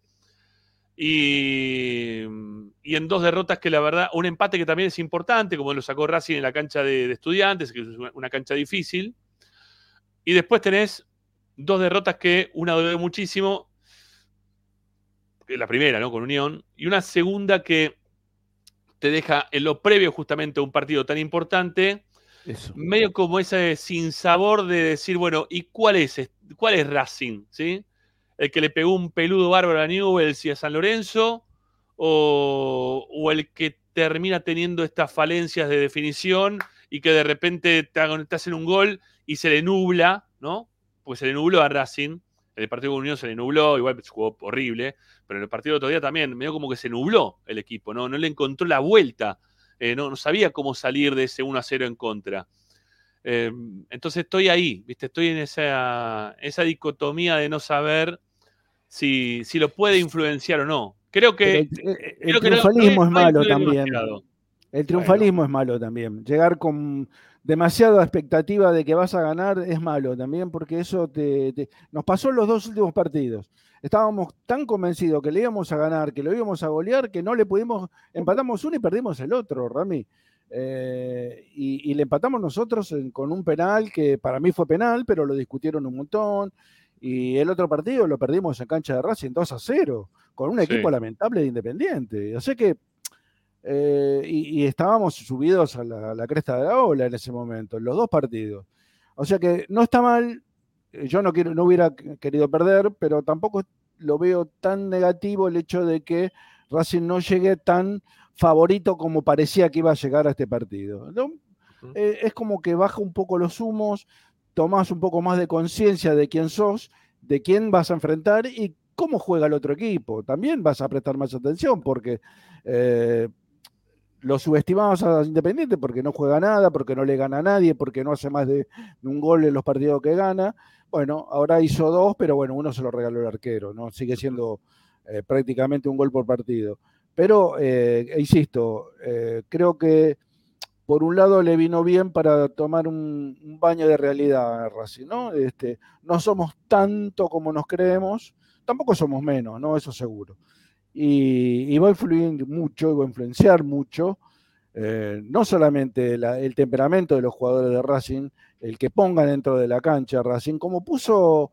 y en 2 derrotas que la verdad, un empate que también es importante, como lo sacó Racing en la cancha de Estudiantes, que es una cancha difícil, y después tenés 2 derrotas que una dolió muchísimo, la primera, ¿no? Con Unión, y una segunda que te deja en lo previo justamente a un partido tan importante, Eso. medio como ese sinsabor de decir, bueno, ¿y cuál es Racing? ¿Sí? ¿El que le pegó un peludo bárbaro a Newell's y a San Lorenzo? ¿O el que termina teniendo estas falencias de definición y que de repente te hacen un gol y se le nubla, ¿no? Pues se le nubló a Racing. En el partido con Unión se le nubló, igual jugó horrible, pero en el partido del otro día también, medio como que se nubló el equipo, ¿no? No le encontró la vuelta, no sabía cómo salir de ese 1-0 en contra. Entonces estoy ahí, ¿viste? Estoy en esa el de no saber si lo puede influenciar o no. Creo que el triunfalismo es malo también. demasiado. El triunfalismo es malo también. Llegar con demasiada expectativa de que vas a ganar es malo también, porque eso nos pasó en los 2 últimos partidos. Estábamos tan convencidos que le íbamos a ganar, que lo íbamos a golear, que no le pudimos, empatamos uno y perdimos el otro, Rami. Y le empatamos nosotros con un penal que para mí fue penal, pero lo discutieron un montón. Y el otro partido lo perdimos en cancha de Racing 2-0, con un equipo lamentable de Independiente. O sea que y estábamos subidos a la cresta de la ola en ese momento, en los dos partidos. O sea que no está mal, yo no hubiera querido perder, pero tampoco lo veo tan negativo el hecho de que Racing no llegue tan favorito como parecía que iba a llegar a este partido, ¿no? Es como que baja un poco los humos, tomás un poco más de conciencia de quién sos, de quién vas a enfrentar y cómo juega el otro equipo. También vas a prestar más atención porque lo subestimamos a Independiente porque no juega nada, porque no le gana a nadie, porque no hace más de un gol en los partidos que gana. Bueno, ahora hizo 2, pero bueno, uno se lo regaló el arquero, ¿no? Sigue siendo prácticamente un gol por partido. Pero, insisto, creo que por un lado le vino bien para tomar un baño de realidad a Racing, ¿no? No somos tanto como nos creemos, tampoco somos menos, ¿no? Eso seguro. Y va a influir mucho, y va a influenciar mucho, no solamente el temperamento de los jugadores de Racing, el que pongan dentro de la cancha Racing, como puso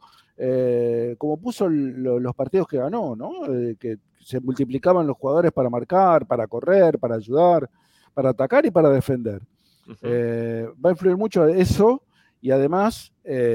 los partidos que ganó, ¿no? Que se multiplicaban los jugadores para marcar, para correr, para ayudar, para atacar y para defender. Va a influir mucho eso y además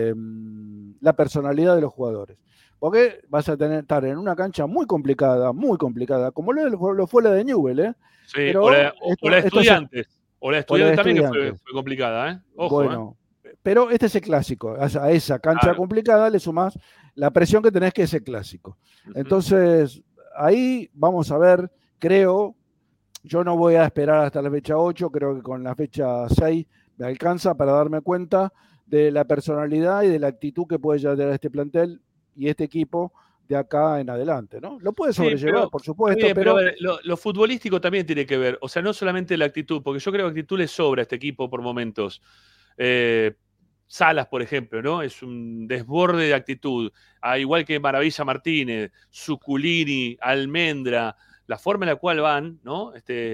la personalidad de los jugadores. Porque vas a estar en una cancha muy complicada, como lo fue la de Newell, ¿eh? Sí, pero o la de Estudiantes. O la de Estudiantes también que fue complicada, ¿eh? Ojo, bueno, pero este es el clásico. A esa cancha complicada le sumás la presión que tenés, que es el clásico. Entonces, ahí vamos a ver, creo, yo no voy a esperar hasta la fecha 8, creo que con la fecha 6 me alcanza para darme cuenta de la personalidad y de la actitud que puede ya tener este plantel y este equipo de acá en adelante, ¿no? Lo puede sobrellevar, por supuesto, bien, pero a ver, lo futbolístico también tiene que ver, o sea, no solamente la actitud, porque yo creo que actitud le sobra a este equipo por momentos. Salas, por ejemplo, ¿no? Es un desborde de actitud, igual que Maravilla Martínez, Zuculini, Almendra, la forma en la cual van, ¿no?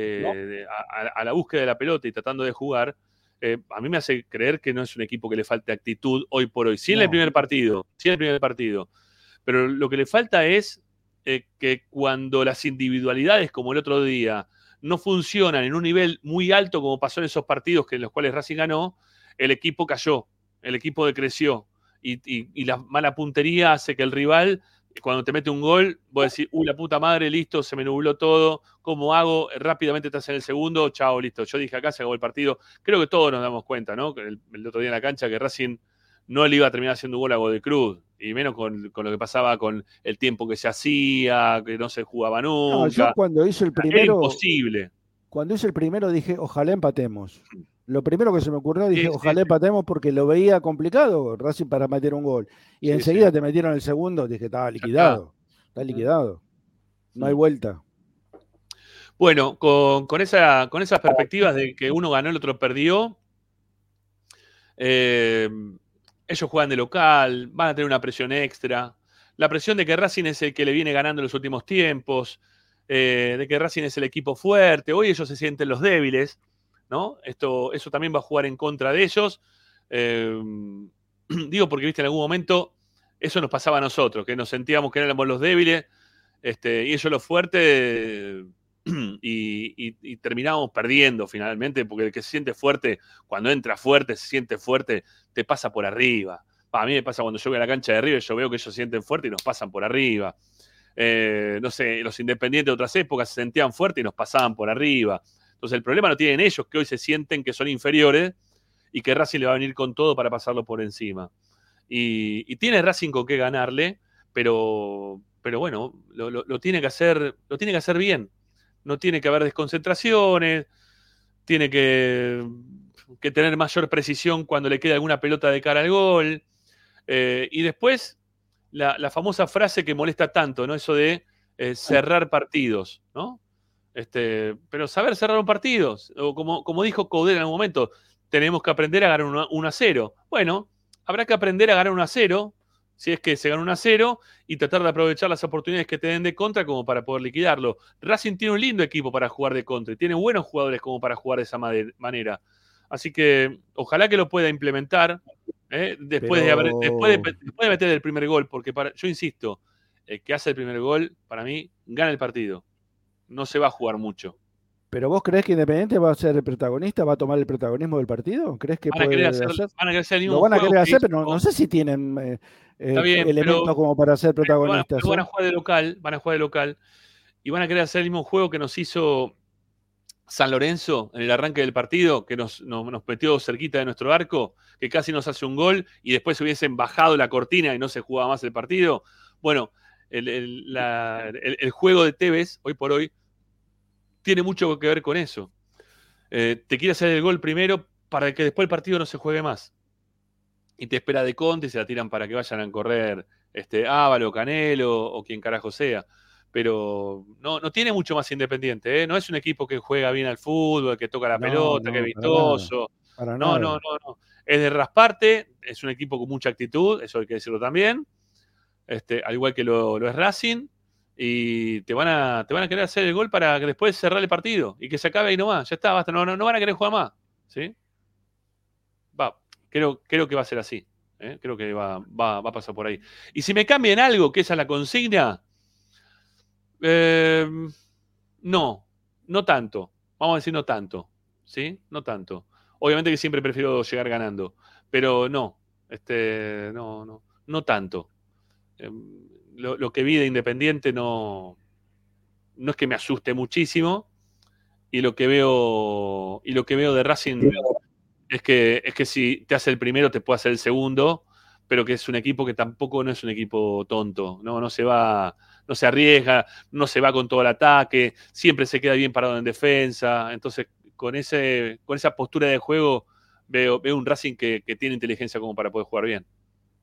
A la búsqueda de la pelota y tratando de jugar, a mí me hace creer que no es un equipo que le falte actitud hoy por hoy. Sí en el primer partido, pero lo que le falta es que cuando las individualidades, como el otro día, no funcionan en un nivel muy alto, como pasó en esos partidos en los cuales Racing ganó, el equipo cayó, el equipo decreció. Y la mala puntería hace que el rival, cuando te mete un gol, vos decís, la puta madre, listo, se me nubló todo, ¿cómo hago? Rápidamente estás en el segundo, chao, listo. Yo dije acá, se acabó el partido. Creo que todos nos damos cuenta, ¿no? El otro día en la cancha, que Racing no le iba a terminar haciendo un gol a Godoy Cruz, y menos con lo que pasaba con el tiempo que se hacía, que no se jugaba nunca. No, yo cuando hice el primero, era imposible. Cuando hice el primero dije, ojalá empatemos. Lo primero que se me ocurrió, dije, ojalá empatemos, porque lo veía complicado Racing para meter un gol. Y enseguida te metieron el segundo, dije, está liquidado. Está liquidado. No hay vuelta. Bueno, con esas perspectivas de que uno ganó, el otro perdió, ellos juegan de local, van a tener una presión extra. La presión de que Racing es el que le viene ganando en los últimos tiempos, de que Racing es el equipo fuerte. Hoy ellos se sienten los débiles, ¿no? Eso también va a jugar en contra de ellos. Digo porque, viste, en algún momento eso nos pasaba a nosotros, que nos sentíamos que éramos los débiles y ellos los fuertes, y terminábamos perdiendo finalmente, porque el que se siente fuerte, cuando entra fuerte, se siente fuerte, te pasa por arriba. A mí me pasa cuando yo voy a la cancha de River, yo veo que ellos se sienten fuerte y nos pasan por arriba. No sé, los Independientes de otras épocas se sentían fuertes y nos pasaban por arriba. Entonces el problema lo tienen ellos, que hoy se sienten que son inferiores y que Racing le va a venir con todo para pasarlo por encima. Y tiene Racing con qué ganarle, pero bueno, lo tiene que hacer bien. No tiene que haber desconcentraciones, tiene que tener mayor precisión cuando le queda alguna pelota de cara al gol. Y después, la famosa frase que molesta tanto, ¿no? Eso de cerrar partidos, ¿no? Pero saber cerrar un partido, o como dijo Coudet en algún momento, tenemos que aprender a ganar 1-0. Bueno, habrá que aprender a ganar 1-0, si es que se gana 1-0, y tratar de aprovechar las oportunidades que te den de contra como para poder liquidarlo. Racing tiene un lindo equipo para jugar de contra, y tiene buenos jugadores como para jugar de esa manera. Así que ojalá que lo pueda implementar después de meter el primer gol, porque yo insisto, el que hace el primer gol, para mí, gana el partido. No se va a jugar mucho. ¿Pero vos creés que Independiente va a ser el protagonista, va a tomar el protagonismo del partido? ¿Crees que Van a puede querer hacer? hacer el mismo Lo van a juego querer que hacer, pero hizo. no sé si tienen Está bien, elementos pero como para ser protagonistas. pero van a jugar de local y van a querer hacer el mismo juego que nos hizo San Lorenzo en el arranque del partido, que nos metió cerquita de nuestro arco, que casi nos hace un gol y después se hubiesen bajado la cortina y no se jugaba más el partido. Bueno, el juego de Tevez, hoy por hoy, tiene mucho que ver con eso. Te quiere hacer el gol primero para que después el partido no se juegue más. Y te espera de Conte y se la tiran para que vayan a correr Ávalo, Canelo o quien carajo sea. Pero no tiene mucho más Independiente, ¿eh? No es un equipo que juega bien al fútbol, que toca la pelota, que es vistoso. Para No. nada. Es de rasparte, es un equipo con mucha actitud, eso hay que decirlo también. Al igual que lo es Racing. Y te van a querer hacer el gol para que después cerrar el partido y que se acabe ahí nomás. Ya está, basta. No van a querer jugar más. ¿Sí? Creo que va a ser así. Creo que va a pasar por ahí. Y si me cambian algo, que esa es la consigna, no tanto. Vamos a decir no tanto. ¿Sí? No tanto. Obviamente que siempre prefiero llegar ganando. Pero no tanto. Lo que vi de Independiente no es que me asuste muchísimo, y lo que veo de Racing es que si te hace el primero te puede hacer el segundo, pero que es un equipo que tampoco no es un equipo tonto, no se arriesga, no se va con todo el ataque, siempre se queda bien parado en defensa. Entonces con esa postura de juego veo un Racing que tiene inteligencia como para poder jugar bien.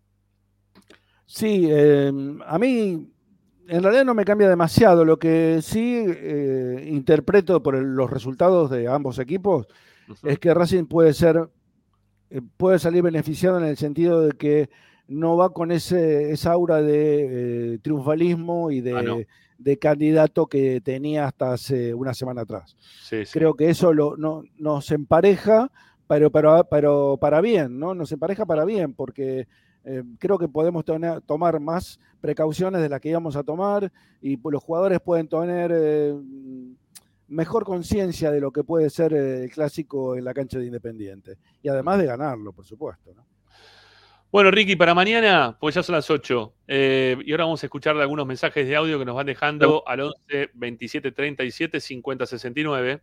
Sí, a mí en realidad no me cambia demasiado. Lo que sí interpreto por los resultados de ambos equipos es que Racing puede salir beneficiado en el sentido de que no va con esa aura de triunfalismo y de candidato que tenía hasta hace una semana atrás. Sí. Creo que eso nos empareja, pero para bien, ¿no? Nos empareja para bien, porque creo que podemos tomar más precauciones de las que íbamos a tomar, y los jugadores pueden tener mejor conciencia de lo que puede ser el clásico en la cancha de Independiente. Y además de ganarlo, por supuesto, ¿no? Bueno, Ricky, para mañana, pues ya son las 8. Y ahora vamos a escuchar algunos mensajes de audio que nos van dejando al 11 27 37 50 69.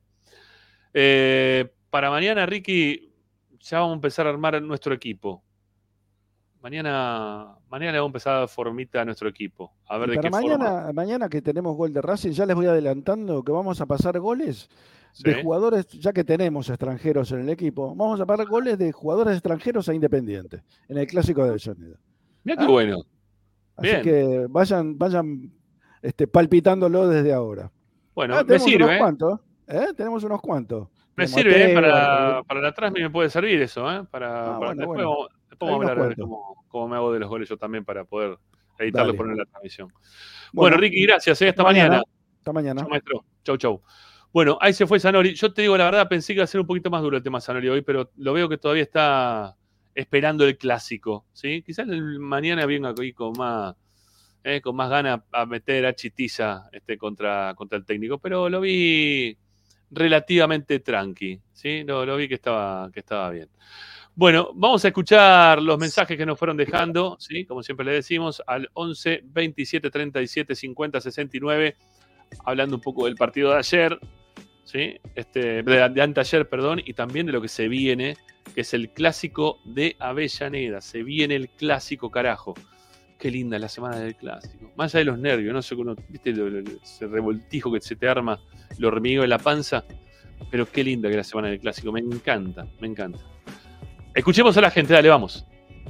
Para mañana, Ricky, ya vamos a empezar a armar nuestro equipo. Mañana le vamos a empezar a dar formita a nuestro equipo. A ver de qué forma. Mañana que tenemos gol de Racing, ya les voy adelantando que vamos a pasar goles de jugadores, ya que tenemos extranjeros en el equipo, vamos a pasar goles de jugadores extranjeros a Independiente en el Clásico de Avellaneda. Mira qué bueno. Así Bien. que vayan palpitándolo desde ahora. Bueno, me sirve. Tenemos unos cuantos. Me sirve, para la transmisión me puede servir eso, después vamos a hablar a ver cómo me hago de los goles yo también para poder editarlo y poner en la transmisión. Bueno, Ricky, gracias. Hasta mañana. Hasta mañana. Chau, maestro. Chau. Bueno, ahí se fue Zanoli. Yo te digo la verdad, pensé que iba a ser un poquito más duro el tema Zanoli hoy, pero lo veo que todavía está esperando el clásico, ¿sí? Quizás mañana venga ahí con más ganas a meter a Chitiza contra el técnico, pero lo vi relativamente tranqui, ¿sí? Lo vi que estaba bien. Bueno, vamos a escuchar los mensajes que nos fueron dejando, ¿sí? Como siempre le decimos, al 11 27 37 50 69, hablando un poco del partido de ayer, ¿sí? De anteayer, perdón, y también de lo que se viene, que es el clásico de Avellaneda. Se viene el clásico, carajo. Qué linda la semana del clásico. Más allá de los nervios, no sé, ¿viste ese revoltijo que se te arma, el hormigueo de la panza? Pero qué linda que es la semana del clásico. Me encanta. Escuchemos a la gente, dale, vamos.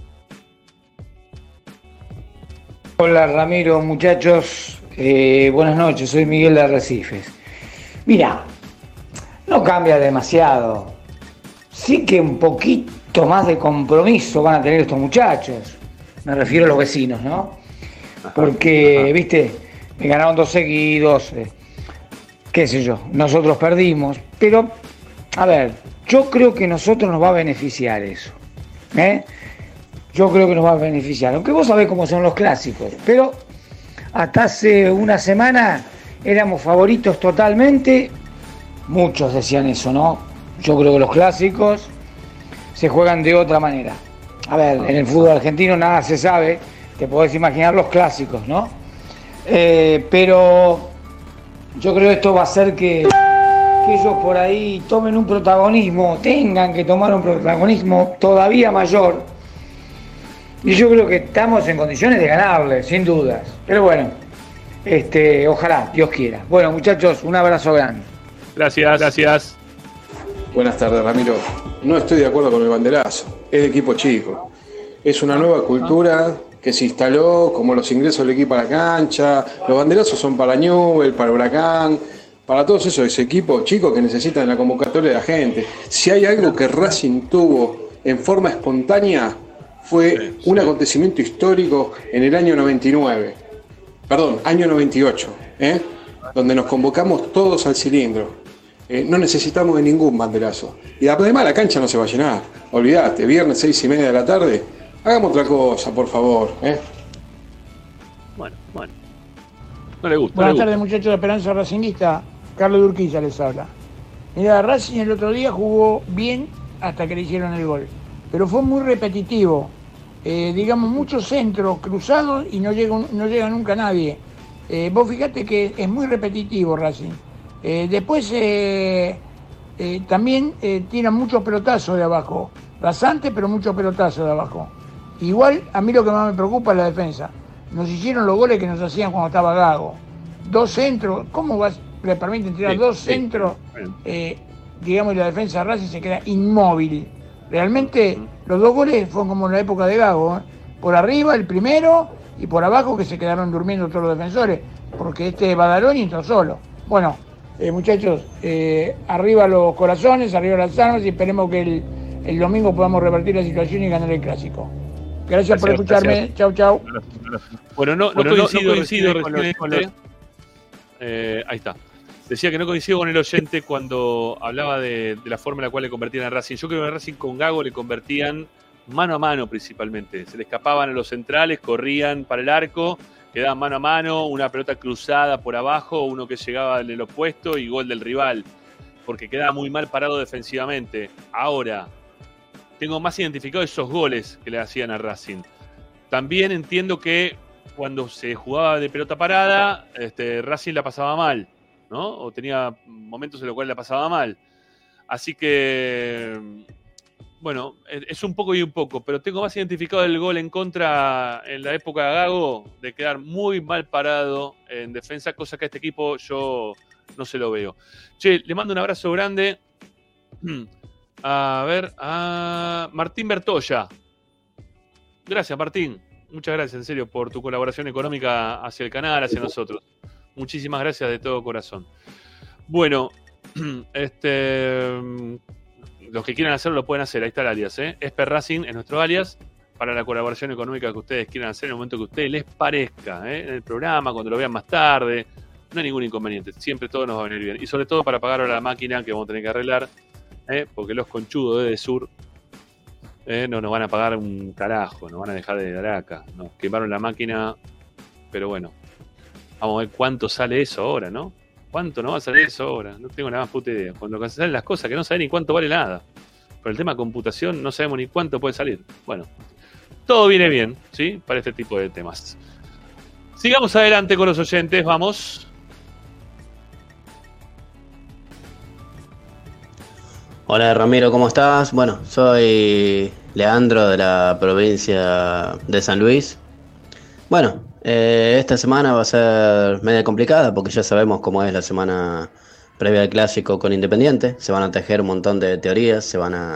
Hola Ramiro, muchachos. Buenas noches, soy Miguel de Arrecifes. Mira, no cambia demasiado. Sí que un poquito más de compromiso van a tener estos muchachos. Me refiero a los vecinos, ¿no? Porque, viste, me ganaron 2 seguidos, qué sé yo, nosotros perdimos. Pero, a ver, yo creo que a nosotros nos va a beneficiar eso. Yo creo que nos va a beneficiar. Aunque vos sabés cómo son los clásicos. Pero hasta hace una semana éramos favoritos totalmente muchos decían eso, ¿no? Yo creo que los clásicos se juegan de otra manera. A ver, en el fútbol argentino nada se sabe, te podés imaginar los clásicos, ¿no? Pero yo creo que esto va a hacer que ellos por ahí tomen un protagonismo, tengan que tomar un protagonismo todavía mayor. Y yo creo que estamos en condiciones de ganarle, sin dudas. Pero bueno, ojalá, Dios quiera. Bueno, muchachos, un abrazo grande. Gracias. Buenas tardes, Ramiro. No estoy de acuerdo con el banderazo. Es de equipo chico. Es una nueva cultura que se instaló, como los ingresos del equipo a la cancha. Los banderazos son para Newell, para Huracán, para todos esos equipos chicos que necesitan la convocatoria de la gente. Si hay algo que Racing tuvo en forma espontánea, fue un acontecimiento histórico en el año 98, donde nos convocamos todos al cilindro. No necesitamos de ningún banderazo. Y además la cancha no se va a llenar. Olvídate, viernes 6:30 de la tarde, hagamos otra cosa, por favor. Bueno. No le gusta. Buenas tardes, muchachos de Esperanza Racinguista. Carlos de Urquiza les habla. Mira, Racing el otro día jugó bien hasta que le hicieron el gol. Pero fue muy repetitivo. Digamos, muchos centros cruzados y no llega nunca nadie. Vos fijate que es muy repetitivo Racing. Después también tiran muchos pelotazos de abajo. Rasante, pero muchos pelotazos de abajo. Igual, a mí lo que más me preocupa es la defensa. Nos hicieron los goles que nos hacían cuando estaba Gago. 2 centros, ¿cómo le permiten tirar 2 centros? Digamos, y la defensa de Racing se queda inmóvil. Realmente, los 2 goles fueron como en la época de Gago. Por arriba, el primero, y por abajo que se quedaron durmiendo todos los defensores, porque Badaloni entró solo. Bueno, muchachos, arriba los corazones, arriba las armas, y esperemos que el domingo podamos revertir la situación y ganar el clásico. Gracias por escucharme. Chau. Bueno, no coincido con el ahí está. Decía que no coincido con el oyente cuando hablaba de la forma en la cual le convertían a Racing. Yo creo que a Racing con Gago le convertían mano a mano principalmente. Se le escapaban a los centrales, corrían para el arco, quedaban mano a mano, una pelota cruzada por abajo, uno que llegaba del opuesto y gol del rival, porque quedaba muy mal parado defensivamente. Ahora, tengo más identificados esos goles que le hacían a Racing. También entiendo que cuando se jugaba de pelota parada, Racing la pasaba mal, ¿no? O tenía momentos en los cuales la pasaba mal. Así que, bueno, es un poco y un poco, pero tengo más identificado el gol en contra en la época de Gago, de quedar muy mal parado en defensa, cosa que a este equipo yo no se lo veo. Che, le mando un abrazo grande. A ver, a Martín Bertoya. Gracias, Martín. Muchas gracias, en serio, por tu colaboración económica hacia el canal, hacia nosotros. Muchísimas gracias de todo corazón. Bueno, los que quieran hacerlo lo pueden hacer. Ahí está el alias, Esper Racing es nuestro alias para la colaboración económica que ustedes quieran hacer en el momento que a ustedes les parezca, en el programa, cuando lo vean más tarde. No hay ningún inconveniente. Siempre todo nos va a venir bien. Y sobre todo para pagar ahora la máquina que vamos a tener que arreglar. Porque los conchudos de Sur no nos van a pagar un carajo, nos van a dejar de dar acá. Nos quemaron la máquina, pero bueno, vamos a ver cuánto sale eso ahora, ¿no? ¿Cuánto nos va a salir eso ahora? No tengo la más puta idea. Cuando salen las cosas que no saben ni cuánto vale nada. Por el tema de computación no sabemos ni cuánto puede salir. Bueno, todo viene bien, ¿sí? Para este tipo de temas. Sigamos adelante con los oyentes, vamos. Hola Ramiro, ¿cómo estás? Bueno, soy Leandro de la provincia de San Luis. Bueno, esta semana va a ser media complicada porque ya sabemos cómo es la semana previa al clásico con Independiente. Se van a tejer un montón de teorías, se van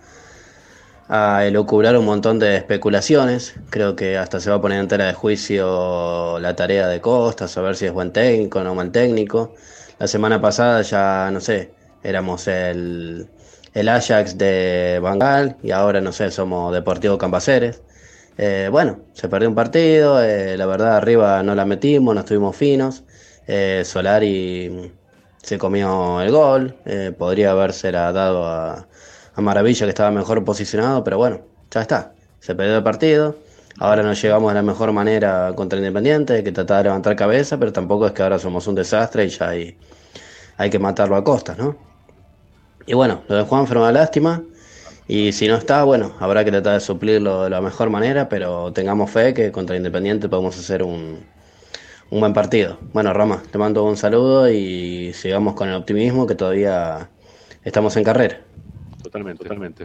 a elucubrar un montón de especulaciones. Creo que hasta se va a poner en tela de juicio la tarea de Costa, saber si es buen técnico o no mal técnico. La semana pasada ya, no sé, éramos el Ajax de Van Gaal y ahora, no sé, somos Deportivo Cambaceres. Bueno, se perdió un partido, la verdad arriba no la metimos, no estuvimos finos. Solari se comió el gol, podría habérsela dado a Maravilla, que estaba mejor posicionado, pero bueno, ya está, se perdió el partido. Ahora nos llevamos de la mejor manera contra Independiente, que tratar de levantar cabeza, pero tampoco es que ahora somos un desastre y ya hay hay que matarlo a costas, ¿no? Y bueno, lo de Juanfer me da lástima. Y si no está, bueno, habrá que tratar de suplirlo de la mejor manera, pero tengamos fe que contra Independiente podemos hacer un buen partido. Bueno, Rama, te mando un saludo y sigamos con el optimismo que todavía estamos en carrera. Totalmente.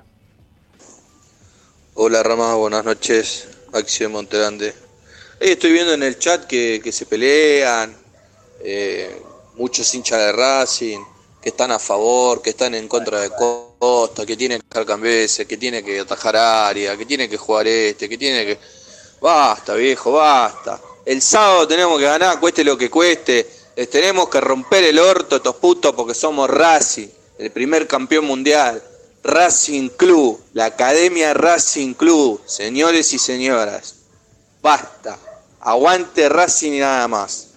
Hola Rama, buenas noches, Axi de Montegrande. Estoy viendo en el chat que se pelean, muchos hinchas de Racing, que están a favor, que están en contra de Costa, que tiene que dejar Cambeses, que tiene que atajar área, que tiene que jugar que tiene que... Basta, viejo, basta. El sábado tenemos que ganar, cueste lo que cueste. Les tenemos que romper el orto a estos putos porque somos Racing, el primer campeón mundial. Racing Club, la Academia Racing Club, señores y señoras. Basta. Aguante Racing y nada más.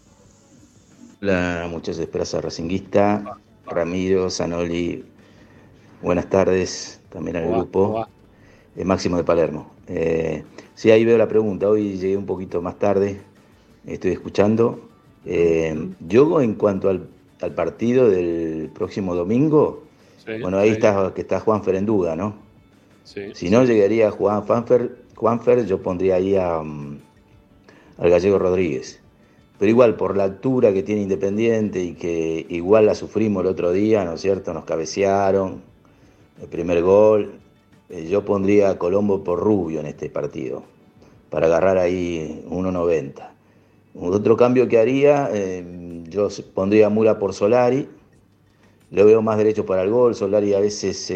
Hola muchachos de Esperanza Racinguista, Ramiro, Zanoli, buenas tardes también al grupo, Máximo de Palermo. Sí, ahí veo la pregunta, hoy llegué un poquito más tarde, estoy escuchando. Yo en cuanto al partido del próximo domingo, bueno, ahí está Juanfer en duda, ¿no? Si no llegaría Juanfer, yo pondría ahí al Gallego Rodríguez. Pero igual, por la altura que tiene Independiente y que igual la sufrimos el otro día, ¿no es cierto? Nos cabecearon, el primer gol. Yo pondría a Colombo por Rubio en este partido, para agarrar ahí 1.90. Otro cambio que haría, yo pondría a Mura por Solari. Lo veo más derecho para el gol. Solari a veces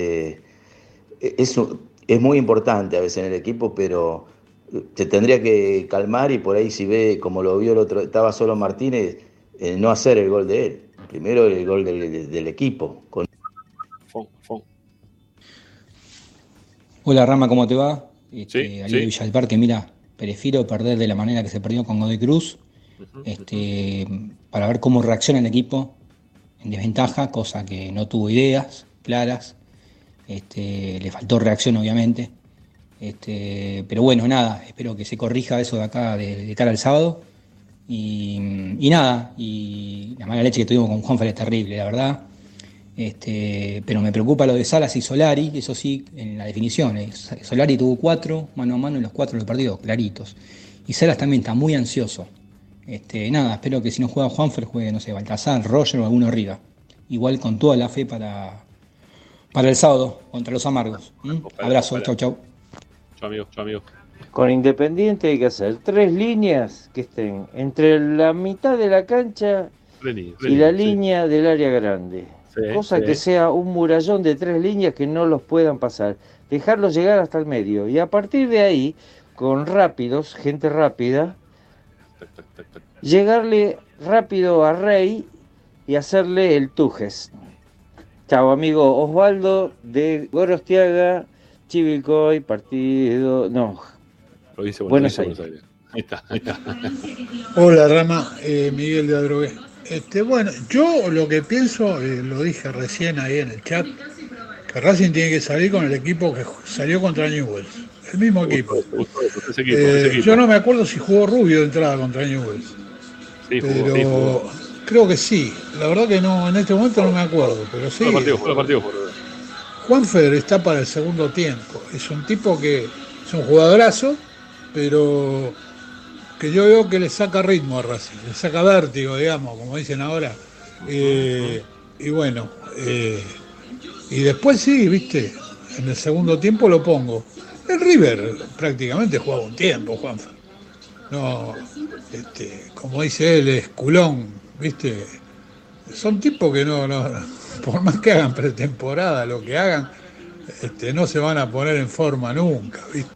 es muy importante a veces en el equipo, pero se tendría que calmar y por ahí si ve, como lo vio el otro, estaba solo Martínez, no hacer el gol de él. Primero el gol del equipo. Hola Rama, ¿cómo te va? Ali de Villalparque, mira, prefiero perder de la manera que se perdió con Godoy Cruz, para ver cómo reacciona el equipo en desventaja, cosa que no tuvo ideas claras, le faltó reacción obviamente. Pero bueno, nada, espero que se corrija eso de acá de cara al sábado. Y nada, y la mala leche que tuvimos con Juanfer es terrible, la verdad. Pero me preocupa lo de Salas y Solari, eso sí, en la definición. Solari tuvo 4 mano a mano en los 4 del partido, claritos. Y Salas también está muy ansioso. Nada, espero que si no juega Juanfer, juegue, no sé, Baltazar, Roger o alguno arriba. Igual con toda la fe para el sábado, contra los amargos. Abrazo, chau, chau. Chau, amigo. Con Independiente hay que hacer 3 líneas que estén entre la mitad de la cancha y la línea del área grande. Cosa que sea un murallón de 3 líneas que no los puedan pasar. Dejarlos llegar hasta el medio. Y a partir de ahí, con rápidos, gente rápida, llegarle rápido a Rey y hacerle el Tujes. Chao, amigo. Osvaldo de Gorostiaga, Chivilcoy, partido... No. Lo dice Buenos Aires. Ahí está. Hola, Rama. Miguel de Adrogué. Bueno, yo lo que pienso, lo dije recién ahí en el chat, que Racing tiene que salir con el equipo que salió contra Newell's. El mismo equipo. Ese equipo. Yo no me acuerdo si jugó Rubio de entrada contra Newell's. Pero creo que sí. La verdad que no, en este momento no me acuerdo, pero sí. Fue el partido. Juanfer está para el segundo tiempo. Es un tipo que es un jugadorazo, pero que yo veo que le saca ritmo a Racing, le saca vértigo, digamos, como dicen ahora. Y bueno, y después sí, viste, en el segundo tiempo lo pongo. El River prácticamente jugaba un tiempo, Juanfer. No, como dice él, es culón, viste. Son tipos que no, por más que hagan pretemporada, lo que hagan, no se van a poner en forma nunca, viste.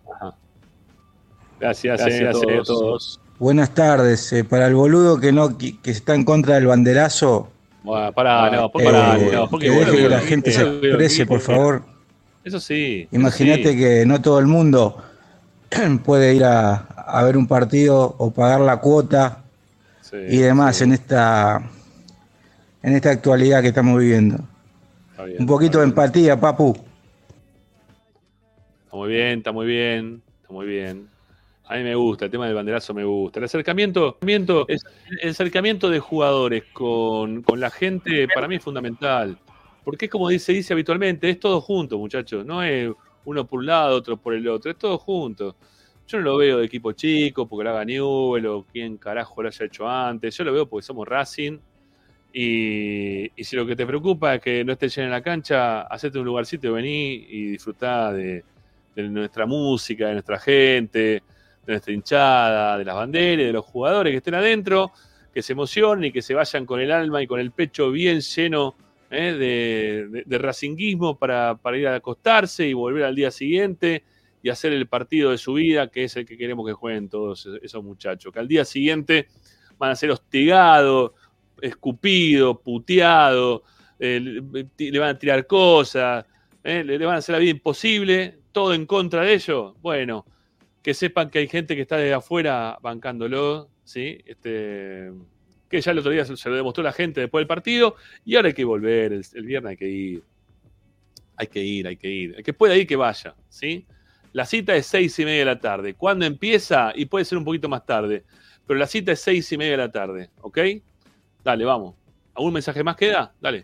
Gracias a todos. Buenas tardes. Para el boludo que está en contra del banderazo, porque que deje que la gente se exprese, por favor. Eso sí. Imagínate que no todo el mundo puede ir a ver un partido o pagar la cuota y demás en esta actualidad que estamos viviendo. Un poquito de empatía, papu. Está muy bien. A mí me gusta, el tema del banderazo me gusta. El acercamiento de jugadores con la gente para mí es fundamental. Porque es como se dice habitualmente, es todo junto, muchachos. No es uno por un lado, otro por el otro, es todo junto. Yo no lo veo de equipo chico porque lo haga Newell o quien carajo lo haya hecho antes. Yo lo veo porque somos Racing. Y si lo que te preocupa es que no esté lleno en la cancha, hacete un lugarcito y vení y disfrutá de nuestra música, de nuestra gente, de nuestra hinchada, de las banderas, de los jugadores que estén adentro, que se emocionen y que se vayan con el alma y con el pecho bien lleno de racinguismo para ir a acostarse y volver al día siguiente y hacer el partido de su vida, que es el que queremos que jueguen todos esos muchachos, que al día siguiente van a ser hostigados, escupidos, puteados, le van a tirar cosas, le van a hacer la vida imposible, todo en contra de ellos. Bueno, que sepan que hay gente que está desde afuera bancándolo, ¿sí? Que ya el otro día se lo demostró la gente después del partido, y ahora hay que volver, el viernes hay que ir. Hay que ir. El que pueda ir, que vaya, ¿sí? La cita es 6:30 de la tarde. ¿Cuándo empieza? Y puede ser un poquito más tarde, pero la cita es 6:30 de la tarde, ¿ok? Dale, vamos. ¿Algún mensaje más queda? Dale.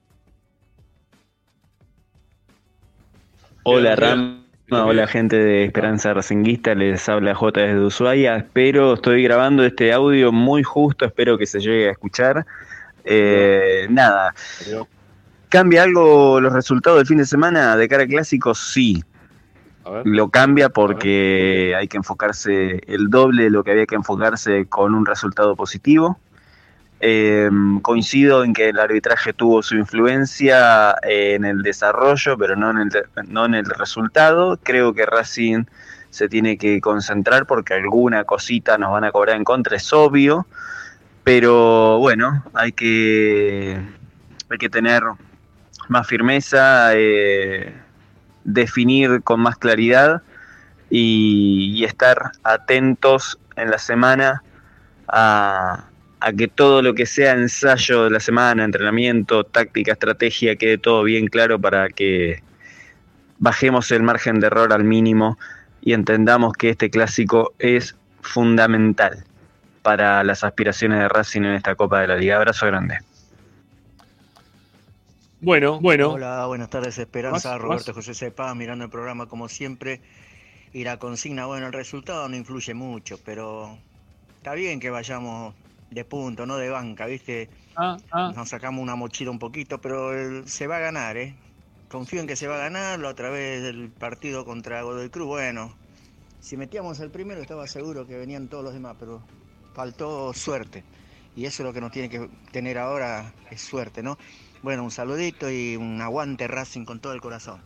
Hola, Ram. Hola, gente de Esperanza Racinguista. Les habla J desde Ushuaia. Estoy grabando este audio muy justo. Espero que se llegue a escuchar. Nada. ¿Cambia algo los resultados del fin de semana de cara a clásicos? Sí. Lo cambia porque hay que enfocarse el doble de lo que había que enfocarse con un resultado positivo. Coincido en que el arbitraje tuvo su influencia en el desarrollo, pero no en el resultado. Creo que Racing se tiene que concentrar porque alguna cosita nos van a cobrar en contra, es obvio, pero bueno, hay que tener más firmeza, definir con más claridad y estar atentos en la semana a que todo lo que sea ensayo de la semana, entrenamiento, táctica, estrategia, quede todo bien claro para que bajemos el margen de error al mínimo y entendamos que este clásico es fundamental para las aspiraciones de Racing en esta Copa de la Liga. Abrazo grande. Bueno. Hola, buenas tardes, Esperanza. Roberto José Cepá, mirando el programa como siempre. Y la consigna, bueno, el resultado no influye mucho, pero está bien que vayamos de punto, no de banca, ¿viste? Nos sacamos una mochila un poquito, pero se va a ganar, ¿eh? Confío en que se va a ganar. A través del partido contra Godoy Cruz, bueno, si metíamos el primero estaba seguro que venían todos los demás, pero faltó suerte. Y eso es lo que nos tiene que tener ahora, es suerte, ¿no? Bueno, un saludito y un aguante Racing con todo el corazón.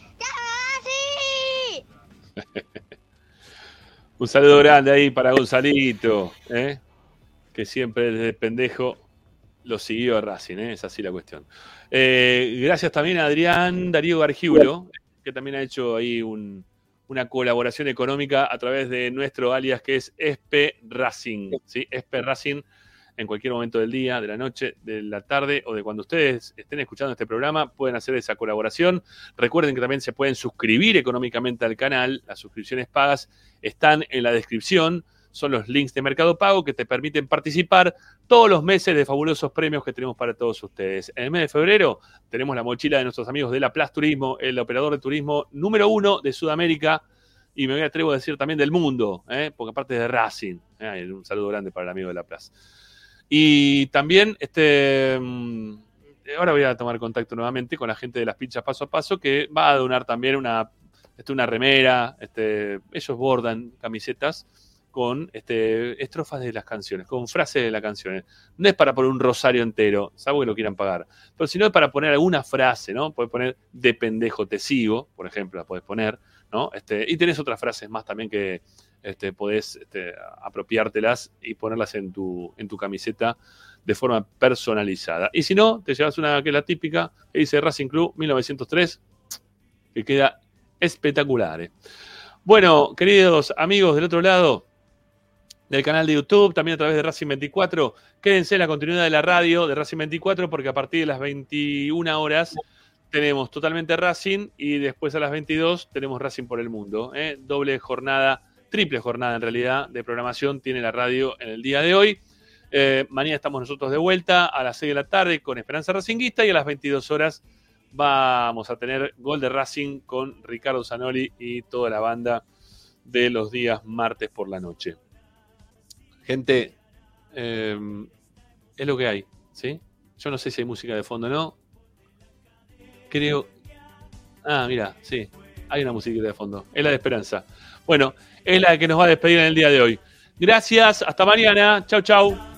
Un saludo grande ahí para Gonzalito, que siempre desde pendejo lo siguió a Racing, es así la cuestión. Gracias también a Adrián Darío Gargiulo, que también ha hecho ahí una colaboración económica a través de nuestro alias que es Espe Racing, ¿sí? Espe Racing. En cualquier momento del día, de la noche, de la tarde o de cuando ustedes estén escuchando este programa, pueden hacer esa colaboración. Recuerden que también se pueden suscribir económicamente al canal. Las suscripciones pagas están en la descripción. Son los links de Mercado Pago que te permiten participar todos los meses de fabulosos premios que tenemos para todos ustedes. En el mes de febrero tenemos la mochila de nuestros amigos de Laplace Turismo, el operador de turismo número 1 de Sudamérica y me atrevo a decir también del mundo, porque aparte de Racing. Un saludo grande para el amigo de Laplace. Y también, ahora voy a tomar contacto nuevamente con la gente de las pinchas paso a paso, que va a donar también una remera, ellos bordan camisetas con estrofas de las canciones, con frases de las canciones. No es para poner un rosario entero, salvo que lo quieran pagar, pero si no es para poner alguna frase, ¿no? Puedes poner de pendejo te sigo, por ejemplo, la puedes poner, ¿no? Y tenés otras frases más también que podés apropiártelas y ponerlas en tu camiseta de forma personalizada. Y si no, te llevas una que es la típica, que dice Racing Club 1903, que queda espectacular. Bueno, queridos amigos del otro lado del canal de YouTube, también a través de Racing 24, quédense en la continuidad de la radio de Racing 24, porque a partir de las 21 horas tenemos totalmente Racing y después a las 22 tenemos Racing por el Mundo. Doble jornada triple jornada en realidad de programación tiene la radio en el día de hoy. Mañana estamos nosotros de vuelta a las 6 de la tarde con Esperanza Racinguista y a las 22 horas vamos a tener Gol de Racing con Ricardo Zanoli y toda la banda de los días martes por la noche. Gente, es lo que hay, ¿sí? Yo no sé si hay música de fondo o no. Creo... mira, sí, hay una musiquita de fondo. Es la de Esperanza. Bueno, es la que nos va a despedir en el día de hoy. Gracias, hasta mañana. Chau, chau.